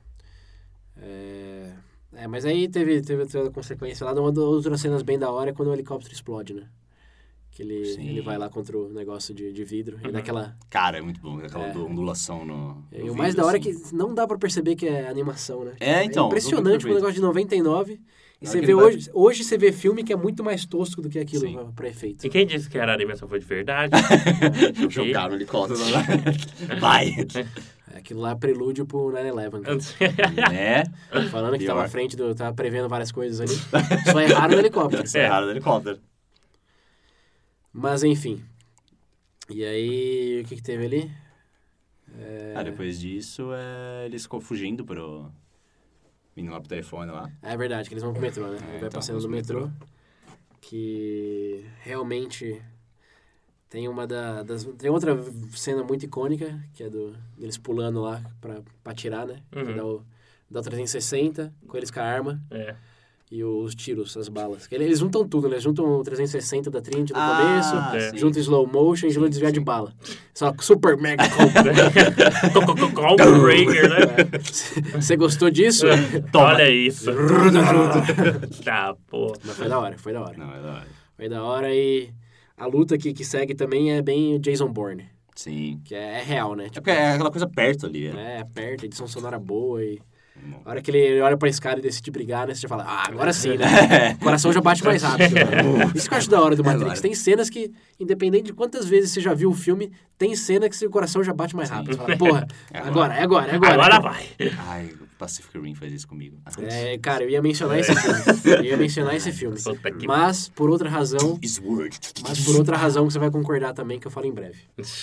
Mas aí teve outra consequência lá. Uma das outras cenas bem da hora é quando o helicóptero explode, né? Que ele vai lá contra o negócio de vidro. E daquela... Cara, é muito bom. Aquela ondulação no E o mais da hora é que não dá pra perceber que é animação, né? Então. É impressionante um negócio de 99 E você vê hoje você vê filme que é muito mais tosco do que aquilo pra efeito. E quem disse que a animação foi de verdade? Jogaram o helicóptero lá. Vai! Aquilo lá é prelúdio pro 9/11. Né? Falando que tava à frente tava prevendo várias coisas ali. Só erraram no helicóptero. Erraram no helicóptero. Mas enfim. E aí, o que teve ali? Depois disso, eles ficam fugindo pro... Indo lá pro telefone lá. É verdade, que eles vão pro metrô, né? Vai pra cena do metrô. Que realmente tem tem outra cena muito icônica, que é deles pulando lá pra atirar, né? Que dá o 360, com eles com a arma. E os tiros, as balas. Eles juntam tudo, né? Juntam o 360 da Trinity no começo, juntam slow motion e juntam desviar de bala. Só super mega Combo Breaker, né? Você gostou disso? Olha isso. Tá, pô. Mas foi da hora. Não, é da hora. Foi da hora e a luta que segue também é bem Jason Bourne. Sim. Que é real, né? Tipo, porque é aquela coisa perto ali. É perto, edição sonora boa e... A hora que ele olha pra escada e decide brigar, né? Você já fala, agora sim, né? O coração já bate mais rápido. Né? Isso que eu acho da hora do Matrix. Tem cenas que, independente de quantas vezes você já viu o filme, tem cena que seu coração já bate mais rápido. Você fala, porra, é agora. Agora vai. Ai, o Pacific Rim faz isso comigo. Cara, eu ia mencionar esse filme. Mas, por outra razão... que você vai concordar também, que eu falo em breve.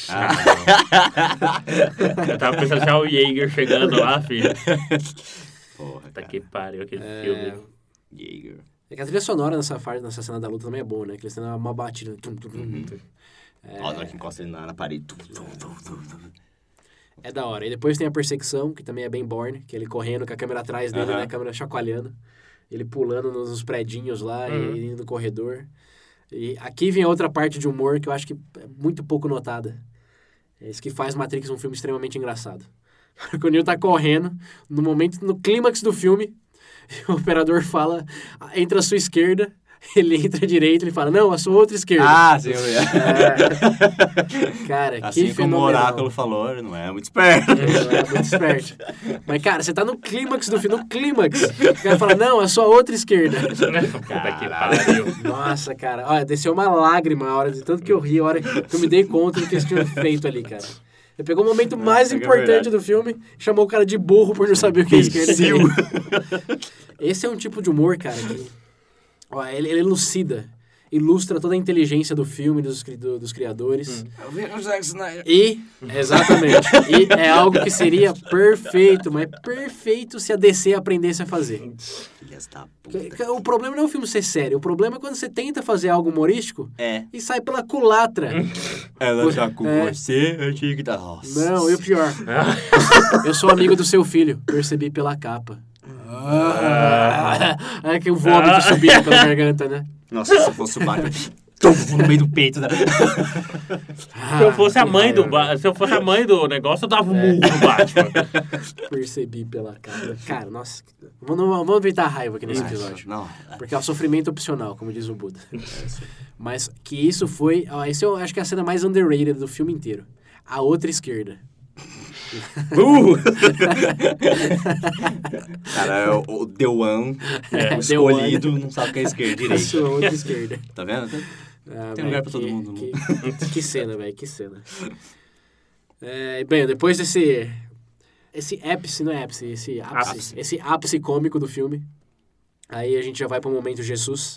Eu tava pensando já o Jaeger chegando lá, filho. Porra, tá que pariu aquele filme. Jaeger. É que a trilha sonora nessa cena da luta também é boa, né? Que eles têm uma batida. Olha que encosta ele na parede. É da hora. E depois tem a perseguição, que também é bem Bourne, que ele correndo com a câmera atrás dele, né? A câmera chacoalhando. Ele pulando nos predinhos lá e indo no corredor. E aqui vem a outra parte de humor que eu acho que é muito pouco notada. É isso que faz Matrix um filme extremamente engraçado. Quando o Neo tá correndo, no clímax do filme, o operador fala, entra à sua esquerda, ele entra à direita, ele fala, não, a sua outra esquerda. Sim, eu vi. Cara, assim que como o Oráculo falou, não é muito esperto. Não é muito esperto. Mas, cara, você tá no clímax do filme, no clímax. O cara fala, não, a sua outra esquerda. Puta que pariu. Nossa, cara, olha, desceu uma lágrima a hora de tanto que eu ri, a hora que eu me dei conta do que eles tinham feito ali, cara. Ele pegou o momento mais importante do filme, chamou o cara de burro por não saber o que é esquerda e direita. Esse é um tipo de humor, cara, que ele elucida, ilustra toda a inteligência do filme, dos criadores. Exatamente. E é algo que seria perfeito, mas perfeito se a DC aprendesse a fazer. O problema não é o filme ser sério, o problema é quando você tenta fazer algo humorístico e sai pela culatra. Ela tá com você, eu tinha que tá... Não, e o pior. Eu sou amigo do seu filho, percebi pela capa. É que o vômito subia pela garganta, né? Nossa, se fosse o Batman... no meio do peito, né? Se eu fosse a mãe do negócio, eu dava um murro no Batman. Percebi pela cara. Cara, nossa. Vamos evitar a raiva aqui nesse episódio. Não. Porque é o sofrimento opcional, como diz o Buda. Mas que isso foi... esse eu acho que é a cena mais underrated do filme inteiro. A outra esquerda. Cara, é o The One, o escolhido, não sabe o que é esquerda direito. A sua outra esquerda. Tá vendo? Tem lugar pra todo mundo. Que cena, velho, que cena. Bem, depois desse ápice, não é ápice, esse ápice cômico do filme, aí a gente já vai pro momento Jesus.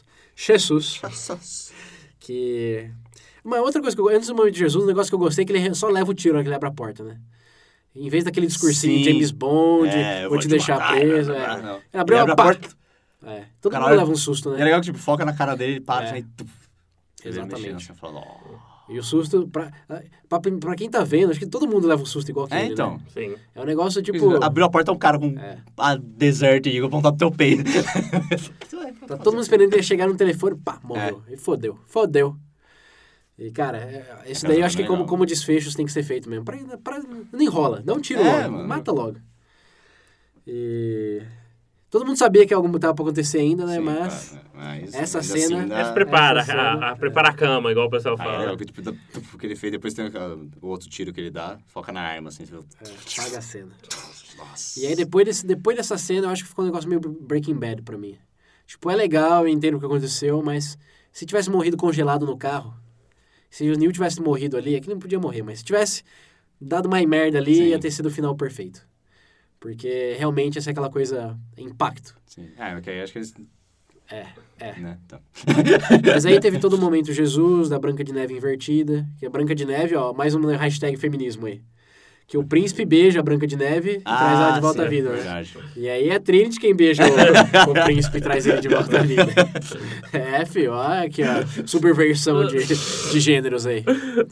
Que... Uma outra coisa que eu... Antes do momento de Jesus, um negócio que eu gostei é que ele só leva o tiro na hora que ele abre a porta, né? Em vez daquele discursinho de James Bond, vou te deixar preso. Abriu a porta. Todo mundo leva um susto, né? É legal que tipo, foca na cara dele, para e... Exatamente. E o susto, pra quem tá vendo, acho que todo mundo leva um susto igual aquele, então. Né? Sim. É um negócio tipo... Abriu a porta, um cara com a deserto e apontado pro teu peito. Tá todo mundo esperando ele chegar no telefone, pá, morreu. E fodeu. E, cara, isso daí eu acho que como desfechos tem que ser feito mesmo. Não enrola, dá um tiro logo, mata logo. E... Todo mundo sabia que algo estava para acontecer ainda, né? Sim, mas essa cena... Assim, prepara a cama, igual o pessoal fala. O que ele fez, depois tem o outro tiro que ele dá, foca na arma, assim. Paga a cena. Nossa. E aí, depois dessa cena, eu acho que ficou um negócio meio Breaking Bad pra mim. Tipo, é legal, eu entendo o que aconteceu, mas se tivesse morrido congelado no carro, se o Neo tivesse morrido ali, aqui não podia morrer, mas se tivesse dado uma merda ali, Sim. ia ter sido o final perfeito. Porque realmente essa é aquela coisa, impacto. Sim. Ok, acho que eles... É. Né? Então. Mas aí teve todo o momento Jesus, da Branca de Neve invertida, que a Branca de Neve, ó, mais um hashtag feminismo aí. Que o príncipe beija a Branca de Neve e traz ela de volta à vida, né? Verdade. E aí é Trinity quem beija o príncipe e traz ele de volta à vida. É, filho, olha aqui a subversão de gêneros aí.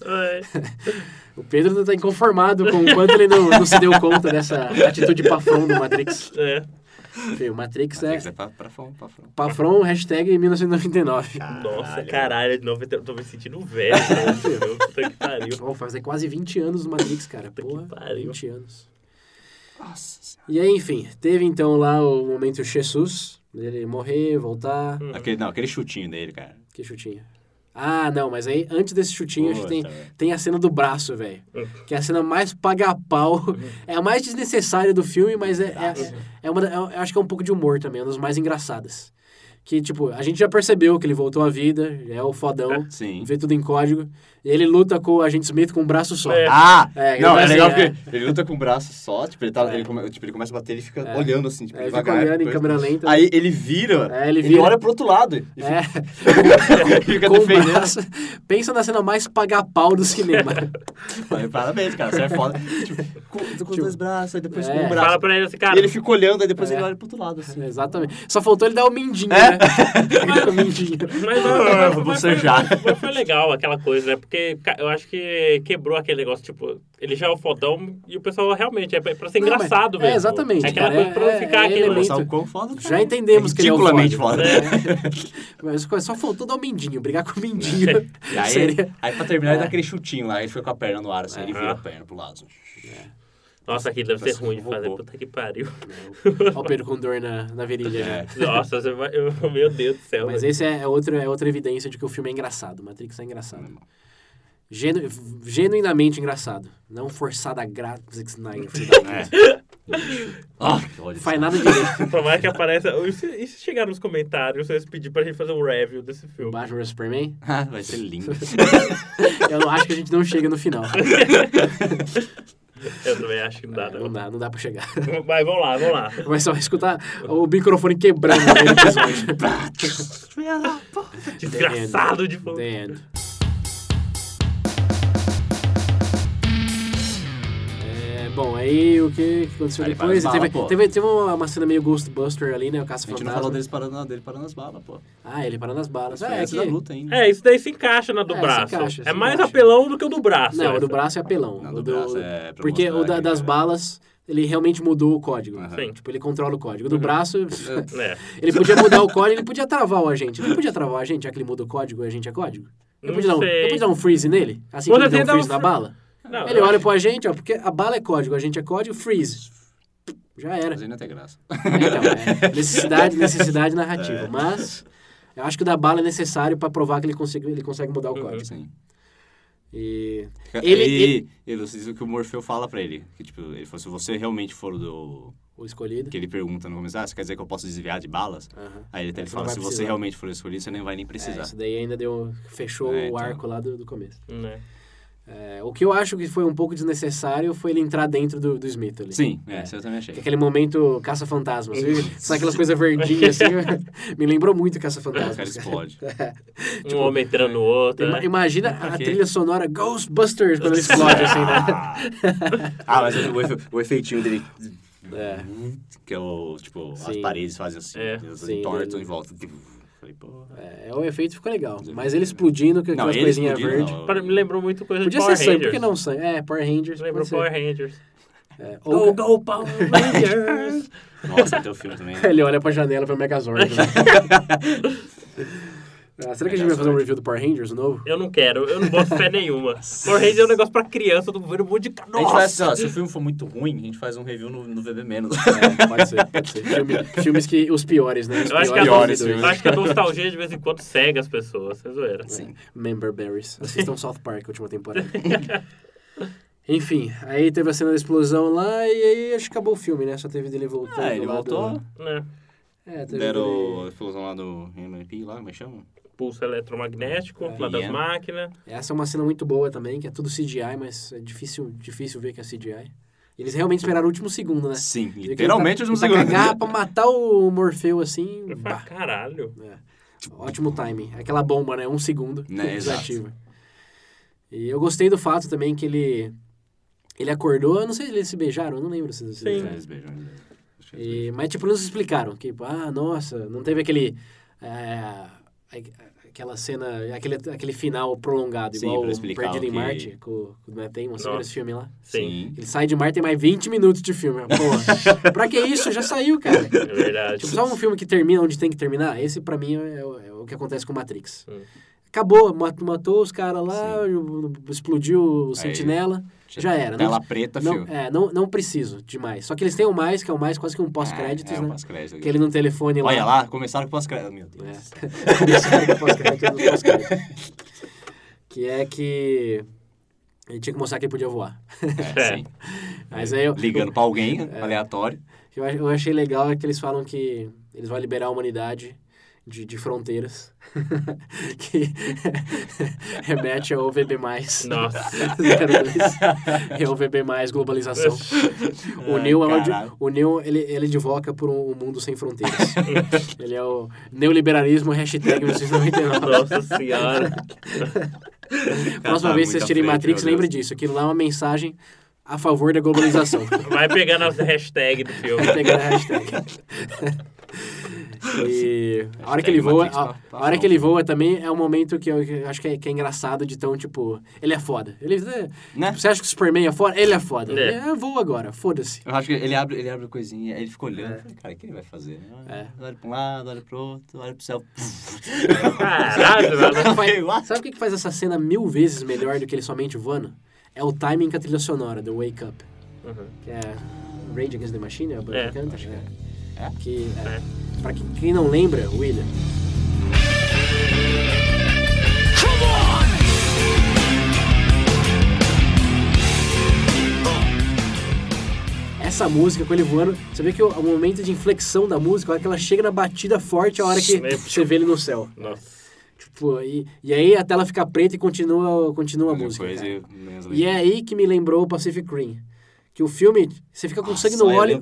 O Pedro não tá inconformado com o quanto ele não se deu conta dessa atitude pafron do Matrix. Filho, Matrix é pafron, hashtag 1999. Nossa, caralho, de novo eu tô me sentindo velho. Puta que pariu. Oh, faz quase 20 anos do Matrix, cara. Porra, que pariu. 20 anos. Nossa. E aí, enfim, teve então lá o momento Jesus, dele morrer, voltar. Aquele chutinho dele, cara. Que chutinho. Ah, não, mas aí antes desse chutinho a gente tem a cena do braço, velho. Que é a cena mais paga-pau. É a mais desnecessária do filme, mas eu acho que é um pouco de humor também, é uma das mais engraçadas. Que, tipo, a gente já percebeu que ele voltou à vida, já é o fodão, Sim. vê tudo em código. E ele luta com o Agente Smith com um braço só. Não, é legal assim, porque ele luta com o braço só, tipo, ele começa a bater e fica olhando assim, tipo, devagar. Fica olhando em câmera lenta. Aí ele vira, ele olha pro outro lado. Fica com o defendendo. braço. Pensa na cena mais paga-pau do cinema. Parabéns, cara, você é foda. Tipo, com os dois braços, aí depois com um braço. Fala pra ele assim, cara. E ele fica olhando, aí depois ele olha pro outro lado, assim. Exatamente. Só faltou ele dar o mindinho, né? O mindinho. Mas foi legal aquela coisa, né? Porque eu acho que quebrou aquele negócio, tipo, ele já é o fodão e o pessoal realmente é pra ser engraçado mesmo. Exatamente, aquela cara, coisa pra não ficar aquele... elemento. O quão foda, cara. Já entendemos que ele é o ridiculamente foda. foda. Mas só faltou dar o mindinho, brigar com o mindinho. E aí pra terminar, ele dá aquele chutinho lá, ele fica com a perna no ar, assim, ele vira a perna pro lado. Nossa, aqui deve ser ruim de fazer, puta que pariu. Olha o Pedro com dor na virilha. Nossa, meu Deus do céu. Mas esse é outra evidência de que o filme é engraçado. Matrix é engraçado. Genuinamente engraçado. Não forçada grátis, Zack Snyder. Faz nada direito. Tomara que apareça... E se chegar nos comentários, vocês pedirem pra gente fazer um review desse filme? Batman vs Superman? Vai ser lindo. Eu acho que a gente não chega no final. Eu também acho que não dá, não. Não dá pra chegar. Mas vamos lá. Vai só escutar o microfone quebrando no episódio. Desgraçado de fogo. The End. Bom, aí o que aconteceu aí depois? Teve uma cena meio Ghostbuster ali, né? O Caça-Fantasma. A gente não falou dele parando as balas, pô. Ah, ele parando as balas. Essa da luta ainda. Isso daí se encaixa na do braço. Se mais encaixa. apelão do que o do braço. Não, o do braço é apelão. Não, do braço é pra porque o das balas, ele realmente mudou o código. Sim. Tipo, ele controla o código. O do braço, É. ele podia mudar o código, ele podia travar o agente. Ele podia travar o agente, já que ele muda o código, o agente é código. Ele podia dar um freeze nele, assim que ele deu um freeze na bala. Não, ele olha pro agente, ó, porque a bala é código, o agente é código, freeze. Já era. Mas aí não tem graça. Necessidade narrativa. Mas eu acho que o da bala é necessário pra provar que ele consegue mudar o código. Sim. E ele diz o que o Morfeu fala pra ele. Que, tipo, ele falou, se você realmente for o escolhido. Que ele pergunta no começo, você quer dizer que eu posso desviar de balas? Aí ele fala, se você realmente for escolhido, você nem vai nem precisar. Isso daí ainda fechou o arco lá do começo. O que eu acho que foi um pouco desnecessário foi ele entrar dentro do Smith ali. Sim, isso eu também achei. Aquele momento caça-fantasmas. Sabe aquelas coisas verdinhas assim? Me lembrou muito caça-fantasmas. O cara explode. Um homem entrando no outro. Imagina a trilha sonora Ghostbusters quando ele explode assim, né? Mas o efeitinho dele... Que é o, tipo, as paredes fazem assim. Tortam em volta. O efeito ficou legal. Mas ele explodindo com aquelas coisinhas verdes. Me lembrou muito coisa de Podia Power ser Rangers. sangue, por que não sangue? Power Rangers. Lembrou Power Rangers. Go Power Rangers! Nossa, tem o filme também. Ele olha pra janela pro Megazord. Né? Será que a gente vai fazer um review do Power Rangers novo? Eu não quero, eu não boto fé nenhuma. Power Rangers é um negócio pra criança, eu tô vendo um monte de... A gente faz, se o filme for muito ruim, a gente faz um review no VB menos. Pode ser. Filmes que os piores, né? Eu acho que a nostalgia de vez em quando cega as pessoas, é zoeira. Sim. Member Berries. Assistam South Park, a última temporada. Enfim, aí teve a cena da explosão lá e aí acho que acabou o filme, né? Só teve dele voltando. Ele voltou. Deram a explosão lá do MIP, lá, como é que chama? Pulso eletromagnético, lá das máquinas. Essa é uma cena muito boa também, que é tudo CGI, mas é difícil ver que é CGI. Eles realmente esperaram o último segundo, né? Sim, literalmente o último segundo. Cagar pra matar o Morfeu, assim... Caralho. Ótimo timing. Aquela bomba, né? 1 segundo. Né, desativa. E eu gostei do fato também que ele acordou... Eu não sei se eles se beijaram, eu não lembro se eles se beijaram. Eles beijam. Mas, tipo, não se explicaram. Tipo, nossa, não teve aquela cena, aquele final prolongado, Sim, igual pra o explicar Perdido o em que... Marte, com o Matt Damon. Você viu esse filme lá? Sim. Ele sai de Marte e tem mais 20 minutos de filme. Porra, pra que isso? Já saiu, cara. É verdade. Tipo, só um filme que termina onde tem que terminar. Esse, pra mim, é o que acontece com Matrix. Acabou, matou os caras lá, explodiu o Sentinela, já era. Tela preta, filho. Não preciso de mais. Só que eles têm o mais, que é o mais quase que um pós-créditos, né? Um pós-crédito. Que ele no telefone lá. Olha lá, começaram com pós-crédito, meu Deus. Começaram com pós-crédito. Que é que ele tinha que mostrar que ele podia voar. Sim. Mas aí ligando pra alguém, aleatório. Eu achei legal é que eles falam que eles vão liberar a humanidade de fronteiras. Que remete ao VB+. Nossa. É o VB+, globalização. O Neo, ele advoca por um mundo sem fronteiras. Ele é o neoliberalismo, #1999. Nossa senhora. Próxima vez que vocês assistirem Matrix, lembre disso. Aquilo lá é uma mensagem a favor da globalização. Vai pegando as hashtags do filme. Vai pegando a hashtag. E a hora que ele voa, a hora que ele voa também é um momento que eu acho que é engraçado de tão, tipo, ele é foda. Né? Você acha que o Superman é foda? Ele é foda. Ele voa agora, foda-se. Eu acho que ele abre a coisinha, aí ele fica olhando. Falei, cara, o que ele vai fazer? Olha pra um lado, olha pro outro, olha pro céu. Caralho, mano. Sabe o que faz essa cena 1000 vezes melhor do que ele somente voando? É o timing com a trilha sonora, do Wake Up. Que é Rage Against the Machine, é a banda que canta, acho que é. Pra quem não lembra, William... Essa música, com ele voando, você vê que o momento de inflexão da música, a hora que ela chega na batida forte, é a hora que você vê ele no céu. Nossa. Tipo, e aí a tela fica preta e continua a música. E é aí que me lembrou o Pacific Rim. Que o filme, você fica com sangue no olho.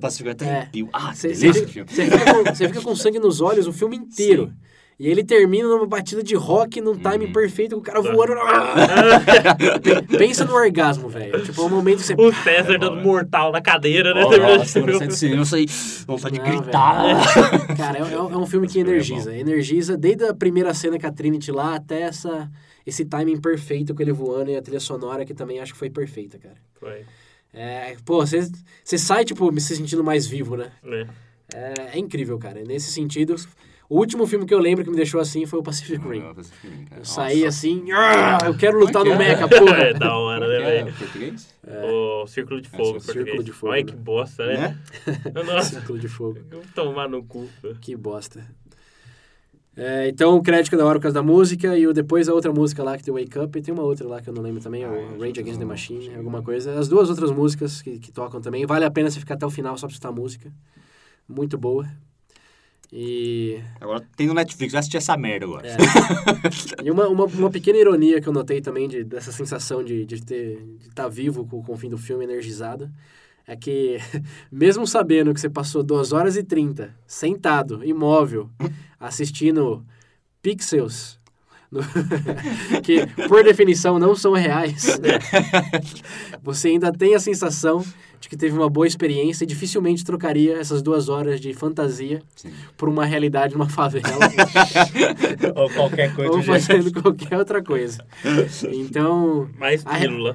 Você fica com sangue nos olhos o filme inteiro. Sim. E ele termina numa batida de rock, num timing perfeito, com o cara voando. Pensa no orgasmo, velho. Tipo, é um momento que você... O César dando mortal na cadeira, né? Eu saí vontade de gritar. Cara, é um filme que energiza. Energiza desde a primeira cena com a Trinity lá até esse timing perfeito com ele voando e a trilha sonora que também acho que foi perfeita, cara. Foi. Você sai, tipo, se sentindo mais vivo, né? É incrível, cara. Nesse sentido, o último filme que eu lembro que me deixou assim foi o Pacific Rim. Eu saí assim, eu quero lutar no mecha, porra. É da hora, né, velho? Português? O Círculo de Fogo, Círculo de Fogo. Olha que bosta, né? Nossa. Círculo de Fogo. Vou tomar no cu. Que bosta. Então, o crédito da hora por causa da música e depois a outra música lá que tem o Wake Up e tem uma outra lá que eu não lembro também, o Rage Against the Machine, alguma coisa. As duas outras músicas que tocam também. Vale a pena você ficar até o final só pra escutar a música. Muito boa. E... Agora tem no Netflix, vai assistir essa merda agora. E uma pequena ironia que eu notei também dessa sensação de estar vivo com o fim do filme, energizado, é que mesmo sabendo que você passou 2h30 sentado, imóvel, assistindo pixels, que por definição não são reais, você ainda tem a sensação de que teve uma boa experiência e dificilmente trocaria essas 2 horas de fantasia por uma realidade numa favela. Ou qualquer coisa. Ou fazendo qualquer outra coisa. Então... Mais pílula.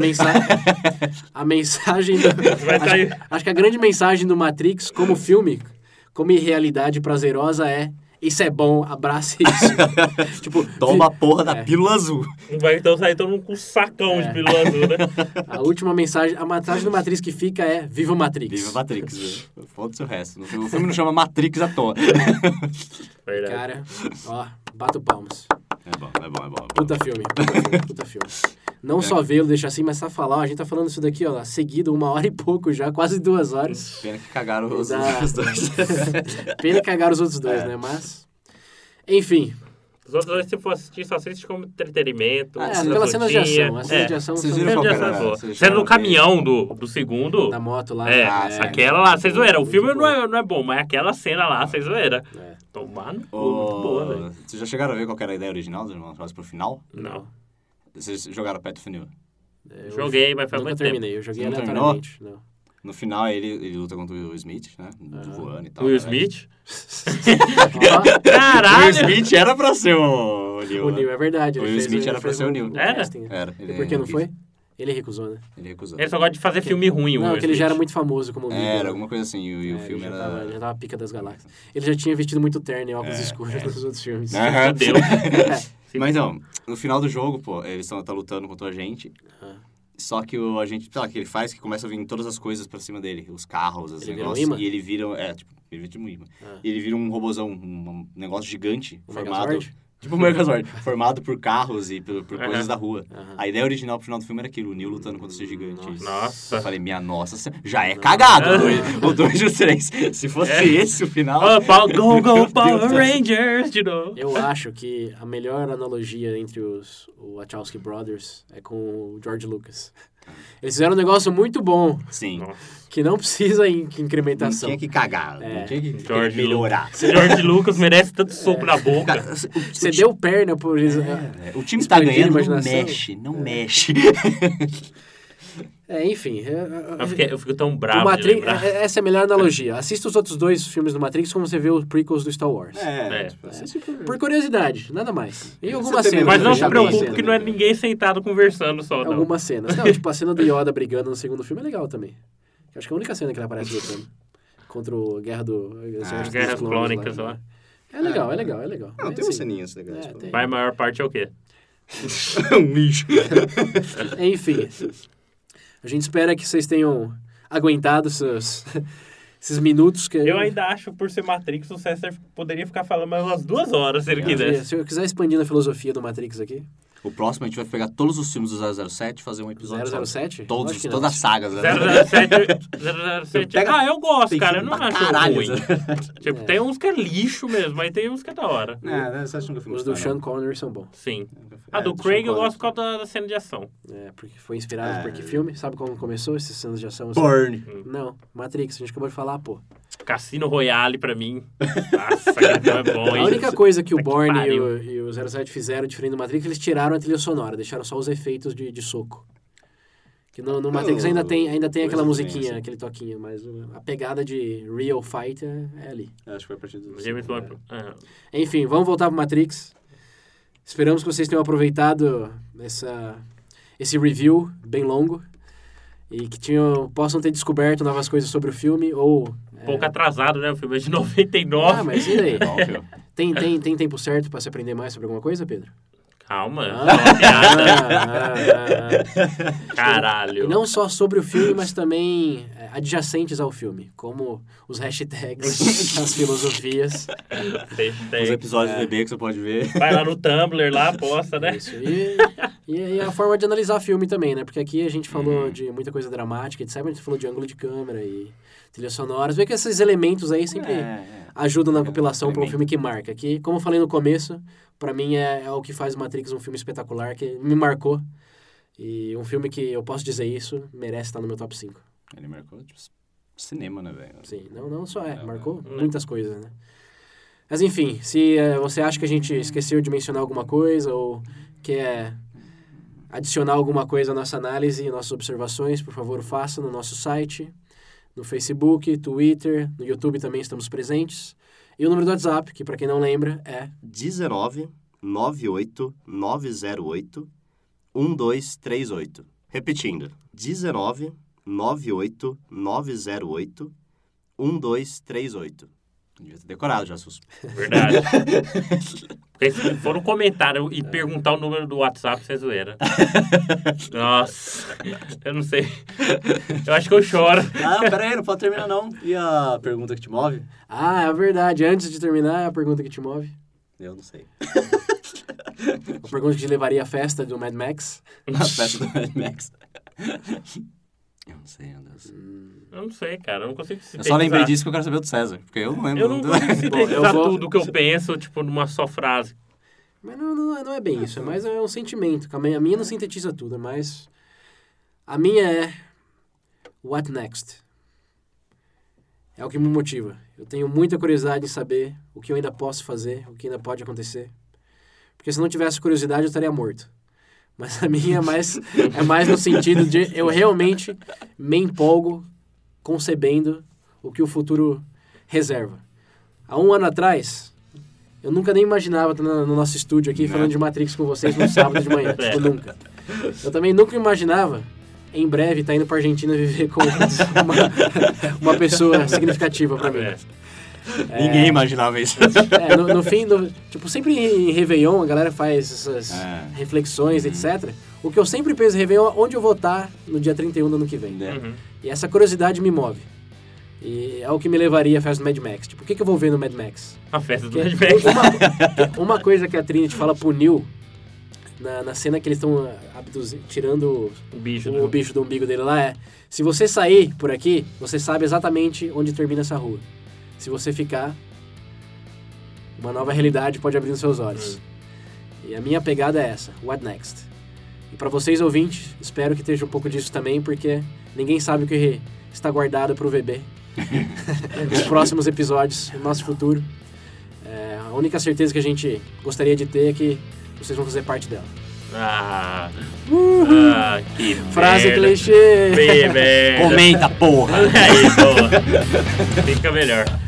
A mensagem... Acho que a grande mensagem do Matrix como filme, como realidade prazerosa isso é bom, abrace isso. Tipo, toma a porra da pílula azul. Vai então sair todo mundo com um sacão de pílula azul, né? A última mensagem, a mensagem do Matrix que fica é Viva Matrix. Viva Matrix. Foda-se o resto. O filme não chama Matrix à toa. Verdade. Cara, bato palmas. É bom. Puta filme. não só vê-lo, deixar assim, mas tá falar, a gente tá falando isso daqui, ó, seguido, 1 hora e pouco já, quase 2 horas. Pena que cagaram os dois. Pena que cagaram os outros dois, né? Mas, enfim. Os outros dois, se for assistir, só assiste como entretenimento. Pelas cenas de ação. As cenas de ação Vocês são... viram qual era? Sendo no caminhão do segundo... Da moto lá. Aquela lá, vocês zoeira. O filme não é bom, mas aquela cena lá, vocês zoeira. Tomar no cu, muito boa, velho. Vocês já chegaram a ver qual era a ideia original dos Irmãos Wachowski pro final? Não. Vocês jogaram Path of New? Joguei, mas faz nunca muito terminei, tempo. eu joguei Você não aleatoriamente. Não. No final, ele luta contra o Will Smith, né? Voando e tal. Will Smith? O Caralho! Will Smith era pra ser o Neil. O Neil, é verdade. O Will Smith era pra ser o Neil. Era? Era. E por que não foi? Ele recusou, né? Ele recusou. Ele só gosta de fazer filme ruim, o Não, Will porque ele já Smith. era muito famoso como Neil. Era, alguma coisa assim. E o filme ele era... já tava pica das galáxias. Ele já tinha vestido muito terno e óculos escuros nos outros filmes. Aham. Fudeu. Mas então, no final do jogo, pô, eles estão lutando contra a gente. Só que o agente, sei lá, que ele faz, que começa a vir todas as coisas pra cima dele. Os carros, os Ele vira negócios. um imã? E ele vira, ele vira tipo um imã. E ele vira um robozão, um negócio gigante, O formado... Megazord? Tipo o Megazord, formado por carros e por coisas da rua. A ideia original pro final do filme era aquilo, o Neil lutando contra esse gigante. Nossa. Eu falei, minha nossa, já é cagado o 2 e o 3. Se fosse esse o final... Go, go, Power Rangers, de novo. Eu acho que a melhor analogia entre os Wachowski Brothers é com o George Lucas. Eles fizeram um negócio muito bom, Sim. que não precisa Não incrementação. tinha que cagar, não tinha que George melhorar. George Lucas merece tanto soco na boca. Cara, Você deu perna por isso. o time tá expandir a ganhando, não imaginação. mexe. Enfim. Eu fico tão O bravo de Matrix, lembrar. essa é a melhor analogia. Assista os outros 2 filmes do Matrix como você vê os prequels do Star Wars. Por curiosidade, nada mais. E algumas cenas. Mas não Deixa se bem preocupe cena, que não é ninguém sentado conversando só, não. Algumas cenas. Não, tipo a cena do Yoda brigando no segundo filme é legal também. Eu acho que é a única cena que ele aparece lutando. Contra o Guerra do... Guerras Clônicas lá. É legal. Não, tem umas ceninhas legais. tem. Mas a maior parte é o quê? Um lixo. Enfim. A gente espera que vocês tenham aguentado esses minutos. Que Eu ainda acho, por ser Matrix, o César poderia ficar falando mais umas 2 horas, se ele quisesse. Se eu quiser expandir na filosofia do Matrix aqui. O próximo a gente vai pegar todos os filmes do 007 e fazer um episódio. 007? Todas Acho que não. as sagas. 007. Pega- Eu gosto, tem cara. Eu filme não pra acho caralho, ruim. Tipo, tem uns que é lixo mesmo, mas tem uns que é da hora. Os do Sean Connery são bons. Sim. A do Craig eu gosto por causa da cena de ação. Porque foi inspirado por que filme? Sabe como começou esses cenas de ação? Assim? Burn. Não, Matrix, a gente acabou de falar, pô. Cassino Royale, pra mim. Nossa, aquele filme é bom, hein? A única coisa que o Que Bourne pariu. e o 07 fizeram diferente do Matrix, eles tiraram a trilha sonora, deixaram só os efeitos de soco. Que no Matrix ainda tem aquela musiquinha, aquele toquinho, mas a pegada de real fight é ali. Acho que foi a partir do... James Bond. Enfim, vamos voltar pro Matrix. Esperamos que vocês tenham aproveitado esse review bem longo e que possam ter descoberto novas coisas sobre o filme ou... Um pouco atrasado, né? O filme é de 99. Ah, mas e daí? Óbvio. Tem tempo certo pra se aprender mais sobre alguma coisa, Pedro? Calma. É uma piada. Caralho. E não só sobre o filme, mas também adjacentes ao filme, como os hashtags, as filosofias. Os episódios do bebê que você pode ver. Vai lá no Tumblr, lá, posta, né? Isso. E a forma de analisar filme também, né? Porque aqui a gente falou de muita coisa dramática, etc. A gente falou de ângulo de câmera e trilhas sonoras. Vê que esses elementos aí sempre ajudam na compilação para um filme que marca. Que, como eu falei no começo, pra mim é o que faz Matrix um filme espetacular, que me marcou. E um filme que, eu posso dizer isso, merece estar no meu top 5. Ele marcou, tipo, cinema, né, velho? Sim, não só marcou muitas coisas, né? Mas enfim, se você acha que a gente esqueceu de mencionar alguma coisa ou quer adicionar alguma coisa à nossa análise e nossas observações, por favor, faça no nosso site, no Facebook, Twitter, no YouTube também estamos presentes. E o número do WhatsApp, que para quem não lembra, é 19 98 908 1238. Repetindo, 19 98 908 1238. Devia ter decorado já, Sus. Verdade. Porque se for no comentário e perguntar o número do WhatsApp, você é zoeira. Nossa, eu não sei. Eu acho que eu choro. Ah, pera aí, não pode terminar não. E a pergunta que te move? Ah, é verdade. Antes de terminar, a pergunta que te move. Eu não sei. Uma pergunta que te levaria à festa do Mad Max. Na festa do Mad Max. Eu não sei, meu Deus. Eu não sei, cara. Eu não consigo Eu sintetizar. só lembrei disso que eu quero saber do César. Porque eu não lembro. Eu não consigo sintetizar vou- tudo que eu penso, tipo, numa só frase. Mas não é bem isso, é mais um sentimento. A minha não sintetiza tudo, mas... A minha é... What next? É o que me motiva. Eu tenho muita curiosidade em saber o que eu ainda posso fazer, o que ainda pode acontecer. Porque se não tivesse curiosidade, eu estaria morto. Mas a minha é mais no sentido de eu realmente me empolgo concebendo o que o futuro reserva. Há um ano atrás, eu nunca nem imaginava estar no nosso estúdio aqui falando de Matrix com vocês no sábado de manhã. Tipo, nunca. Eu também nunca imaginava, em breve, estar indo para Argentina viver com uma pessoa significativa para mim. Ninguém imaginava isso. No fim, tipo, sempre em Réveillon a galera faz essas reflexões, etc. O que eu sempre penso em Réveillon é onde eu vou estar no dia 31 do ano que vem. E essa curiosidade me move. E é o que me levaria à festa do Mad Max. Tipo, o que eu vou ver no Mad Max? A festa do Porque Mad Max. uma coisa que a Trinity fala pro Neo, na cena que eles estão tirando O bicho do umbigo dele lá, é: se você sair por aqui, você sabe exatamente onde termina essa rua. Se você ficar, uma nova realidade pode abrir nos seus olhos. E a minha pegada é essa, what next? E para vocês ouvintes, espero que esteja um pouco disso também, porque ninguém sabe o que está guardado para o VB nos próximos episódios, no nosso futuro. A única certeza que a gente gostaria de ter é que vocês vão fazer parte dela. Que Frase merda. clichê! Bem merda. Comenta, porra! Aí, boa. Fica melhor.